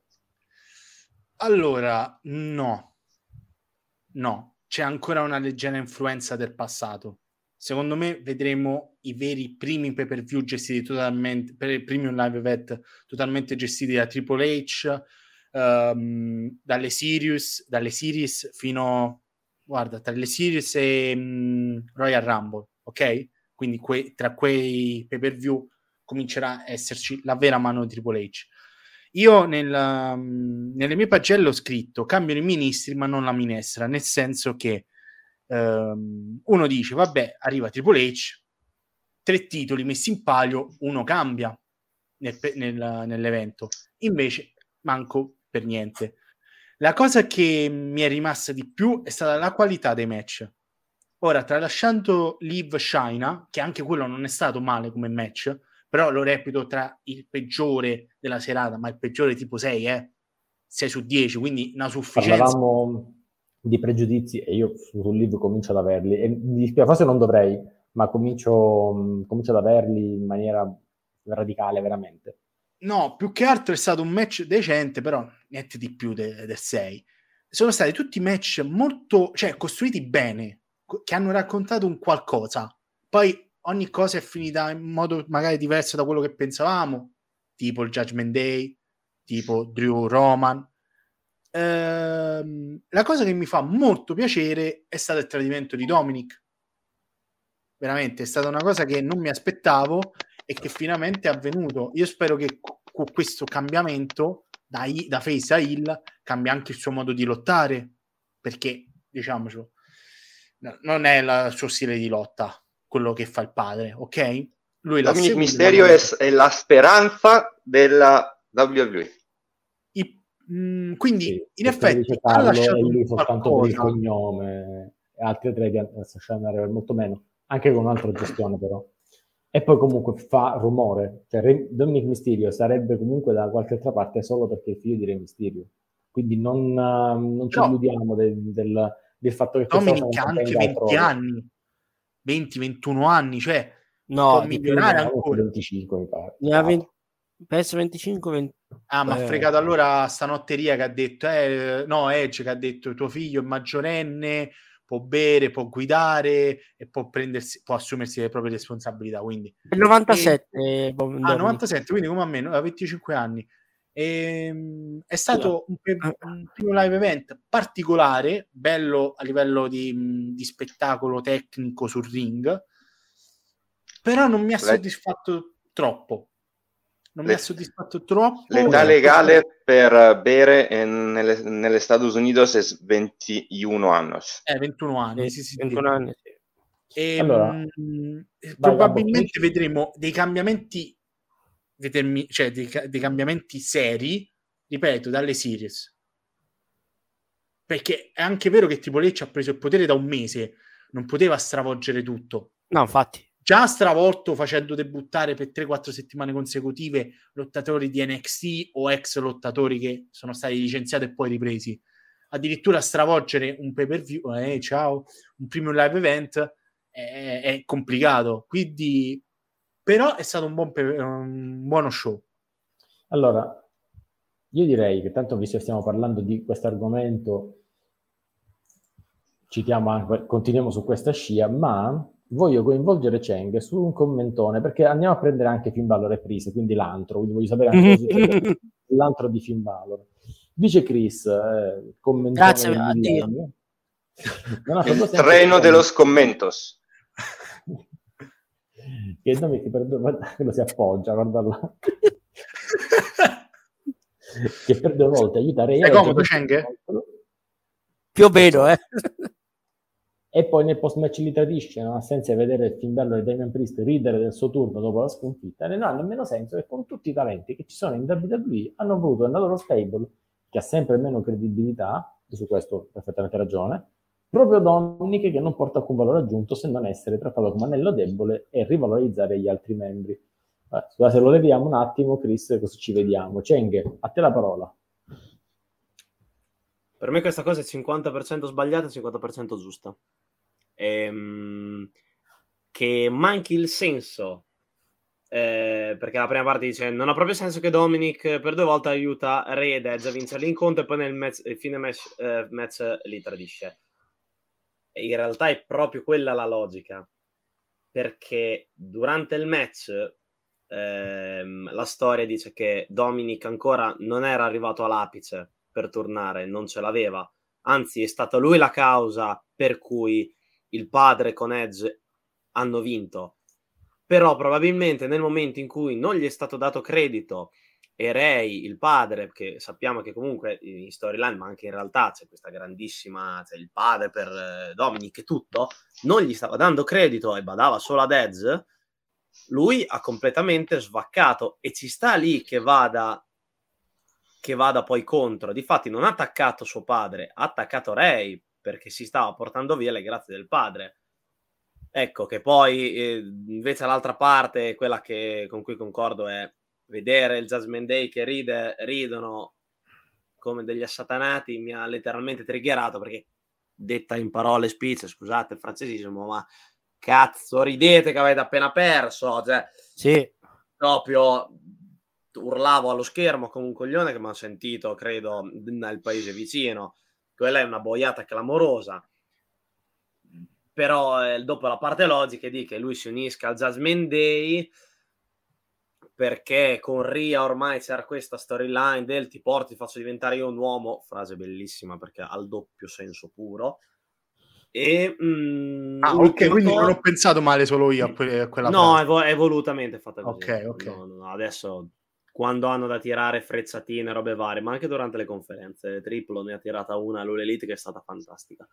Allora, no. No. C'è ancora una leggera influenza del passato. secondo me vedremo i veri primi pay per view gestiti totalmente, per il premium live event totalmente gestiti da Triple H, um, dalle series, dalle series fino, guarda, tra le series e um, Royal Rumble, ok? Quindi que- tra quei pay per view comincerà a esserci la vera mano di Triple H. Io nel, um, nelle mie pagelle ho scritto cambiano i ministri ma non la minestra, nel senso che um, uno dice vabbè, arriva Triple H, tre titoli messi in palio, uno cambia nel, nel, nell'evento, invece manco per niente. La cosa che mi è rimasta di più è stata la qualità dei match. Ora, tralasciando Liv Shayna, che anche quello non è stato male come match, però lo reputo tra il peggiore della serata, ma il peggiore tipo sei, eh? sei su dieci, quindi una sufficienza. Parlavamo di pregiudizi e io sul Liv comincio ad averli, e mi dispiace, forse non dovrei, ma comincio, comincio ad averli in maniera radicale, veramente. No, più che altro è stato un match decente, però niente di più de- del sei. Sono stati tutti match molto, cioè, costruiti bene, che hanno raccontato un qualcosa. Poi ogni cosa è finita in modo magari diverso da quello che pensavamo, tipo il Judgment Day, tipo Drew Roman. Ehm, la cosa che mi fa molto piacere è stato il tradimento di Dominic. Veramente è stata una cosa che non mi aspettavo e che finalmente è avvenuto. Io spero che con questo cambiamento da, I, da face a heel cambia anche il suo modo di lottare, perché diciamocelo, non è il suo stile di lotta quello che fa il padre, ok? Lui Dominic Mysterio è, è la speranza della W W E. I, mh, quindi sì, in effetti ha lasciato è lì soltanto qualcosa. per il cognome, e altri tre che lasciano arrivare molto meno, anche con un'altra gestione però. E poi comunque fa rumore, cioè Dominic Mysterio sarebbe comunque da qualche altra parte solo perché è il figlio di Re Mysterio, quindi non, non ci no. illudiamo del, del, del fatto che Dominic ha anche venti anni, venti ventuno anni, cioè no, può migliorare ancora. venticinque mi pare. Ne ha venti, penso venticinque venti. Ah, ma ha eh. fregato allora stanotteria che ha detto, eh, no, Edge che ha detto tuo figlio è maggiorenne, può bere, può guidare e può prendersi, può assumersi le proprie responsabilità. Quindi il novantasette, e... ah, novantasette, quindi come a me, a venticinque anni. E, è stato un, un primo live event particolare, bello a livello di, di spettacolo tecnico sul ring, però non mi ha soddisfatto troppo. Non le, mi ha soddisfatto troppo. L'età legale per bere nelle, nelle Stati Uniti è ventuno anni. Eh, ventuno anni, eh, sì, sì, ventuno anni, sì. E, allora, mh, probabilmente vai, vedremo dei cambiamenti, determin- cioè dei, dei cambiamenti seri, ripeto, dalle series. Perché è anche vero che Triple H ha preso il potere da un mese, non poteva stravolgere tutto. No, infatti. Già stravolto facendo debuttare per tre quattro settimane consecutive lottatori di N X T o ex lottatori che sono stati licenziati e poi ripresi. Addirittura stravolgere un pay per view, eh, ciao, un primo live event è, è complicato. Quindi, però è stato un, buon pe- un buono show. Allora, io direi che tanto visto che stiamo parlando di questo argomento, citiamo, continuiamo su questa scia, ma voglio coinvolgere Cheng su un commentone, perché andiamo a prendere anche Finn Balor e Chris, quindi l'antro, quindi voglio sapere anche cosa l'antro di Finn Balor. Dice Chris, eh, commentone grazie a Dio. No, il treno dello scommentos. Che nome che per due quello si appoggia, guarda là. Che per due volte aiuta Ray. È comodo, Cheng? Più o meno, eh. E poi nel post-match li tradisce, non ha senso vedere Finn Balor e Damian Priest ridere del suo turno dopo la sconfitta, non ha nemmeno senso che con tutti i talenti che ci sono in W W E hanno voluto nella loro stable, che ha sempre meno credibilità, e su questo ho perfettamente ragione, proprio Dominic che non porta alcun valore aggiunto se non essere trattato come anello debole e rivalorizzare gli altri membri. Eh, scusate, se lo leviamo un attimo, Chris, così ci vediamo. Cheng, a te la parola. Per me questa cosa è cinquanta per cento sbagliata e cinquanta per cento giusta. Ehm, che manchi il senso, eh, perché la prima parte dice non ha proprio senso che Dominic per due volte aiuta Ray ed Edge a vincere l'incontro e poi nel match, il fine match, eh, match li tradisce. E in realtà è proprio quella la logica. perché durante il match ehm, la storia dice che Dominic ancora non era arrivato all'apice per tornare, non ce l'aveva, anzi è stata lui la causa per cui il padre con Edge hanno vinto, però probabilmente nel momento in cui non gli è stato dato credito e Ray, il padre, che sappiamo che comunque in storyline, ma anche in realtà c'è questa grandissima, c'è il padre per eh, Dominic e tutto, non gli stava dando credito e badava solo ad Edge, lui ha completamente svaccato e ci sta lì che vada che vada poi contro. Difatti non ha attaccato suo padre, ha attaccato Ray perché si stava portando via le grazie del padre. Ecco che poi eh, invece l'altra parte, quella che, con cui concordo, è vedere il Judgment Day che ride, ridono come degli assatanati, mi ha letteralmente triggerato, perché detta in parole spicce, scusate il francesismo, ma cazzo ridete che avete appena perso, cioè sì, proprio urlavo allo schermo come un coglione che mi ha sentito, credo, nel paese vicino. Quella è una boiata clamorosa. Però eh, dopo la parte logica è di che lui si unisca al Judgment Day, perché con Rhea ormai c'era questa storyline del ti porti, ti faccio diventare io un uomo, frase bellissima perché ha il doppio senso puro. E mm, ah, ok, quindi non ho pensato male solo io a, que- a quella no, frase. è, vo- è volutamente fatta così. Ok, ok. No, no, adesso quando hanno da tirare frezzatine, robe varie, ma anche durante le conferenze, Triplo ne ha tirata una all'All Elite che è stata fantastica.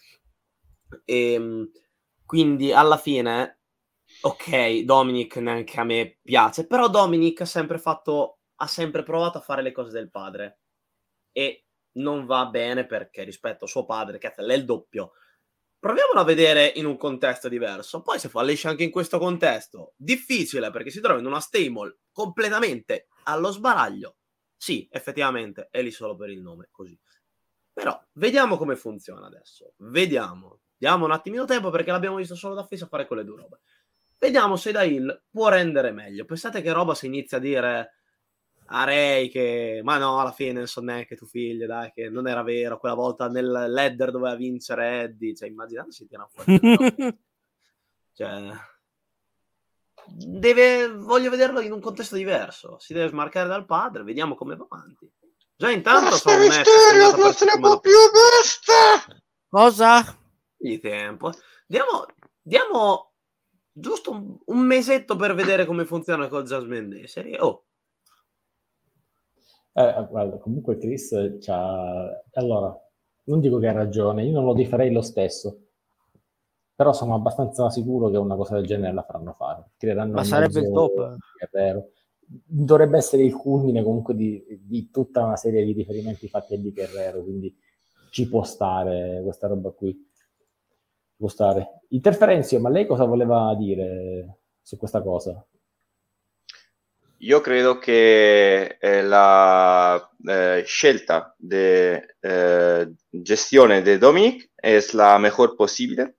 E quindi alla fine, ok, Dominic neanche a me piace, però Dominic ha sempre fatto, ha sempre provato a fare le cose del padre e non va bene perché rispetto a suo padre, che è il doppio. Proviamolo a vedere in un contesto diverso. Poi se fallisce anche in questo contesto, difficile perché si trova in una stable completamente allo sbaraglio. Sì, effettivamente è lì solo per il nome, così. Però vediamo come funziona adesso. Vediamo. Diamo un attimino tempo perché l'abbiamo visto solo da face a fare quelle due robe. Vediamo se da heel può rendere meglio. Pensate che roba si inizia a dire a Ray che ma no, alla fine non so neanche tuo figlio, dai, che non era vero, quella volta nel ladder doveva vincere Eddie, cioè immaginate si tira fuori cioè deve, voglio vederlo in un contesto diverso, si deve smarcare dal padre, vediamo come va avanti. Già intanto basta misterio, non se ne può più, basta cosa? di tempo, diamo, diamo giusto un, un mesetto per vedere come funziona col Judgment Day, serie oh. Eh, guarda, comunque Chris c'ha... Allora, non dico che ha ragione, io non lo rifarei lo stesso, però sono abbastanza sicuro che una cosa del genere la faranno fare. Creeranno Ma sarebbe il top. Guerrero. Dovrebbe essere il culmine comunque di, di tutta una serie di riferimenti fatti a Di Guerrero, quindi ci può stare questa roba qui. Può stare. Interferenzio, ma lei cosa voleva dire su questa cosa? Io credo che eh, la eh, scelta de eh, gestione de Dominic è la mejor posible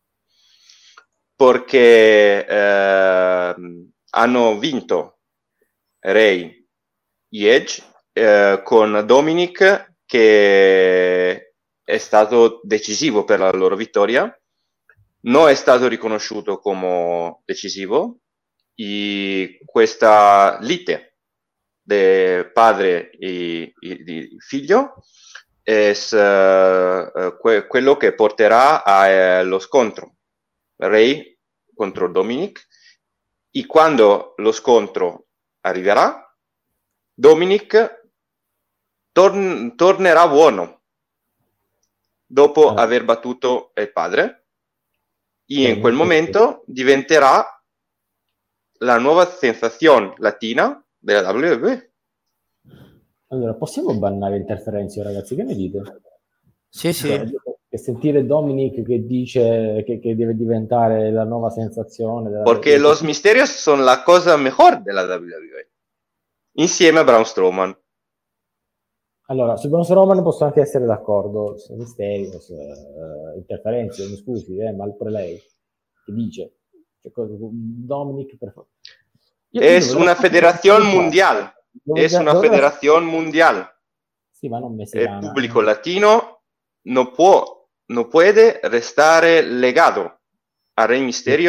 perché eh, hanno vinto Ray e Edge eh, con Dominic che è stato decisivo per la loro vittoria, non è stato riconosciuto come decisivo. Y questa lite de padre y, y, y figlio es uh, que, quello che porterà allo scontro Ray contro Dominic, e quando lo scontro arriverà Dominic tor- tornerà buono dopo ah. aver battuto il padre e in quel momento diventerà la nuova sensazione latina della W W E. Allora, possiamo bannare interferenze, ragazzi? Che ne dite? Sì, sì. Cioè, e sentire Dominic che dice che, che deve diventare la nuova sensazione. Della... Perché los misterios son la cosa mejor della W W E. Insieme a Braun Strowman. Allora, su Braun Strowman posso anche essere d'accordo. Su Misterios, uh, interferenze, mi scusi, eh, ma pure lei che dice... Dominic, per favore. Es una federación mundial. Es una federación mundial. Sí, ma non el público latino no può, no puede restare legato a Rey Mysterio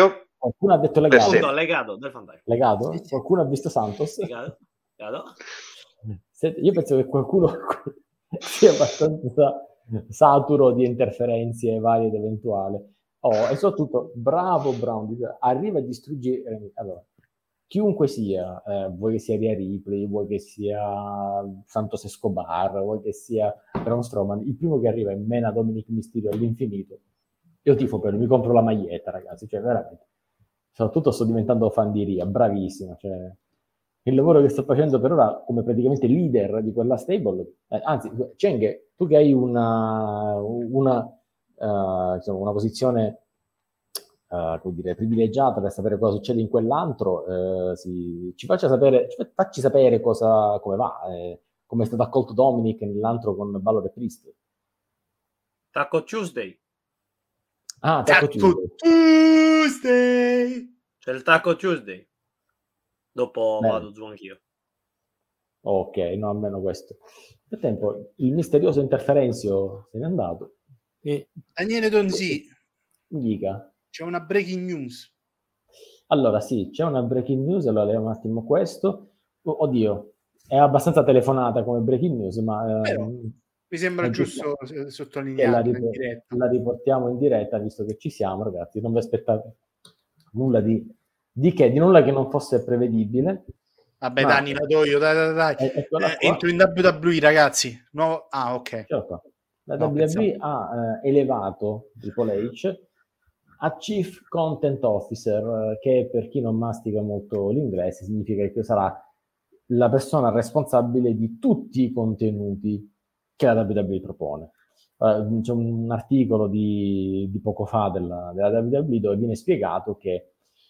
Qualcuno ha detto Per legato? sempre. Punto, legato del Van Dijk. Legato? Qualcuno ha visto Santos? Legato. Legato. Senti, io penso che qualcuno sia abbastanza saturo di interferenze varie ed eventuali. Oh, e soprattutto, bravo Brown, arriva a distruggere... Allora, chiunque sia, eh, vuoi che sia Rhea Ripley, vuoi che sia Santos Escobar, vuoi che sia Braun Strowman, il primo che arriva è mena Dominic Mysterio all'infinito. Io tifo per lui, mi compro la maglietta, ragazzi, cioè veramente. Soprattutto sto diventando fan di Rhea, bravissima, cioè il lavoro che sto facendo per ora come praticamente leader di quella stable, eh, anzi, Cheng, tu che hai una, una, uh, insomma, una posizione uh, come dire, privilegiata per sapere cosa succede in quell'antro, uh, si, ci faccia sapere, ci facci sapere cosa, come va, eh, come è stato accolto Dominic nell'antro con Balor e Priest. Taco Tuesday. Ah, Taco, Taco Tuesday. Tuesday. C'è il Taco Tuesday. Dopo Bene. vado giù anch'io. Ok, no, almeno questo. Nel frattempo, il misterioso interferenzio se n'è andato. E... Daniele Donzi, Dica. c'è una breaking news. Allora, sì, c'è una breaking news, allora leviamo un attimo questo. Oh, oddio, è abbastanza telefonata come breaking news, ma... Però, ehm, mi sembra è giusto giusto che la, sottolinearla in rip- diretta. la riportiamo in diretta, visto che ci siamo, ragazzi. Non vi aspettate nulla di, di che, di nulla che non fosse prevedibile. Vabbè, Ma- Dani, la do io, dai, dai, dai. Eh, eccola Eh, qua. entro in W W E, ragazzi. Nuovo... Ah, ok. Certo. La No, W W E pensavo. ha eh, elevato Triple H a Chief Content Officer, eh, che per chi non mastica molto l'inglese significa che sarà la persona responsabile di tutti i contenuti che la W W E propone. Uh, c'è un articolo di, di poco fa della, della W W E dove viene spiegato che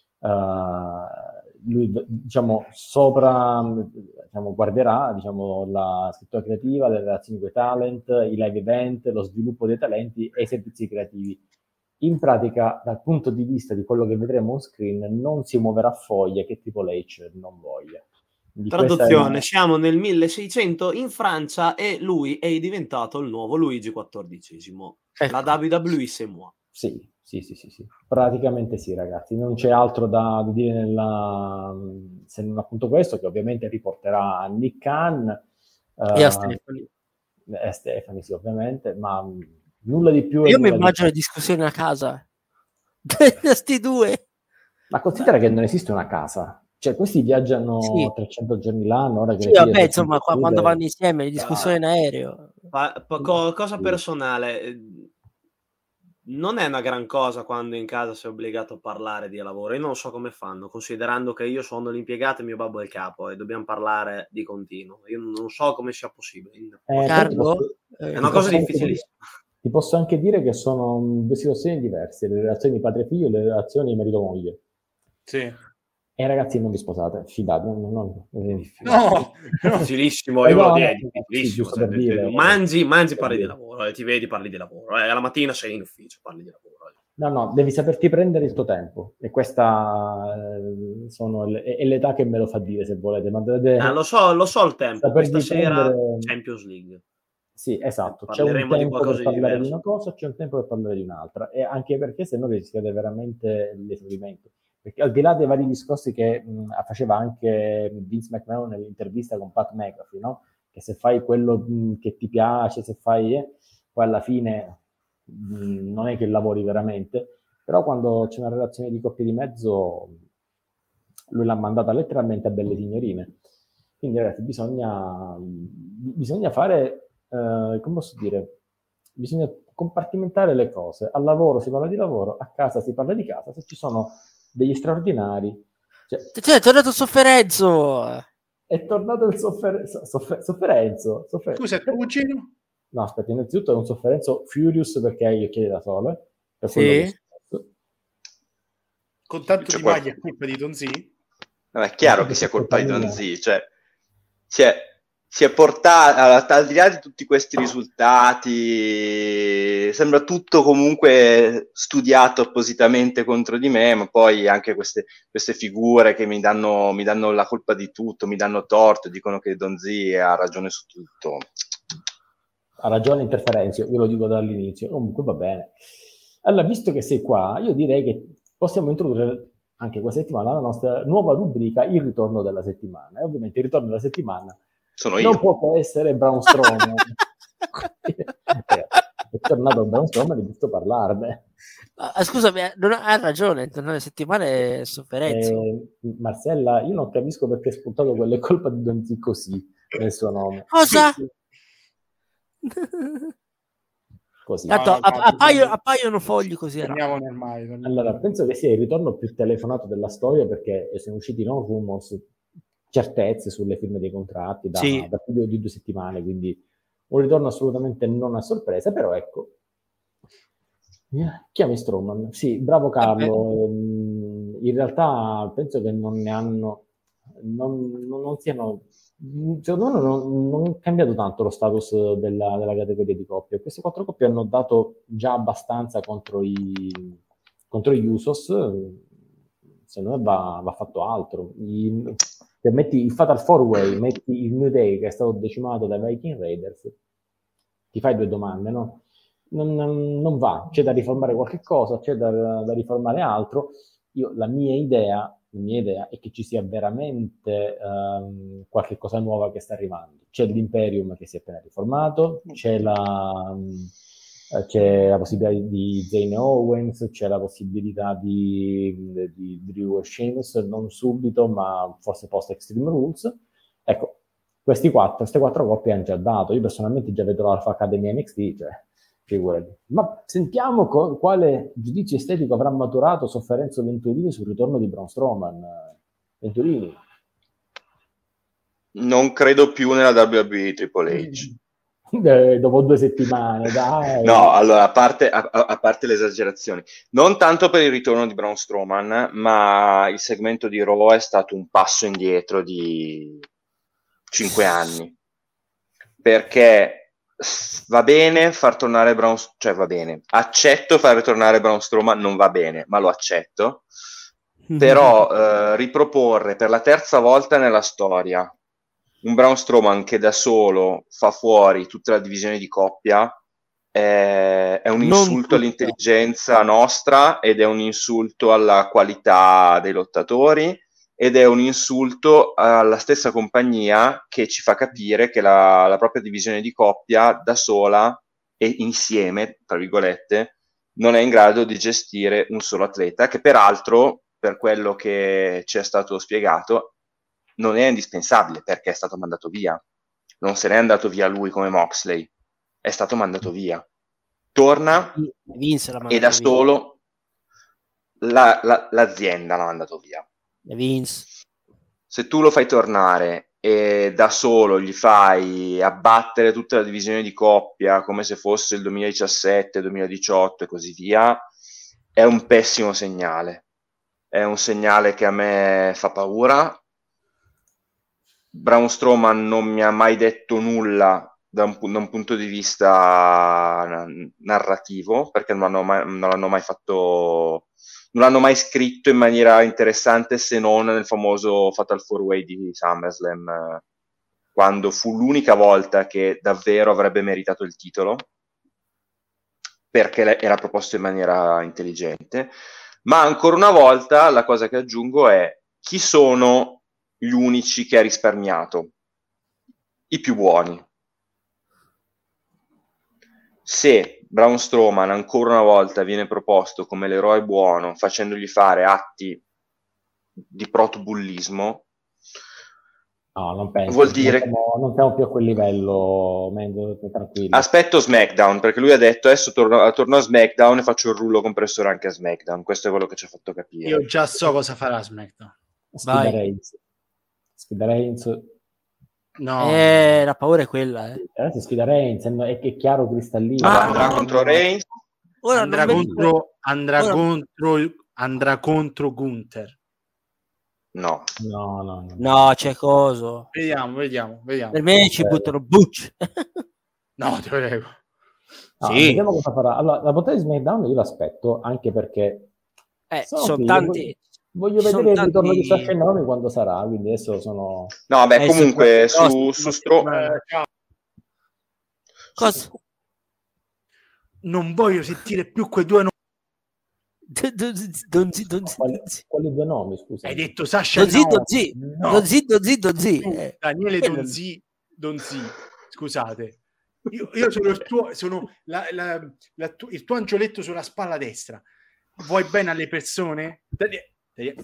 uh, lui, diciamo, sopra, diciamo, guarderà, diciamo, la scrittura creativa, le relazioni con i talent, i live event, lo sviluppo dei talenti e i servizi creativi. In pratica, dal punto di vista di quello che vedremo on screen, non si muoverà foglia che Triple H non voglia. Di Traduzione, questa è- siamo nel milleseicento in Francia e lui è diventato il nuovo Luigi quattordicesimo. Ecco. La W W E c'est moi. Sì, sì, sì, sì, sì. Praticamente sì, ragazzi. Non c'è altro da, da dire nella, se non appunto questo, che ovviamente riporterà a Nick Khan E a eh, Stefani. e a Stefani, sì, ovviamente, ma mh, nulla di più. e Io mi nulla di immagino le più. discussioni a casa. Questi due. Ma considera che non esiste una casa. Cioè, questi viaggiano Sì. trecento giorni l'anno, ora che Sì, le figlie vabbè, sono insomma, qua- cresciute. quando vanno insieme, le discussioni in aereo. Pa- pa- co- cosa Sì. personale, eh, non è una gran cosa quando in casa sei obbligato a parlare di lavoro. Io non so come fanno, considerando che io sono l'impiegato e mio babbo è il capo e dobbiamo parlare di continuo. Io non so come sia possibile. Eh, poi ti Cargo? posso- Eh, È una ti cosa posso anche difficilissima. dire- Ti posso anche dire che sono mh, due situazioni diverse, le relazioni di padre-figlio e le relazioni di marito-moglie. Sì. E ragazzi, non vi sposate, fidate. Non, non, non- No, no. Difficilissimo, Eh, io ve lo no, direi, no, difficilissimo. sì, giusto Cioè, per te- te- dire. mangi, mangi, Per parli di dire. lavoro, eh, ti vedi, parli di lavoro. Eh, la mattina sei in ufficio, parli di lavoro. eh. No, no, devi saperti prendere il tuo tempo. E questa eh, sono le- è l'età che me lo fa dire, se volete. Ma dovete Ah, lo so, lo so il tempo. sapervi Questa sera prendere- Champions League. Sì, esatto. C'è un Parleremo di tempo qualcosa per di parlare di diverso. una cosa, c'è un tempo per parlare di un'altra. E anche perché se no rischiate veramente l'esaurimento. Perché al di là dei vari discorsi che mh, faceva anche Vince McMahon nell'intervista con Pat McAfee, no? Che se fai quello mh, che ti piace, se fai... eh, poi alla fine mh, non è che lavori veramente. Però quando c'è una relazione di coppia di mezzo, lui l'ha mandata letteralmente a belle signorine. Quindi ragazzi, bisogna, bisogna fare, eh, come posso dire, bisogna compartimentare le cose. Al lavoro si parla di lavoro, a casa si parla di casa. Se ci sono degli straordinari, cioè, Cioè, è tornato Sofferenzo. è tornato il soffer- soffer- sofferenzo. soffer- Scusa, tuo cugino? No, aspetta, innanzitutto è un sofferenzo Furious perché ha gli occhiali da sole. Per Sì. quello che è successo. Con tanto C'è di qual- maglia è colpa di Donzi? No, è chiaro che sia colpa di Don Z, cioè si è, si è portato al, al di là di tutti questi risultati, sembra tutto comunque studiato appositamente contro di me, ma poi anche queste, queste figure che mi danno, mi danno la colpa di tutto, mi danno torto, dicono che Don Z ha ragione su tutto. Ha ragione Interferenzio, io lo dico dall'inizio, comunque va bene. Allora, visto che sei qua, io direi che possiamo introdurre anche questa settimana la nostra nuova rubrica Il ritorno della settimana. E ovviamente il ritorno della settimana Sono non io. può che essere Braun Strowman. È tornato Braun Strowman, è giusto parlarne. Ah, scusami, eh, non ha, ha ragione, il torneo delle settimane è sofferenza. Eh, Marcella, io non capisco perché è spuntato quelle colpa di Don Zico sì nel suo nome. Cosa? Sì, sì. Così. Tanto No, no, app- no, appaio- torniamo- appaiono fogli così. era. Torniamo normali. torniamo Allora, penso che sia il ritorno più telefonato della storia, perché sono usciti non rumors, certezze sulle firme dei contratti da, Sì. da più di due settimane, quindi un ritorno assolutamente non a sorpresa, però ecco, chiami Strowman. Sì, bravo Carlo. Ehm, In realtà penso che non ne hanno, non, non, non siano, secondo me non, non è cambiato tanto lo status della, della categoria di coppie. Queste quattro coppie hanno dato già abbastanza contro i, contro gli Usos. Secondo me va, va fatto altro. I, se metti il Fatal Four Way, metti il New Day che è stato decimato dai Viking Raiders, ti fai due domande, no? Non, non va, c'è da riformare qualche cosa, c'è da, da riformare altro. Io, la mia idea, la mia idea è che ci sia veramente um, qualche cosa nuova che sta arrivando. C'è l'Imperium che si è appena riformato, c'è la, um, c'è la possibilità di Zayn Owens, c'è la possibilità di, di Drew e Sheamus, non subito, ma forse post Extreme Rules. Ecco, questi quattro, queste quattro coppie hanno già dato. Io personalmente già vedo l'Alpha Academy N X T, cioè figurati. Ma sentiamo co- quale giudizio estetico avrà maturato Sofferenzo Venturini sul ritorno di Braun Strowman. Venturini. Non credo più nella W W E Triple H. Eh, dopo due settimane, dai. No, allora, a parte, a, a parte le esagerazioni, non tanto per il ritorno di Braun Strowman, ma il segmento di Raw è stato un passo indietro di cinque anni. Perché va bene far tornare Braun, cioè va bene, accetto far ritornare Braun Strowman, non va bene, ma lo accetto. Però eh, riproporre per la terza volta nella storia un Braun Strowman che da solo fa fuori tutta la divisione di coppia è, è un Non insulto tutta. all'intelligenza nostra ed è un insulto alla qualità dei lottatori ed è un insulto alla stessa compagnia che ci fa capire che la, la propria divisione di coppia da sola e insieme, tra virgolette, non è in grado di gestire un solo atleta, che peraltro, per quello che ci è stato spiegato, non è indispensabile perché è stato mandato via. Non se n'è andato via lui come Moxley, è stato mandato via. Torna Vince l'ha e mandato da via. solo la, la, l'azienda l'ha mandato via. Vince. Se tu lo fai tornare e da solo gli fai abbattere tutta la divisione di coppia come se fosse il duemiladiciassette, duemiladiciotto e così via, è un pessimo segnale. È un segnale che a me fa paura. Braun Strowman non mi ha mai detto nulla da un, da un punto di vista narrativo, perché non l'hanno mai, non l'hanno mai fatto, non l'hanno mai scritto in maniera interessante, se non nel famoso Fatal Four Way di SummerSlam, quando fu l'unica volta che davvero avrebbe meritato il titolo, perché era proposto in maniera intelligente. Ma ancora una volta la cosa che aggiungo è: chi sono gli unici che ha risparmiato? I più buoni. Se Braun Strowman ancora una volta viene proposto come l'eroe buono, facendogli fare atti di protobullismo, no, non penso. Vuol dire... non, siamo, non siamo più a quel livello, Mendo, tranquillo. Aspetto SmackDown, perché lui ha detto adesso torno, torno a SmackDown e faccio il rullo compressore anche a SmackDown. Questo è quello che ci ha fatto capire. Io già so cosa farà SmackDown. Sfida Reigns. Sfida Reigns. No. Eh, la paura è quella, eh. Adesso sfida Reigns, è che è chiaro cristallino. Ah, andrà contro Reigns. Ora andrà non contro, andrà ora... contro andrà contro Gunther. No. No, no, no. No, c'è coso. Vediamo, vediamo, vediamo. Per me ci buttano Butch. No, ti prego. No, sì. Vediamo cosa farà. Allora, la puntata di SmackDown io l'aspetto anche perché eh, sono, sono qui, tanti. Voglio, voglio vedere il tanti... ritorno di Sasha e Naomi quando sarà, quindi adesso sono... No, beh, eh, comunque su, su, su Stro... Cosa? Non voglio sentire più quei due nomi. Donzi, Donzi, Quali, quali due nomi, scusa? Hai detto Sasha Donzi, Naomi. Donzi, No. Donzi, Donzi, Donzi. Tu, Eh, Daniele eh, Donzi, Donzi, scusate. Io, io sono il tuo, sono la- la- la tu- il tuo angioletto sulla spalla destra. Vuoi bene alle persone? Daniele, Daniele,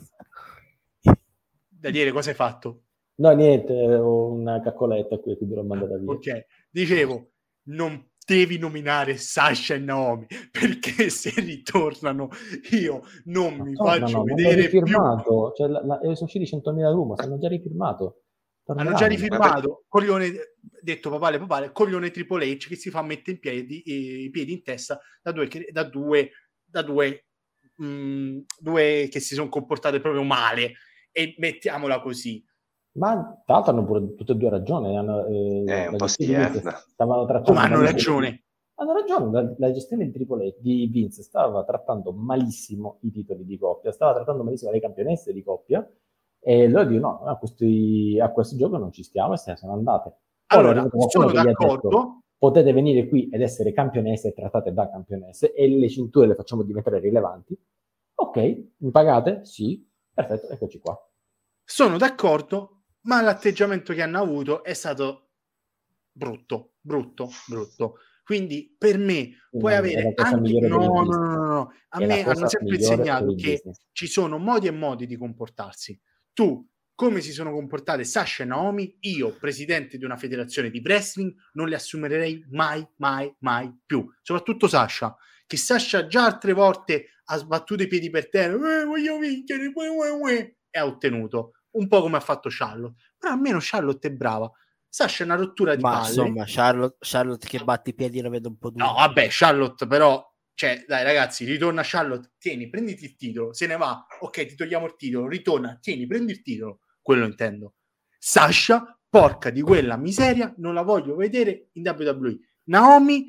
Daniele, cosa hai fatto? No, niente, ho una caccoletta qui che l'ho mandata via. Ok, dicevo, non devi nominare Sasha e Naomi, perché se ritornano io non mi No, no, faccio no, ma hanno vedere più. rifirmato, cioè, la, la, sono usciti centomila rumors, hanno già rifirmato. Hanno già rifirmato, coglione, detto papale papale, coglione Triple H che si fa mettere in piedi i piedi in testa da due, da due, da due, mh, due che si sono comportate proprio male, e mettiamola così. Ma tra l'altro hanno pure tutte e due ragione. Hanno, eh, Eh, un la po' gestione sì, di eh. Vince stavano trattando Come hanno malissimo- ragione? Hanno ragione, la, la gestione di Triple H, di Vince stava trattando malissimo i titoli di coppia, stava trattando malissimo le campionesse di coppia, e loro dicono no, a, questi, a questo gioco non ci stiamo, e se ne sono andate. Poi Allora, è arrivato qualcuno sono che gli ha detto, d'accordo. potete venire qui ed essere campionesse e trattate da campionesse, e le cinture le facciamo diventare rilevanti. Ok, mi pagate? Sì, perfetto, eccoci qua. Sono d'accordo, ma l'atteggiamento che hanno avuto è stato brutto, brutto, brutto. Quindi per me puoi No, è avere la cosa anche migliore per no, il no, no, business. no, no. A È la me cosa hanno sempre migliore per insegnato il che business. ci sono modi e modi di comportarsi. Tu, come si sono comportate Sasha e Naomi, io, presidente di una federazione di wrestling, non le assumerei mai, mai, mai più. Soprattutto Sasha, che Sasha già altre volte ha sbattuto i piedi per terra, eh, voglio vincere, uè, uè, uè, e ha ottenuto. Un po' come ha fatto Charlotte. Però almeno Charlotte è brava. Sasha è una rottura di Ma palle. insomma, Charlotte, Charlotte che batte i piedi la vedo un po' dura. No, vabbè, Charlotte però, cioè, dai ragazzi, ritorna Charlotte, tieni, prenditi il titolo, se ne va, ok, ti togliamo il titolo, ritorna, tieni, prendi il titolo, quello intendo. Sasha, porca di quella miseria, non la voglio vedere in W W E. Naomi,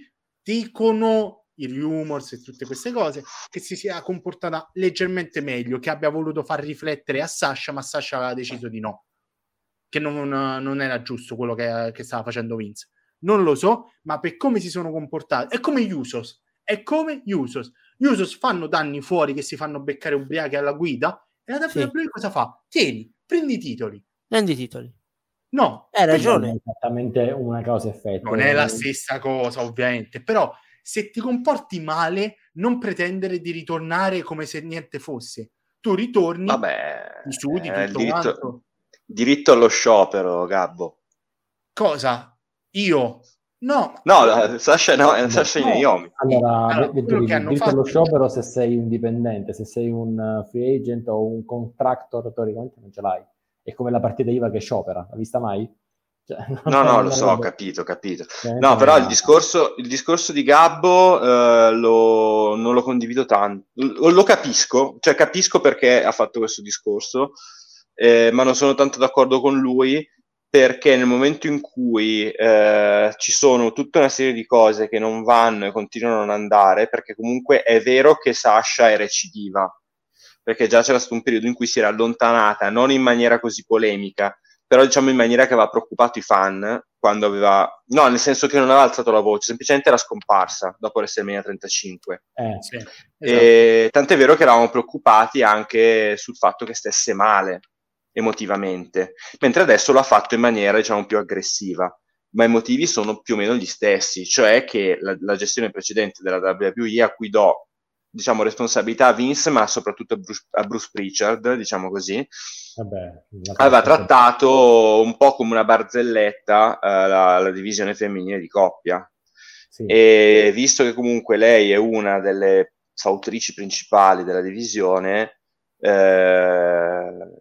dicono i rumors e tutte queste cose, che si sia comportata leggermente meglio, che abbia voluto far riflettere a Sasha, ma Sasha aveva deciso di no, che non, non era giusto quello che, che stava facendo Vince. Non lo so, ma per come si sono comportati, è come gli Usos, è come gli Usos. Gli Usos fanno danni fuori, che si fanno beccare ubriachi alla guida, e la W W E Sì. cosa fa? Tieni, prendi i titoli. Prendi i titoli. No, Hai Non è ragione. esattamente una causa effetto. non è la stessa cosa, ovviamente, però se ti comporti male, non pretendere di ritornare come se niente fosse. Tu ritorni, Vabbè, ti sudi è il tutto diritto, quanto. diritto allo sciopero, Gabbo. Cosa? Io? No, No, la- Sasha, no, Vabbè, Sasha e no. Naomi. Allora, Allora, ve- quello vedi, che hanno diritto allo fatto- sciopero se sei un dipendente, se sei un uh, free agent o un contractor, teoricamente non ce l'hai. È come la partita I V A che sciopera, l'hai vista mai? Cioè, non- No, no, non lo è so, ho roba- capito, capito. veramente No, non però è- il discorso, il discorso di Gabbo eh, lo, non lo condivido tanto. Lo, lo capisco, cioè capisco perché ha fatto questo discorso, eh, ma non sono tanto d'accordo con lui, perché nel momento in cui eh, ci sono tutta una serie di cose che non vanno e continuano a non andare, perché comunque è vero che Sasha è recidiva, perché già c'era stato un periodo in cui si era allontanata, non in maniera così polemica, però diciamo in maniera che aveva preoccupato i fan quando aveva, no, nel senso che non aveva alzato la voce, semplicemente era scomparsa dopo WrestleMania trentacinque. Eh, Sì, esatto. E tant'è vero che eravamo preoccupati anche sul fatto che stesse male emotivamente, mentre adesso l'ha fatto in maniera diciamo più aggressiva, ma i motivi sono più o meno gli stessi, cioè che la, la gestione precedente della W W E, a cui do diciamo responsabilità a Vince, ma soprattutto a Bruce, a Bruce Pritchard, diciamo così, vabbè, la aveva parte- trattato un po' come una barzelletta eh, la, la divisione femminile di coppia. sì. E visto che comunque lei è una delle fautrici principali della divisione, eh,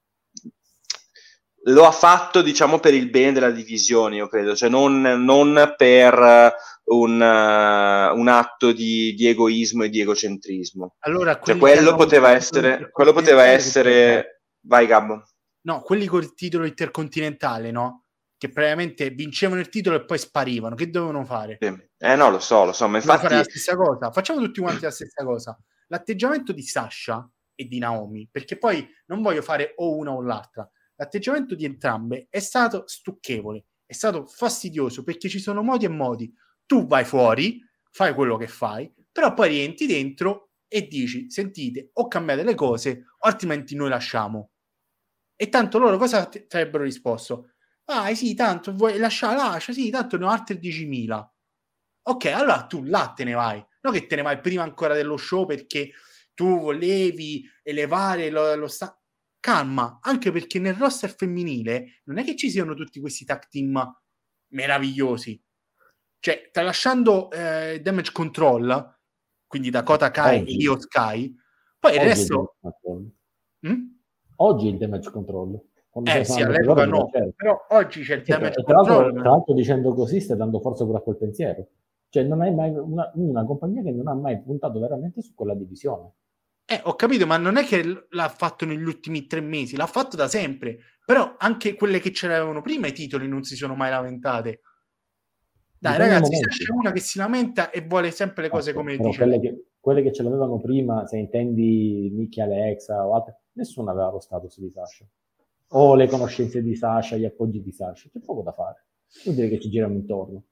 lo ha fatto diciamo per il bene della divisione, io credo, cioè non, non per un, uh, un atto di, di egoismo e di egocentrismo. Allora, Cioè quelli che quello hanno poteva avuto il titolo essere, quello poteva intercontinentale, essere, vai Gabbo. no, quelli col titolo intercontinentale, no? Che praticamente vincevano il titolo e poi sparivano. Che dovevano fare? Sì. Eh no, lo so, lo so, ma Dovevano fare la infatti stessa cosa. Facciamo tutti quanti la stessa cosa. L'atteggiamento di Sasha e di Naomi, perché poi non voglio fare o una o l'altra. L'atteggiamento di entrambe è stato stucchevole, è stato fastidioso, perché ci sono modi e modi. Tu vai fuori, fai quello che fai, però poi rientri dentro e dici, sentite, o cambiate le cose o altrimenti noi lasciamo. E tanto loro cosa ti avrebbero risposto? Ah sì, tanto vuoi lasciare, lascia, sì, tanto ne ho altri diecimila. Ok, allora tu là te ne vai, non che te ne vai prima ancora dello show perché tu volevi elevare lo, lo sta... Calma, anche perché nel roster femminile non è che ci siano tutti questi tag team meravigliosi. Cioè, tralasciando eh, Damage Control, quindi Dakota Kai Oggi. e Io Sky, poi il Oggi resto... il Mm? Oggi il damage control. Quando Eh sei sì, fan all'epoca dell'epoca, no, certo. però oggi c'è il Certo, damage e tra l'altro, control. tra l'altro dicendo così stai dando forza pure a quel pensiero. Cioè non hai mai una, una compagnia che non ha mai puntato veramente su quella divisione. Eh, ho capito, ma non è che l- l'ha fatto negli ultimi tre mesi, l'ha fatto da sempre. Però anche quelle che ce l'avevano prima i titoli non si sono mai lamentate. Dai, Dipende dai ragazzi, se momenti. c'è una che si lamenta e vuole sempre le cose Ecco, come però dice quelle lei. che, quelle che ce l'avevano prima, se intendi Nikki Alexa o altre, nessuno aveva lo status di Sasha. O le conoscenze di Sasha, gli appoggi di Sasha. C'è poco da fare. Vuol dire che ci girano intorno.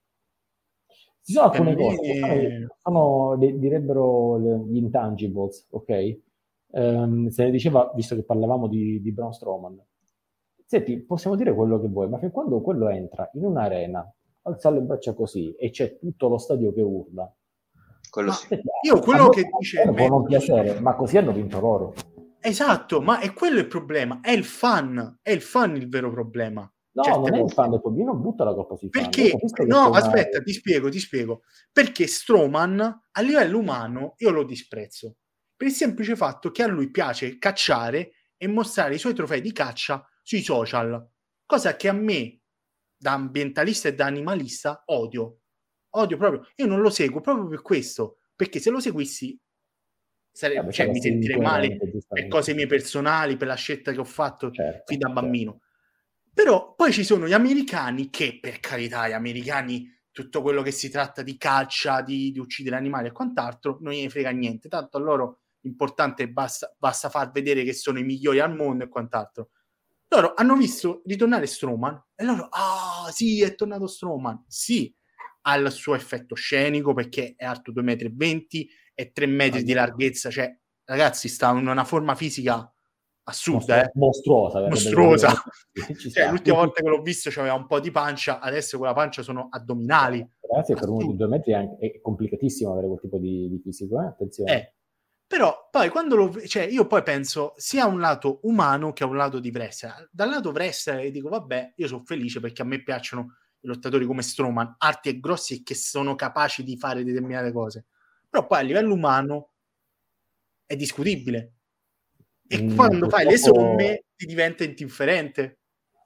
Ci sono alcune Eh, cose che sono, sono le- direbbero le- gli intangibles, ok? Ehm, se ne diceva, visto che parlavamo di, di Braun Strowman. Senti, possiamo dire quello che vuoi, ma fin quando quello entra in un'arena, alza le braccia così e c'è tutto lo stadio che urla. Quello Ma sì. Senti, io a quello me- che dice a me può Matt- non piacere, ma così hanno vinto loro. Esatto, ma è quello il problema, è il fan, è il fan il vero problema. No, Certe non è il volte. fan del pubblico, non butta la colpa sui fan. Io Perché, capisco che no, c'è una- aspetta, ti spiego, ti spiego. Perché Strowman, a livello umano, io lo disprezzo. Per il semplice fatto che a lui piace cacciare e mostrare i suoi trofei di caccia sui social. Cosa che a me, da ambientalista e da animalista, odio. Odio proprio. Io non lo seguo proprio per questo. Perché se lo seguissi, sare- Vabbè, cioè, mi saresti sentirei incoerente, male per giustamente. cose mie personali, per la scelta che ho fatto Certo, fin da certo. bambino. Però poi ci sono gli americani che, per carità, gli americani, tutto quello che si tratta di caccia, di, di uccidere animali e quant'altro, non gliene frega niente. Tanto a loro l'importante è basta, basta far vedere che sono i migliori al mondo e quant'altro. Loro hanno visto ritornare Strowman e loro, ah sì, è tornato Strowman. Sì, ha il suo effetto scenico perché è alto due metri e venti e tre metri di larghezza. Cioè, ragazzi, sta in una forma fisica assurda, eh. Mostruosa. verrebbe mostruosa. da dire. Ci Cioè, sta. l'ultima volta che l'ho visto c'aveva un po' di pancia, adesso quella pancia sono addominali. Ragazzi, per uno di Assurdo. due metri è, anche- è complicatissimo avere quel tipo di, di fisico, eh? Attenzione. Eh, però poi quando lo cioè io poi penso sia un lato umano che un lato di wrestler. Dal lato wrestler dico vabbè, io sono felice perché a me piacciono i lottatori come Strowman, alti e grossi e che sono capaci di fare determinate cose. Però poi a livello umano è discutibile. E Mm, quando fai le purtroppo- somme ti diventa indifferente.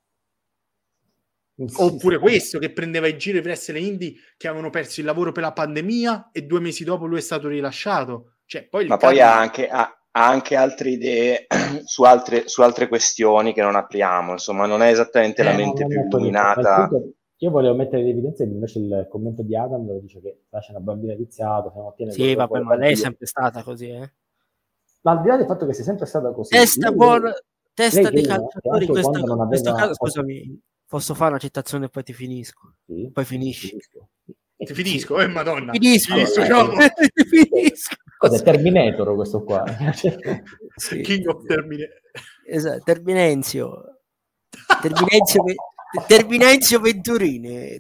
Sì, Oppure sì. questo che prendeva in giro i wrestler indie che avevano perso il lavoro per la pandemia e due mesi dopo lui è stato rilasciato. Cioè, poi il Ma poi karma- ha anche, ha, ha anche altre idee su altre, su altre questioni che non apriamo, insomma non è esattamente la Eh, mente no, più non è quello. illuminata. Comunque, io volevo mettere in evidenza invece il commento di Adam dove dice che lascia una bambina viziata, se non ottiene Sì, quello che vabbè, vuole. ma lei è Io- sempre stata così, eh. Ma al di là del fatto che sia sempre stata così, Testa lei- buona, testa lei dei prima, calciatori in anche questo, quando non in questo aveva- caso, scusami, posso fare una citazione e poi ti finisco. Sì, Poi finisci. finisco. Ti finisco, eh madonna. Finisco. Ci dissociamo. Ti finisco. Cos'è Terminator questo qua? Sì. King of Terminator. Esatto, Terminenzio. Terminenzio, Ve- Terminenzio Venturini.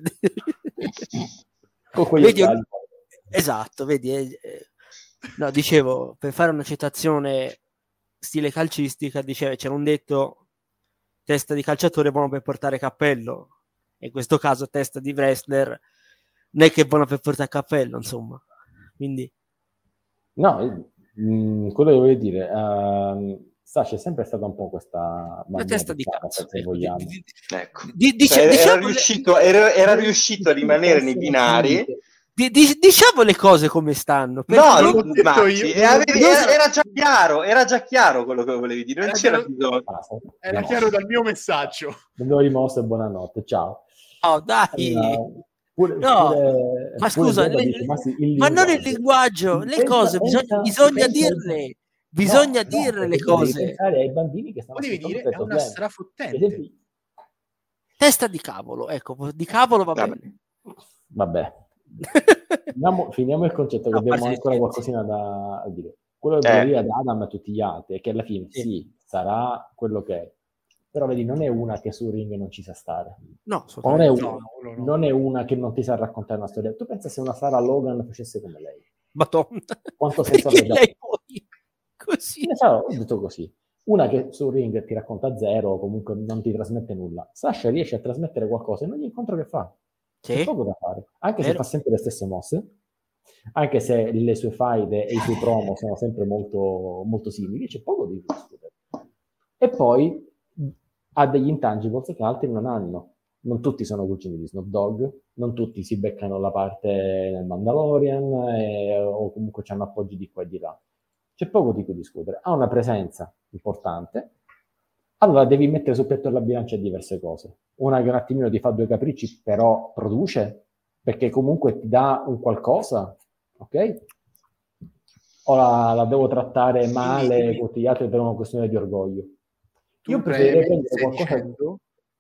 Con quegli Vedi, occhiali. esatto, vedi. eh, eh, no, dicevo, per fare una citazione stile calcistica, diceva, c'era un detto, testa di calciatore è buono per portare cappello. In questo caso testa di wrestler non è che è buona per portare cappello, insomma. Quindi No, mh, quello che voglio dire, ehm, Sasha è sempre stata un po' questa una testa di bambina cazzo. se ecco, vogliamo. di- di- Ecco. di- dice- Cioè, era, diciamo le- riuscito, era, era riuscito a rimanere nei binari. di- di- diciamo le cose come stanno. perché No, non- non, detto Maxi, io, era, non l'ho detto era- io. era già chiaro, era già chiaro quello che volevi dire, non Era c'era chiaro- bisogno. Basta. Era No. chiaro dal mio messaggio. Abbiamo rimosso e buonanotte, ciao. Oh, dai. Allora, pure- No, pure- ma pure scusa, Deba le- dice, ma sì, il ma non il linguaggio. linguaggio, le Pensa- cose, bisogna, pensa- bisogna pensa- dirle, bisogna No, dirle no, le perché tu cose. Devi pensare ai bambini che stanno Potevi ascoltando dire è questo una slam. strafottente. Ad esempio- Testa di cavolo, ecco, di cavolo va Vabbè. bene. Vabbè. finiamo, finiamo il concetto, che No, abbiamo parte ancora di- qualcosina da, da dire. Quello che Eh. volevo dire ad Adam e a tutti gli altri è che alla fine Sì. sì, sarà quello che è, però vedi, non è una che sul ring non ci sa stare. No, O non è, assolutamente. una, No, quello no. non è una che non ti sa raccontare una storia. Tu pensa se una Sara Logan facesse come lei? Madonna. Quanto senso Perché avrebbe? lei poi così. Ne so, ho detto così. Una che sul ring ti racconta zero, o comunque non ti trasmette nulla. Sasha riesce a trasmettere qualcosa in ogni incontro che fa. C'è Sì. poco da fare. Anche se Vero. fa sempre le stesse mosse, anche se le sue fight e i suoi promo sono sempre molto, molto simili, c'è poco di discutere. E poi ha degli intangibles che altri non hanno. Non tutti sono cugini di Snoop Dogg, non tutti si beccano la parte nel Mandalorian e, o comunque hanno appoggi di qua e di là. C'è poco di cui discutere. Ha una presenza importante, allora devi mettere sul piatto della bilancia diverse cose. Una che un attimino ti fa due capricci, però produce, perché comunque ti dà un qualcosa, ok? O la, la devo trattare male Quindi- con tutti gli altri per una questione di orgoglio. Tu Io preferirei praticamente prendere stai qualcosa. dicendo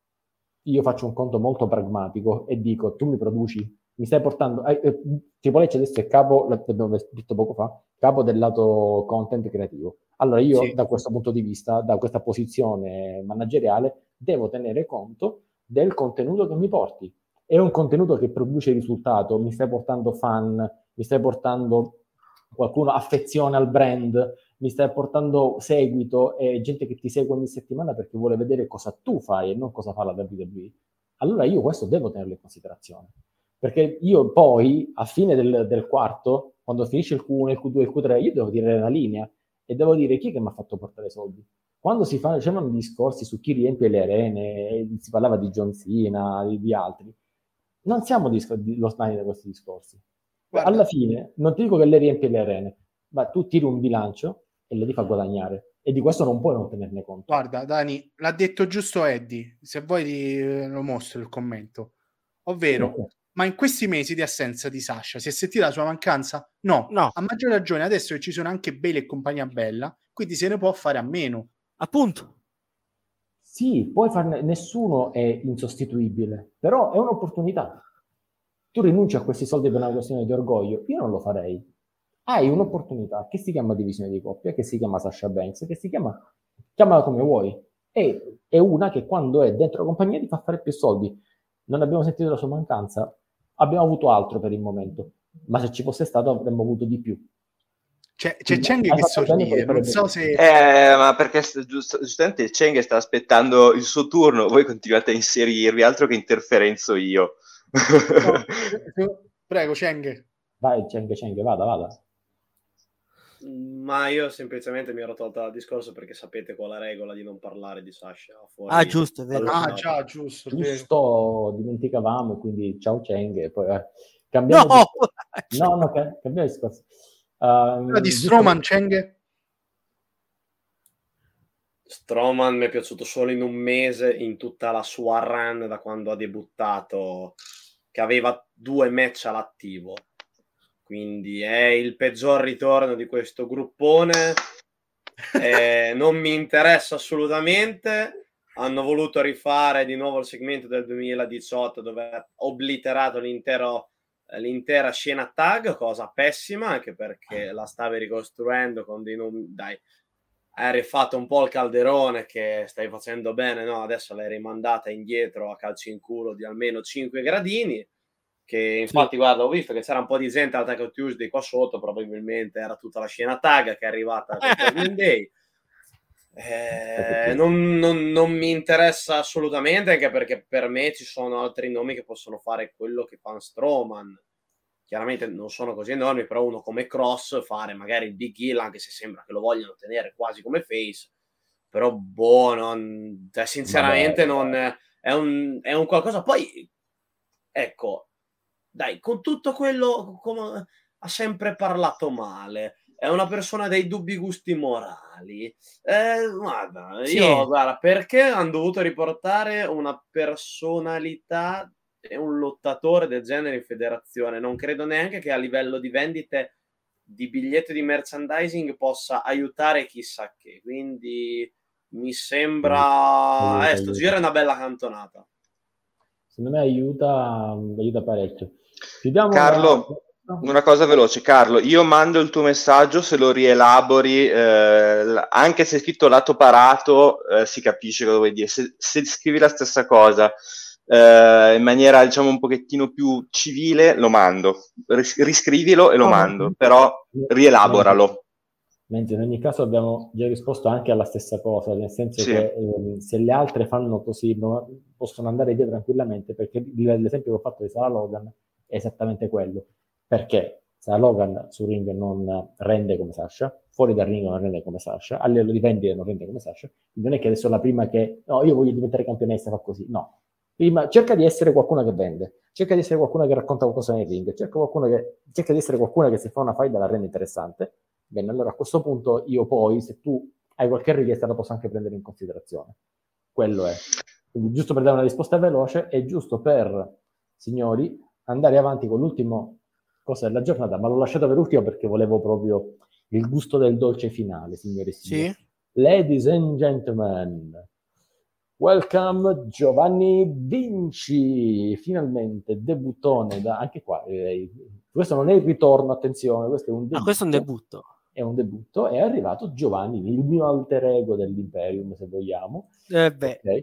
Io faccio un conto molto pragmatico e dico: tu mi produci, mi stai portando. Eh, eh, Triple H adesso è capo, l'abbiamo detto poco fa, capo del lato content creativo. Allora io, Sì. da questo punto di vista, da questa posizione manageriale, devo tenere conto del contenuto che mi porti. È un contenuto che produce risultato, mi stai portando fan, mi stai portando qualcuno, affezione al brand, mi stai portando seguito e gente che ti segue ogni settimana perché vuole vedere cosa tu fai e non cosa fa la W W E, allora io questo devo tenerlo in considerazione. Perché io poi, a fine del, del quarto, quando finisce il Q uno, il Q due, il Q tre, io devo tirare la linea e devo dire chi è che mi ha fatto portare soldi. Quando si facevano discorsi su chi riempie le arene, si parlava di John Cena, di, di altri, non siamo disco- di- lo snai da questi discorsi. Guarda. Alla fine, non ti dico che lei riempie le arene, ma tu tiri un bilancio e le ti fa guadagnare. E di questo non puoi non tenerne conto. Guarda, Dani, l'ha detto giusto Eddie, se vuoi ti, lo mostro il commento. Ovvero, Sì. ma in questi mesi di assenza di Sasha si è sentita la sua mancanza? No, No. a maggior ragione adesso che ci sono anche Bailey e compagnia bella, quindi se ne può fare a meno. Appunto. Sì, puoi farne, nessuno è insostituibile, però è un'opportunità. Tu rinunci a questi soldi per una questione di orgoglio, io non lo farei. Hai un'opportunità che si chiama divisione di coppia, che si chiama Sasha Banks, che si chiama, chiamala come vuoi. E è una che quando è dentro la compagnia ti fa fare più soldi. Non abbiamo sentito la sua mancanza, abbiamo avuto altro per il momento, ma se ci fosse stato avremmo avuto di più. C'è, c'è Sì, Cheng hai che fatto bene sorride, per non fare so bene. se... Eh, ma perché st- giust- giustamente Cheng sta aspettando il suo turno, voi continuate a inserirvi, altro che interferenzo io. No, se- prego, Cheng. Vai, Cheng, Cheng, vada, vada. Ma io semplicemente mi ero tolta dal discorso perché sapete qual è la regola di non parlare di Sasha fuori. Ah, giusto, è vero. dallo Ah, stato. già, giusto. è vero. Giusto, dimenticavamo, quindi ciao Cheng, e poi eh, cambiamo No! di... no, no, ca- cambiamo discorso. Um, Ah, di giusto- Strowman, Cheng? Strowman mi è piaciuto solo in un mese in tutta la sua run da quando ha debuttato, che aveva due match all'attivo. Quindi è il peggior ritorno di questo gruppone. Eh, non mi interessa assolutamente. Hanno voluto rifare di nuovo il segmento del duemiladiciotto dove ha obliterato l'intero, l'intera scena tag, cosa pessima anche perché la stavi ricostruendo con dei nomi. Dai, hai rifatto un po' il calderone che stai facendo bene, no? Adesso l'hai rimandata indietro a calci in culo di almeno cinque gradini. Che infatti, guarda, ho visto che c'era un po' di gente al Taco Tuesday qua sotto, probabilmente era tutta la scena tag che è arrivata al Judgment Day. Eh, non, non, non mi interessa assolutamente, anche perché per me ci sono altri nomi che possono fare quello che fa Strowman. Chiaramente non sono così enormi, però uno come Cross fare magari il Big Hill, anche se sembra che lo vogliono tenere quasi come face, però boh, non, cioè, sinceramente Vabbè, non è un, è un qualcosa. Poi ecco, dai, con tutto quello come ha sempre parlato male, è una persona dei dubbi gusti morali. Eh, guarda, Sì. io guarda, perché hanno dovuto riportare una personalità e un lottatore del genere in federazione? Non credo neanche che a livello di vendite di biglietti di merchandising possa aiutare chissà che. Quindi mi sembra Aiuta, eh, sto aiuta. giro è una bella cantonata. Secondo me aiuta, aiuta parecchio. Chiudiamo Carlo, una cosa veloce, Carlo, io mando il tuo messaggio, se lo rielabori, eh, anche se è scritto lato parato, eh, si capisce cosa vuoi dire. Se, se scrivi la stessa cosa eh, in maniera, diciamo, un pochettino più civile, lo mando. Ris- riscrivilo e lo No, mando, no. però rielaboralo. Mentre in ogni caso abbiamo già risposto anche alla stessa cosa, nel senso Sì. che ehm, se le altre fanno così no, possono andare via tranquillamente, perché l- l'esempio che ho fatto di Sarah Logan è esattamente quello. Perché Sarah Logan sul ring non rende come Sasha, fuori dal ring non rende come Sasha, a livello di vendita non rende come Sasha, quindi non è che adesso la prima che, no, io voglio diventare campionessa, fa così, no. Prima cerca di essere qualcuno che vende, cerca di essere qualcuno che racconta qualcosa nel ring, cerca, qualcuno che, cerca di essere qualcuno che se fa una fight la rende interessante. Bene, allora a questo punto io poi, se tu hai qualche richiesta, la posso anche prendere in considerazione. Quello è. Quindi giusto per dare una risposta veloce, è giusto per, signori, andare avanti con l'ultimo cosa della giornata, ma l'ho lasciato per ultimo perché volevo proprio il gusto del dolce finale, signori e signori. Sì. Ladies and gentlemen, welcome Giovanni Vinci, finalmente debuttone, da, anche qua, eh, questo non è il ritorno, attenzione, questo è un debutto. Ah, questo è un debutto. È un debutto, è arrivato Giovanni, il mio alter ego dell'Imperium, se vogliamo. Eh beh. Okay.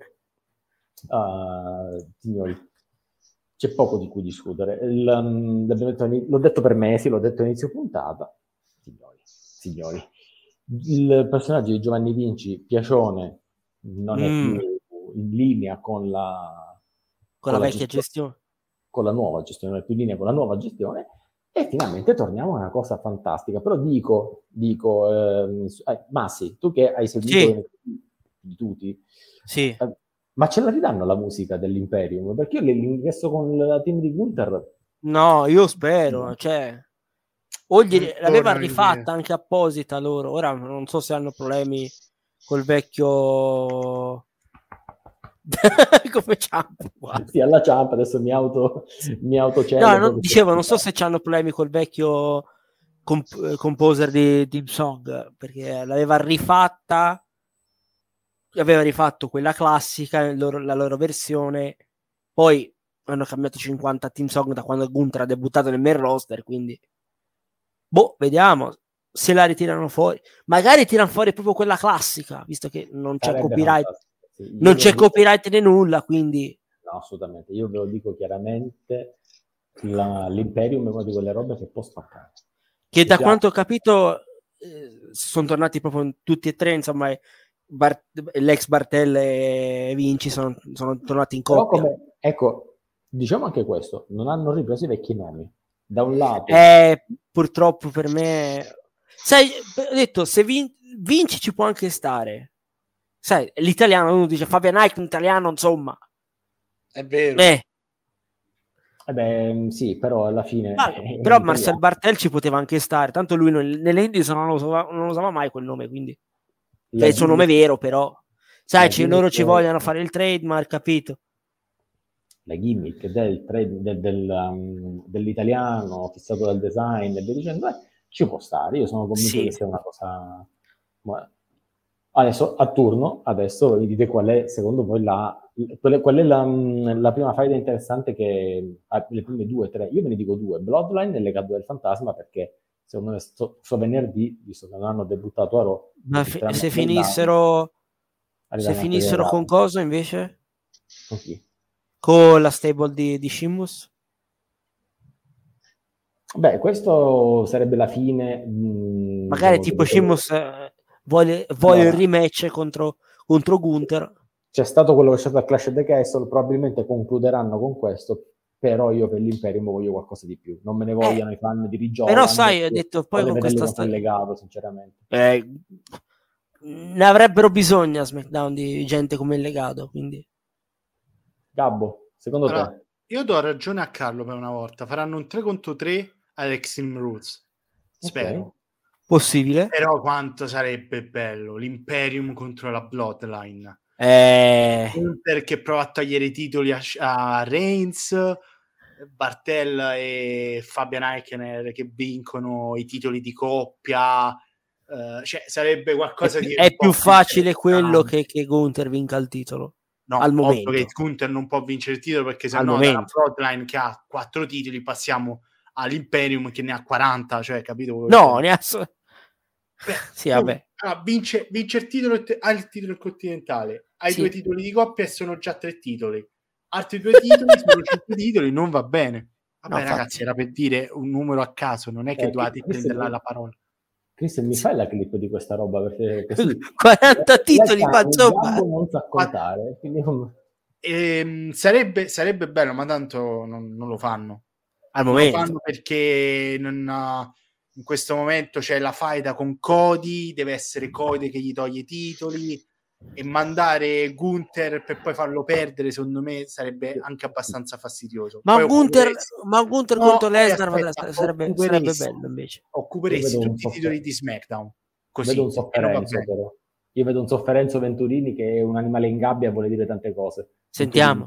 Uh, signori, c'è poco di cui discutere. Il, um, l'ho detto per mesi, l'ho detto inizio puntata. Signori, signori, il personaggio di Giovanni Vinci, piacione, non è Mm. più in linea con la, Con la vecchia gestione. con la nuova gestione, non è più in linea con la nuova gestione. E finalmente torniamo a una cosa fantastica. Però dico, dico ehm, eh, Massi, tu che hai seguito Sì. di tutti, Sì. eh, ma ce la ridanno la musica dell'Imperium? Perché io l'ingresso con la team di Gunther... No, io spero, cioè... O gli, Non l'aveva tornano rifatta indietro. anche apposita loro. Ora non so se hanno problemi col vecchio... come Ciampa. Sì, alla Ciampa, adesso mi auto mi auto No, non, dicevo, non so se c'hanno problemi col vecchio comp- composer di Team Song, perché l'aveva rifatta, aveva rifatto quella classica, il loro- la loro versione, poi hanno cambiato cinquanta Team Song da quando Gunther ha debuttato nel main roster, quindi boh, vediamo se la ritirano fuori. Magari tirano fuori proprio quella classica, visto che non c'è Sarebbe copyright. fantastico, sì. Non Io c'è ve lo dico- copyright né nulla, quindi No, assolutamente. Io ve lo dico chiaramente, la- l'Imperium è una di quelle robe che può spaccare. che da Già. quanto ho capito eh, sono tornati proprio tutti e tre, insomma, Bar- l'ex Bartel e Vinci sono, sono tornati in Però coppia. come, ecco, diciamo anche questo, non hanno ripreso i vecchi nomi. Da un lato... Eh, purtroppo per me, sai, ho detto, se Vin- Vinci ci può anche stare, sai, l'italiano, uno dice Fabian Aick, un italiano, insomma, È vero. eh, Eh beh, sì, però alla fine... ma- eh, però in Marcel italiano. Bartel ci poteva anche stare, tanto lui non, nelle Indies non lo, usava, non lo usava mai quel nome, quindi La cioè, il suo nome è gimmick- vero, però sai, la ci- loro gimmick- ci vogliono fare il trademark, capito? la gimmick del, trade- del- del, um, dell'italiano fissato dal design e via dicendo, eh, ci può stare. Io sono convinto Sì. che sia una cosa... ma- Adesso, a turno, adesso vi dite qual è, secondo voi, la, qual è, qual è la, la prima faida interessante che... ah, le prime due, tre, io ve ne dico due. Bloodline e Legado del Fantasma, perché secondo me sto, sto venerdì, visto che non hanno debuttato a Raw, Ma fi- entreranno se a SmackDown, finissero, se arriveranno a finissero vedere con cosa invece? con chi? Con la stable di, di Sheamus? Beh, questo sarebbe la fine. mh, Magari diciamo, tipo di- Sheamus eh, vuole, vuole Allora. il rematch contro, contro Gunther. C'è stato quello che c'è stato al Clash of the Castle, probabilmente concluderanno con questo, però io per l'Imperium voglio qualcosa di più. Non me ne vogliano i fan di Ridge Però Holland, sai, ho io detto poi vorrei con vederli questa con sta- legato, sinceramente. eh, ne avrebbero bisogno a SmackDown di gente come il legato, quindi Gabbo, secondo Allora, te? io do ragione a Carlo per una volta. Faranno un tre contro tre ad Extreme Rules. Spero. Ok. possibile. Però quanto sarebbe bello l'Imperium contro la Bloodline. Eh, Gunther che prova a togliere i titoli a, a Reigns, Bartel e Fabian Aichner che vincono i titoli di coppia. Uh, cioè sarebbe qualcosa è, di è un po' più facile quello interessante. che, che Gunther vinca il titolo. No, al ovvio momento. che Gunther non può vincere il titolo perché Al sennò dalla momento. Bloodline che ha quattro titoli passiamo all'Imperium che ne ha quaranta, cioè, capito? No, ne ha... So... Beh, sì, vabbè. Ah, vince, vince il titolo, ha il titolo continentale, ha i sì. due titoli di coppia e sono già tre titoli. Altri due titoli sono cinque titoli, non va bene. Vabbè, no, ragazzi, infatti. Era per dire un numero a caso, non è che eh, dovete prenderla mi... la parola. Cristian, mi fai la clip di questa roba? Perché così quaranta titoli, ma insomma non sa contare. Quindi... ehm, sarebbe, sarebbe bello, ma tanto non, non lo fanno. Al momento. Non lo fanno perché non ha... in questo momento c'è la faida con Cody, deve essere Cody che gli toglie i titoli, e mandare Gunther per poi farlo perdere, secondo me sarebbe anche abbastanza fastidioso. Ma poi Gunther, occuperesti... ma Gunther no, contro Lesnar aspetta, sarebbe, sarebbe bello invece. Occuperesti tutti i titoli di SmackDown. Così, vedo un sofferenzo, però. Io vedo un sofferenzo Venturini che è un animale in gabbia e vuole dire tante cose. Sentiamo.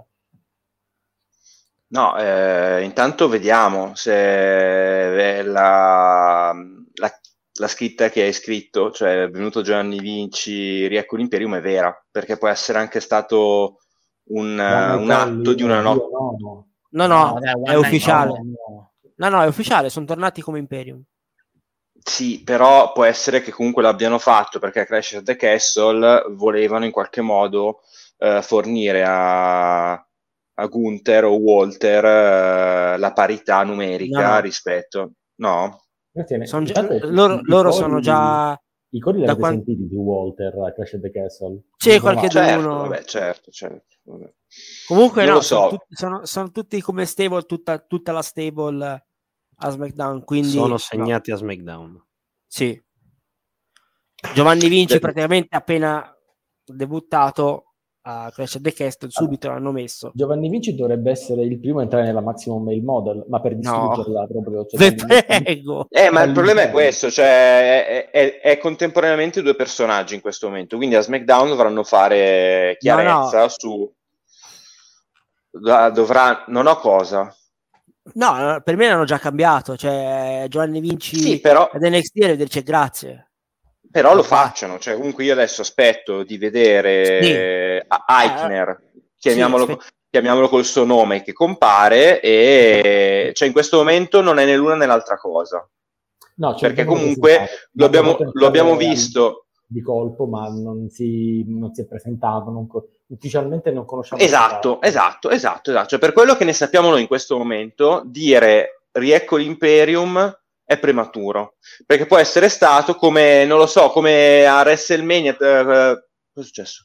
No, eh, intanto vediamo se la, la, la scritta che hai scritto, cioè è venuto Giovanni Vinci, riecco l'Imperium, è vera, perché può essere anche stato un, uh, un atto di una notte. No, no, no, no, è ufficiale. No, no. no, no, è ufficiale, sono tornati come Imperium. Sì, però può essere che comunque l'abbiano fatto perché Clash at the Castle volevano in qualche modo uh, fornire a... a Gunther o Walter uh, la parità numerica no. rispetto no? Sono già, loro, loro sono già i cori li avete quando... sentiti di Walter a Clash of the Castle? C'è qualche no, certo, uno vabbè, certo, certo, vabbè. Comunque non no, lo so. sono, tutti, sono, sono tutti come stable, tutta, tutta la stable a SmackDown, quindi sono segnati no. a SmackDown. Sì, Giovanni Vinci De... praticamente appena debuttato a Clash of the Castle subito allora, l'hanno messo. Giovanni Vinci dovrebbe essere il primo a entrare nella Maximum Male Model, ma per distruggerla no. proprio cioè, prego. Eh, ma il problema è questo, cioè è, è, è contemporaneamente due personaggi in questo momento, quindi a SmackDown dovranno fare chiarezza no, no. su dovrà non ho cosa no, per me l'hanno già cambiato, cioè Giovanni Vinci sì, però... ad N X T deve dirci grazie. Però lo facciano, cioè comunque io adesso aspetto di vedere sì. Eichner, chiamiamolo, sì, chiamiamolo col suo nome, che compare e cioè in questo momento non è né l'una né l'altra cosa. No, perché comunque lo abbiamo, lo abbiamo visto di colpo, ma non si, non si è presentato, non co- ufficialmente non conosciamo. Esatto, esatto, esatto, esatto. Cioè, per quello che ne sappiamo noi in questo momento, dire riecco l'Imperium è prematuro, perché può essere stato come, non lo so, come a WrestleMania. Uh, cosa è successo?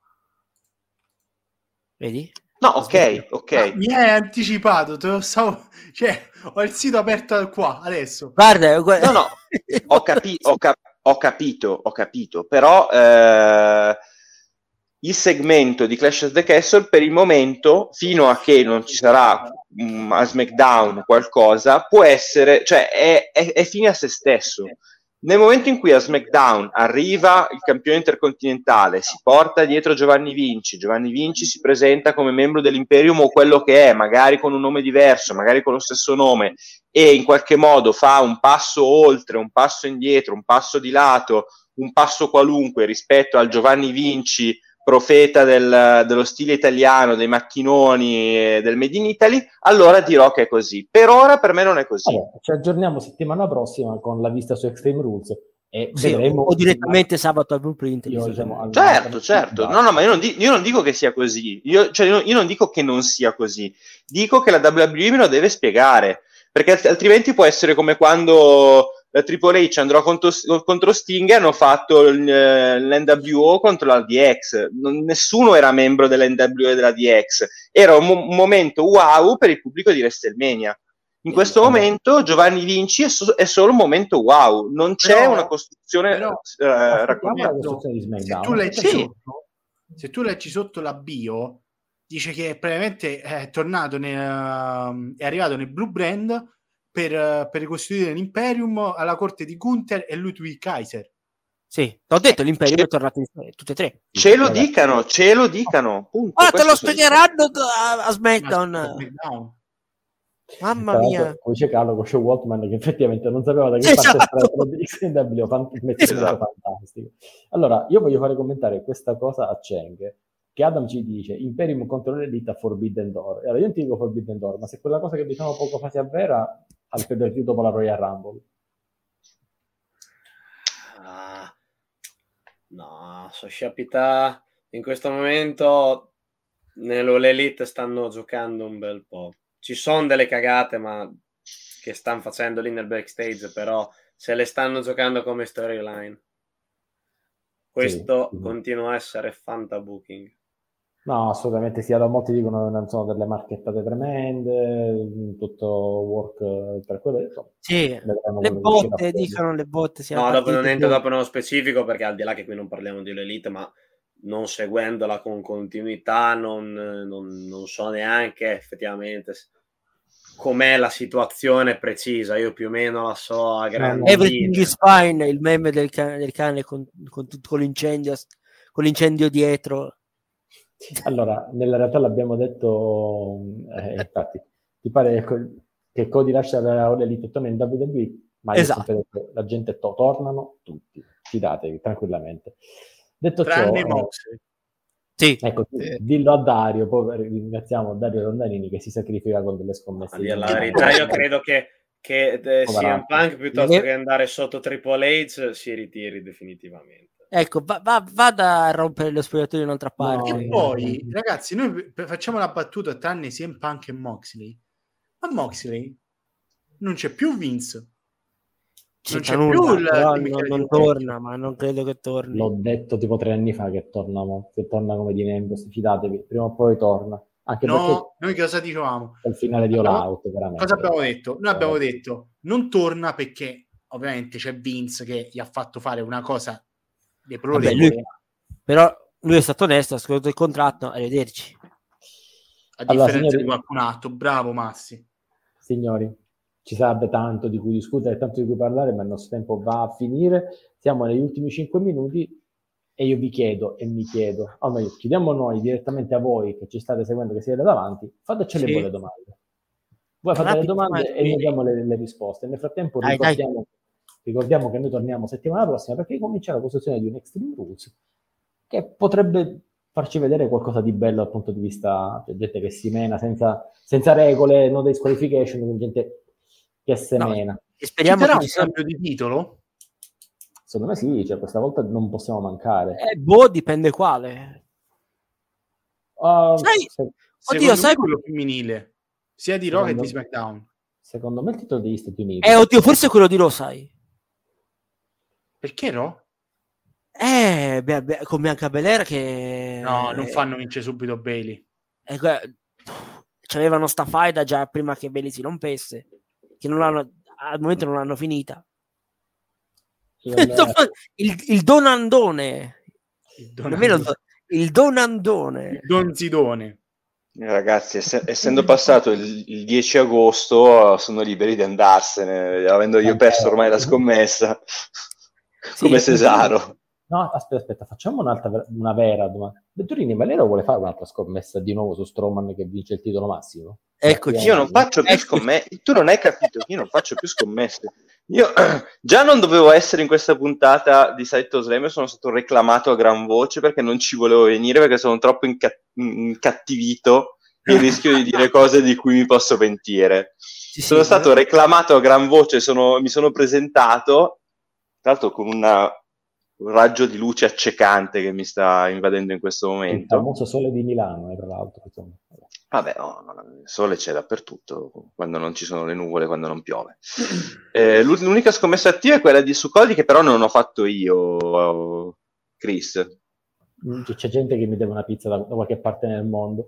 Vedi? No, ok, ok. Ah, mi hai anticipato, te lo stavo... cioè, ho il sito aperto qua, adesso. Guarda, guarda. No, no, ho, capi- ho, cap- ho capito, ho capito, però eh, il segmento di Clash of the Castle per il momento, fino a che non ci sarà um, a SmackDown qualcosa, può essere, cioè è, è, è fine a se stesso. Nel momento in cui a SmackDown arriva il campione intercontinentale, si porta dietro Giovanni Vinci, Giovanni Vinci si presenta come membro dell'Imperium o quello che è, magari con un nome diverso, magari con lo stesso nome, e in qualche modo fa un passo oltre, un passo indietro, un passo di lato, un passo qualunque rispetto al Giovanni Vinci profeta del, dello stile italiano, dei macchinoni, del Made in Italy, allora dirò che è così. Per ora per me non è così. Allora, ci aggiorniamo settimana prossima con la vista su Extreme Rules e sì, vedremo o direttamente sabato al Blueprint. Io, diciamo, certo, certo. No, no, ma io non, di- io non dico che sia così. Io, cioè, io, io non dico che non sia così. Dico che la W W E me lo deve spiegare, perché altrimenti può essere come quando la Triple H andrò contro, contro Sting e hanno fatto l'N W O contro la D X. Non, nessuno era membro dell'N W O e della D X. Era un, mo- un momento wow per il pubblico di WrestleMania. In questo eh, momento Giovanni Vinci è, so- è solo un momento wow, non c'è però, una costruzione però, eh, raccontata. Se tu leggi sì. sotto, se tu leggi sotto la bio, dice che praticamente è tornato nel, è arrivato nel Blue Brand per, per ricostituire l'Imperium alla corte di Gunther e Ludwig Kaiser. Sì, ho detto l'Imperium è tornato in tutte e tre. Ce lo dicano, ce lo dicano. Punto. Ah, te lo spiegheranno a, a SmackDown. Mamma mia, come dice Carlo con Show Waltman che effettivamente non sapeva da che esatto. parte stava di X W, fant- esatto. Fantastico. Allora io voglio fare commentare questa cosa a Cheng, che Adam ci dice Imperium contro l'Elite a Forbidden Door. Allora io non ti dico Forbidden Door, ma se quella cosa che diciamo poco fa sia vera, al pay per view dopo la Royal Rumble. Ah, no, Società in questo momento nell'Elite stanno giocando un bel po'. Ci sono delle cagate, ma che stanno facendo lì nel backstage, però se le stanno giocando come storyline. Questo Sì. continua a essere fantabooking. No, assolutamente sì. Allora, molti dicono che non sono delle marchettate tremende, tutto work per quello. Insomma, Sì, vedranno le quello che uscirà botte, fuori. dicono le botte siano No, dopo non partite entro due. dopo nello specifico, perché al di là che qui non parliamo di Elite, ma non seguendola con continuità, non, non, non so neanche effettivamente s- com'è la situazione precisa. Io più o meno la so a grandi Everything linee. is fine, il meme del cane, del cane con, con, tutto- con l'incendio con l'incendio dietro. Allora, nella realtà l'abbiamo detto, eh, infatti, ti pare che, che Cody lascia la All Elite e torna in W W E, ma io ho Esatto. sempre detto, la gente to- tornano tutti, fidatevi, tranquillamente. Detto Tranne ciò, Moxley. Sì. ecco, Eh. dillo a Dario, poi ringraziamo Dario Rondanini che si sacrifica con delle scommesse. A dire di la non- verità, io credo che, che eh, C M Poveraccio. Punk, piuttosto Le- che andare sotto Triple H, si ritiri definitivamente. Ecco, va, va, vada a rompere lo spogliatoio in un'altra parte. No, E poi, ragazzi, noi p- facciamo la battuta tranne C M Punk e Moxley. Ma Moxley non c'è più Vince. Non C'entra c'è più nulla, il però il non, Michele non Di Vecchio. torna, ma non credo che torni. L'ho detto tipo tre anni fa che torna, mo- che torna come di Nembos, fidatevi, prima o poi torna. Anche perché No, noi cosa dicevamo? è il finale di All Abbiamo- Out, veramente. Cosa abbiamo detto? Noi abbiamo Eh, detto non torna perché ovviamente c'è Vince che gli ha fatto fare una cosa Vabbè, deplorevole. lui, però lui è stato onesto, ha scritto il contratto, arrivederci. A Allora, differenza signori- di qualcun altro. Bravo Massi. Signori, ci sarebbe tanto di cui discutere, tanto di cui parlare, ma il nostro tempo va a finire. Siamo negli ultimi cinque minuti e io vi chiedo e mi chiedo, o meglio, chiediamo noi direttamente a voi che ci state seguendo, che siete davanti, fatecele Sì. voi le domande. Voi fate le Rapid domande fire, e noi sì. diamo le, le risposte. Nel frattempo Dai, dai. ricordiamo, ricordiamo che noi torniamo settimana prossima perché comincia la costruzione di un Extreme Rules che potrebbe farci vedere qualcosa di bello dal punto di vista di gente che si mena senza, senza regole, no disqualification, con gente che se No, mena. E Ci speriamo sarà che un ci sia... cambio di titolo? Secondo me sì, cioè questa volta non possiamo mancare. Eh, boh, dipende quale. Uh, Sai- se- Secondo Oddio, me sai- quello femminile, sia di Raw che Secondo- di SmackDown. secondo me il titolo degli Stati Uniti. Eh, oddio, forse quello di Lo sai. Perché Raw? Eh, beh, beh, con Bianca Belair che... No, non fanno vincere subito Bailey. Eh, que- c'avevano sta faida già prima che Bailey si rompesse, che non l'hanno, al momento non l'hanno finita. Il- il, il donandone. Il Nemmeno il, Don, do- il donandone. il Don Zidone. Ragazzi, ess- essendo passato il, il dieci agosto, sono liberi di andarsene, avendo io perso ormai la scommessa, come Sì. Cesaro. No, aspetta, aspetta, facciamo un'altra, ver- una vera domanda. Vetturini, ma lei lo vuole fare un'altra scommessa di nuovo su Strowman che vince il titolo massimo? Eccoci. Io non faccio più scommesse, tu non hai capito, io non faccio più scommesse. Io già non dovevo essere in questa puntata di Saito Slam, sono stato reclamato a gran voce perché non ci volevo venire perché sono troppo inca- incattivito e rischio di dire cose di cui mi posso pentire. Sì, Sono sì, stato reclamato a gran voce, sono- mi sono presentato, tra l'altro con una- un raggio di luce accecante che mi sta invadendo in questo Il momento. famoso sole di Milano, eh, tra l'altro. insomma. Vabbè, no, no, il sole c'è dappertutto, quando non ci sono le nuvole, quando non piove. Eh, l'u- l'unica scommessa attiva è quella di su Cody, che però non ho fatto io, Chris. Mm, C'è gente che mi deve una pizza da, da qualche parte nel mondo.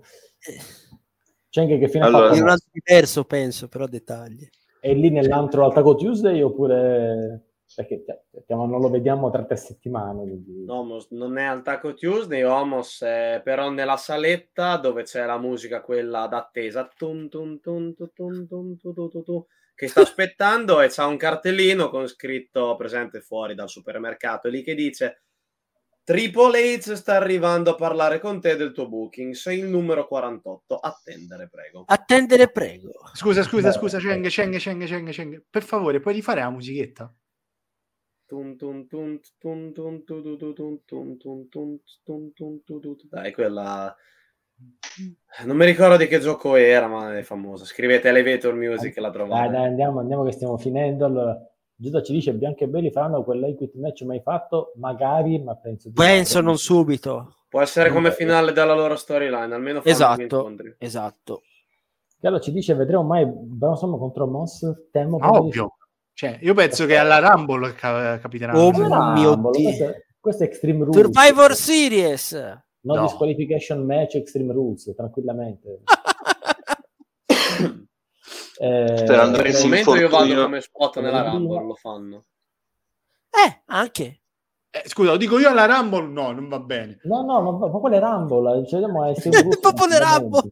C'è anche che fine Allora- ha Di un fatto? altro diverso, penso, però dettagli. È lì nell'antro Altaco Tuesday oppure... Perché cioè, chiamo- non lo vediamo tra tre settimane. quindi- Homos non è al Taco Tuesday, Homos è però nella saletta dove c'è la musica quella d'attesa tun tun tun tun tun tun tun tun tun tun, che sta aspettando e c'ha un cartellino con scritto presente fuori dal supermercato lì che dice Triple H sta arrivando a parlare con te del tuo booking, sei il numero quarantotto, attendere prego. Attendere, prego. Scusa, scusa, Beh, scusa, Ceng, Ceng, Ceng, Ceng, Ceng. Per favore, puoi rifare la musichetta? Tun tun tun tun tun tun tun tun tun tun tun tun tun tun tun. Dai, quella Non mi ricordo di che gioco era, ma è famosa. Scrivete Elevator Music e la trovate. Dai, dai, andiamo, andiamo che stiamo finendo. Allora, Giuda ci dice Bianco e Belli faranno quell'Equit match mai fatto? Magari, ma penso di Penso no. non subito. Può essere come finale della loro storyline, almeno fanno due Esatto, incontri. esatto. Allora ci dice vedremo mai Braun contro Moss? Temo Ma ovvio. Cioè, io penso che alla Rumble ca- capiteranno. Oh Ah, mio Rumble, Dio. questo, è, questo è Extreme Rules. Survivor Series. No, No. disqualification match Extreme Rules, tranquillamente. eh, Sperando Per che il si momento io vado infortunino. come spot nella Prima. Rumble, lo fanno. Eh, anche. Eh, scusa, lo dico io alla Rumble? No, non va bene. No, no, ma, ma quelle Rumble, cioè, a Extreme Rules. Proprio le Rumble.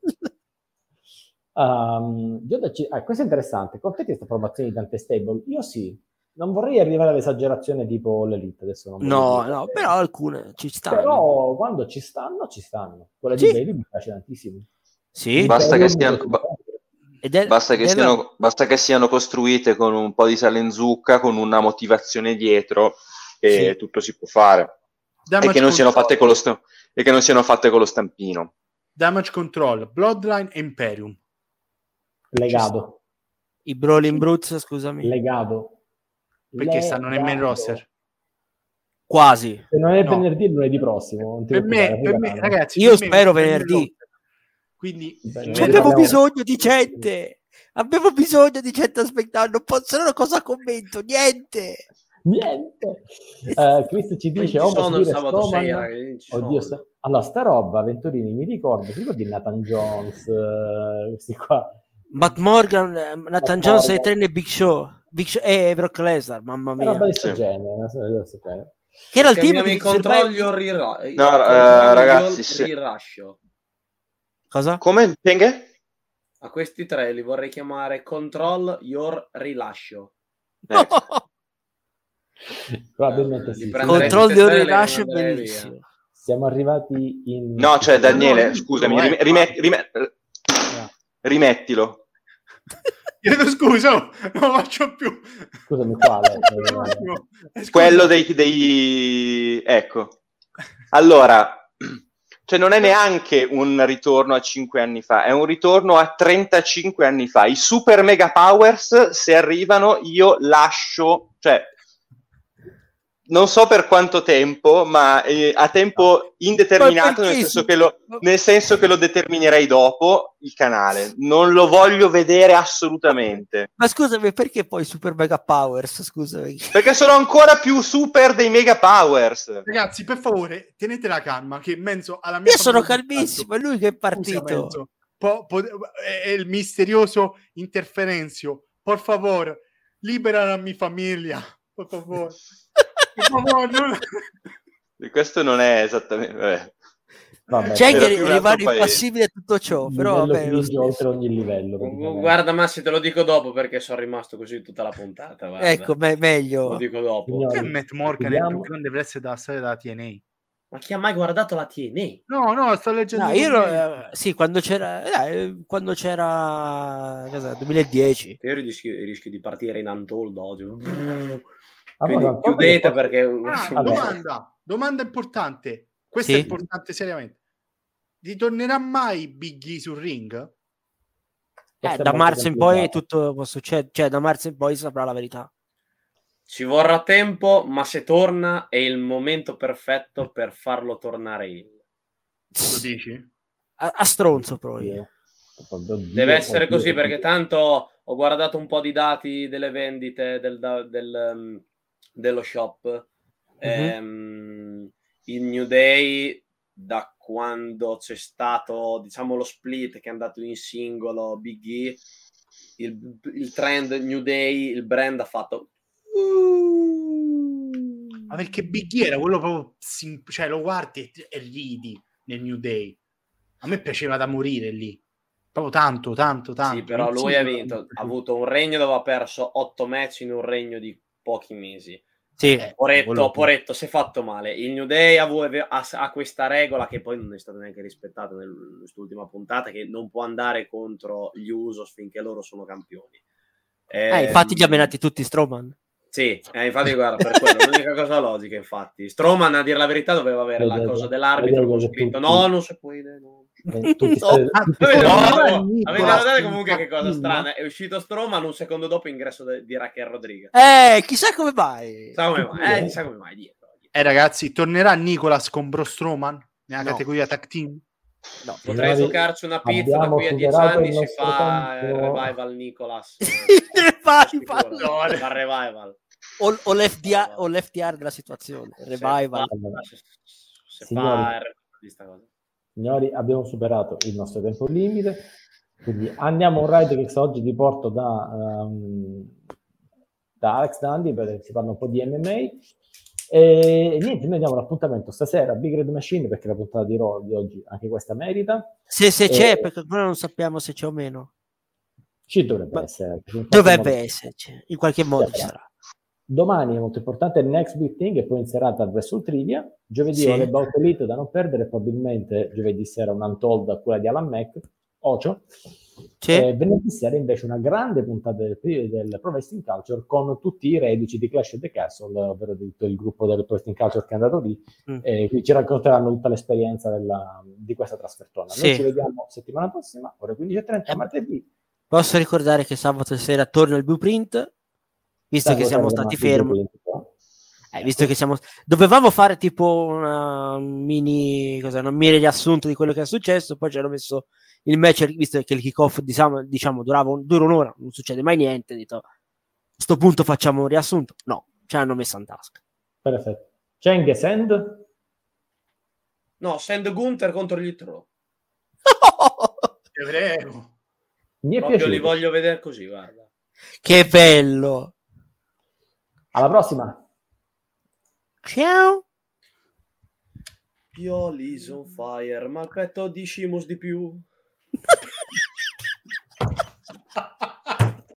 Um, Giuda ci- ah, questo è interessante. Competi questa formazione di tante stable? Io sì. Non vorrei arrivare all'esagerazione tipo l'Elite, adesso non voglio No, dire, no, eh, però alcune ci stanno. però quando ci stanno, ci stanno. Quella Sì. di Bailey mi piace tantissimo. Sì. Basta che Imperium siano, mi ba- piace sempre. Ed è- basta, che ed è- siano, basta che siano costruite con un po' di sale in zucca, con una motivazione dietro, e Sì. tutto si può fare. E Damage che, non siano control, fatte con lo sta- e che non siano fatte con lo stampino. damage control, Bloodline e Imperium. Legato. I Brawling Brutes, scusami. Legato. Perché stanno nel main Legato. roster. Quasi. Se non è No. venerdì, è lunedì prossimo. non ti Per me, preoccupare, per me, arriveranno. ragazzi, Io per me spero non è nel venerdì. roster. Quindi Beh, Cioè, ne abbiamo parliamo- bisogno di gente. Abbiamo bisogno di gente aspettando. Se no, cosa commento? Niente. Niente. Eh, Chris ci dice: ci oh, sono posso il dire sabato Strowman? sera, che ci Oddio, sono. sta- allora, sta roba, Venturini, mi ricordo, ti ricordi Nathan Jones, eh, questi qua. Matt Morgan, eh, Nathan Matt Jones e Morgan. Trent e Big Show. Big Show e Brock Lesnar, mamma Una roba mia. di questo Sì. genere, una roba di questo genere. Che era il team Chiamiamo di i controlli o Survivor- rirascio. No, eh, ragazzi, se- rilascio. Cosa? Come? Penghe? A questi tre li vorrei chiamare Control Your Rilascio. Ecco. Probabilmente Li sì. prenderei Control tutti e di tre e li rilascio è manderei bellissimo. via. Siamo arrivati in... No, cioè Daniele, No, scusami, no, eh, rime- rime- rime- rimettilo. Chiedo scusa, oh, non lo faccio più. Scusami, quale? Un attimo. Eh, scusa. Quello dei, dei... Ecco. Allora, cioè non è neanche un ritorno a cinque anni fa, è un ritorno a trentacinque anni fa. I Super Mega Powers, se arrivano, io lascio... Cioè, non so per quanto tempo, ma eh, a tempo indeterminato, Ma nel perché senso, sì? che lo, nel senso che lo determinerei dopo il canale. Non lo voglio vedere assolutamente. Ma scusami, perché poi Super Mega Powers? Scusami. Perché sono ancora più super dei Mega Powers. Ragazzi, per favore, tenete la calma, che Menzo alla mia Io sono famiglia- calmissimo, è lui che è Scusa, partito. Menzo, po- po- è il misterioso interferenzio. Por favore, libera la mia famiglia. Per favore. Per favore, non- Questo non è esattamente... vabbè. Vabbè, C'è Era che più un rimane altro paese. impassibile a tutto ciò, però livello vabbè, lo cringe oltre stesso. ogni livello. praticamente. Guarda Massi, te lo dico dopo perché sono rimasto così tutta la puntata. Guarda. Ecco, me- Lo meglio. dico dopo. Signori, Che Matt Morgan è il più chiudiamo. grande wrestler della storia della T N A? Ma chi ha mai guardato la T N A? No, no, sto leggendo. No, io lo- eh, sì, quando c'era eh, quando c'era cosa, duemiladieci. Io rischi, rischi di partire in Untold oggi. Ah, Quindi guarda, chiudete poi- perché... Ah, Vabbè. domanda, domanda importante. Questa Sì? è importante seriamente. Ritornerà mai Big E sul ring? Eh, Questo è da molto marzo in poi complicato. tutto può succedere, cioè da marzo in poi saprà la verità. Ci vorrà tempo, ma se torna è il momento perfetto per farlo tornare in. Lo dici? A, a stronzo poi. Oddio. Oddio, Deve essere oddio, così oddio. perché tanto ho guardato un po' di dati delle vendite del, da- del, um, dello shop. Ehm, il New Day, da quando c'è stato, diciamo, lo split che è andato in singolo Big E, il, il trend New Day, il brand ha fatto Ma perché Big E era quello proprio sim- cioè lo guardi e, e ridi nel New Day. A me piaceva da morire lì. Proprio tanto, tanto, tanto. sì, però Non lui si- ha vinto, ha avuto un regno dove ha perso otto match in un regno di pochi mesi. Sì, Eh, Poretto, quello- Poretto, si è fatto male. Il New Day ha, ha, ha questa regola che poi non è stata neanche rispettata nel- nell'ultima puntata, che non può andare contro gli Usos finché loro sono campioni. eh, infatti li ha menati tutti Strowman. Sì, eh, infatti guarda, per quello, l'unica cosa logica, infatti. Strowman, a dire la verità, doveva avere la Vedete, cosa dell'arbitro con vedete scritto tutti. no, non si può, no, non si Eh, tutti stai- Ah, tutti avete stai- notato- Ah, avete Nicolas, notato comunque che cosa Martin, strana? È uscito Strowman un secondo dopo ingresso de- di Raquel Rodriguez. Eh, chissà come mai. Chissà come mai, eh, chissà come mai dietro. Eh ragazzi, tornerà Nicolas con Bro Strowman nella No. categoria tag team? No, Potrei Signori, giocarci una pizza da abbiamo qui a dieci superato anni, il si nostro fa il tempo. revival Nicolas. Vai, Sicuro. vai. Fa il revival. o, o l'F D R, o l'F D R della situazione. Revival. Se, se Signori. fa il revival di sta cosa. Signori, abbiamo superato il nostro tempo limite, quindi andiamo a un ride che oggi vi porto da, um, da Alex Dandy, perché si parla un po' di M M A. E niente, noi diamo l'appuntamento stasera a Big Red Machine, perché la puntata di Raw di oggi anche questa merita. Se, se c'è, E- perché ancora non sappiamo se c'è o meno. Ci dovrebbe Ma- essere. In qualche Dovrebbe modo- esserci, in qualche modo ci sarà. Domani è molto importante il Next Big Thing, e poi in serata il Wrestle Trivia. Giovedì Sì. ho le Bout Elite da non perdere, probabilmente giovedì sera un Untold a quella di Alan Mac, Ocio. Sì. E venerdì sera invece una grande puntata del, del Pro Wrestling Culture con tutti i reduci di Clash of the Castle, ovvero di tutto il gruppo del Pro Wrestling Culture che è andato lì, Mm. e qui ci racconteranno tutta l'esperienza della- di questa trasfertona. Sì. Noi ci vediamo settimana prossima, ore quindici e trenta, Eh, martedì. Posso ricordare che sabato sera torna il Blueprint, visto Sai che cosa siamo abbiamo stati fatto il fermi. Blueprint, no? Eh, visto che siamo dovevamo fare tipo una mini cosa, una mini riassunto di quello che è successo, poi ci hanno messo il match, visto che il kickoff diciamo, diciamo durava un, dura un'ora, non succede mai niente, ho detto a sto punto facciamo un riassunto. No, ci hanno messo in tasca. Perfetto. Cheng e Send? No, Send Gunther contro gli Tro. Ti prego. Mi è Proprio piaciuto. li voglio vedere così, guarda. Che bello. Alla prossima. Ciao. Pioli is on fire, ma il petto di Shimus di più.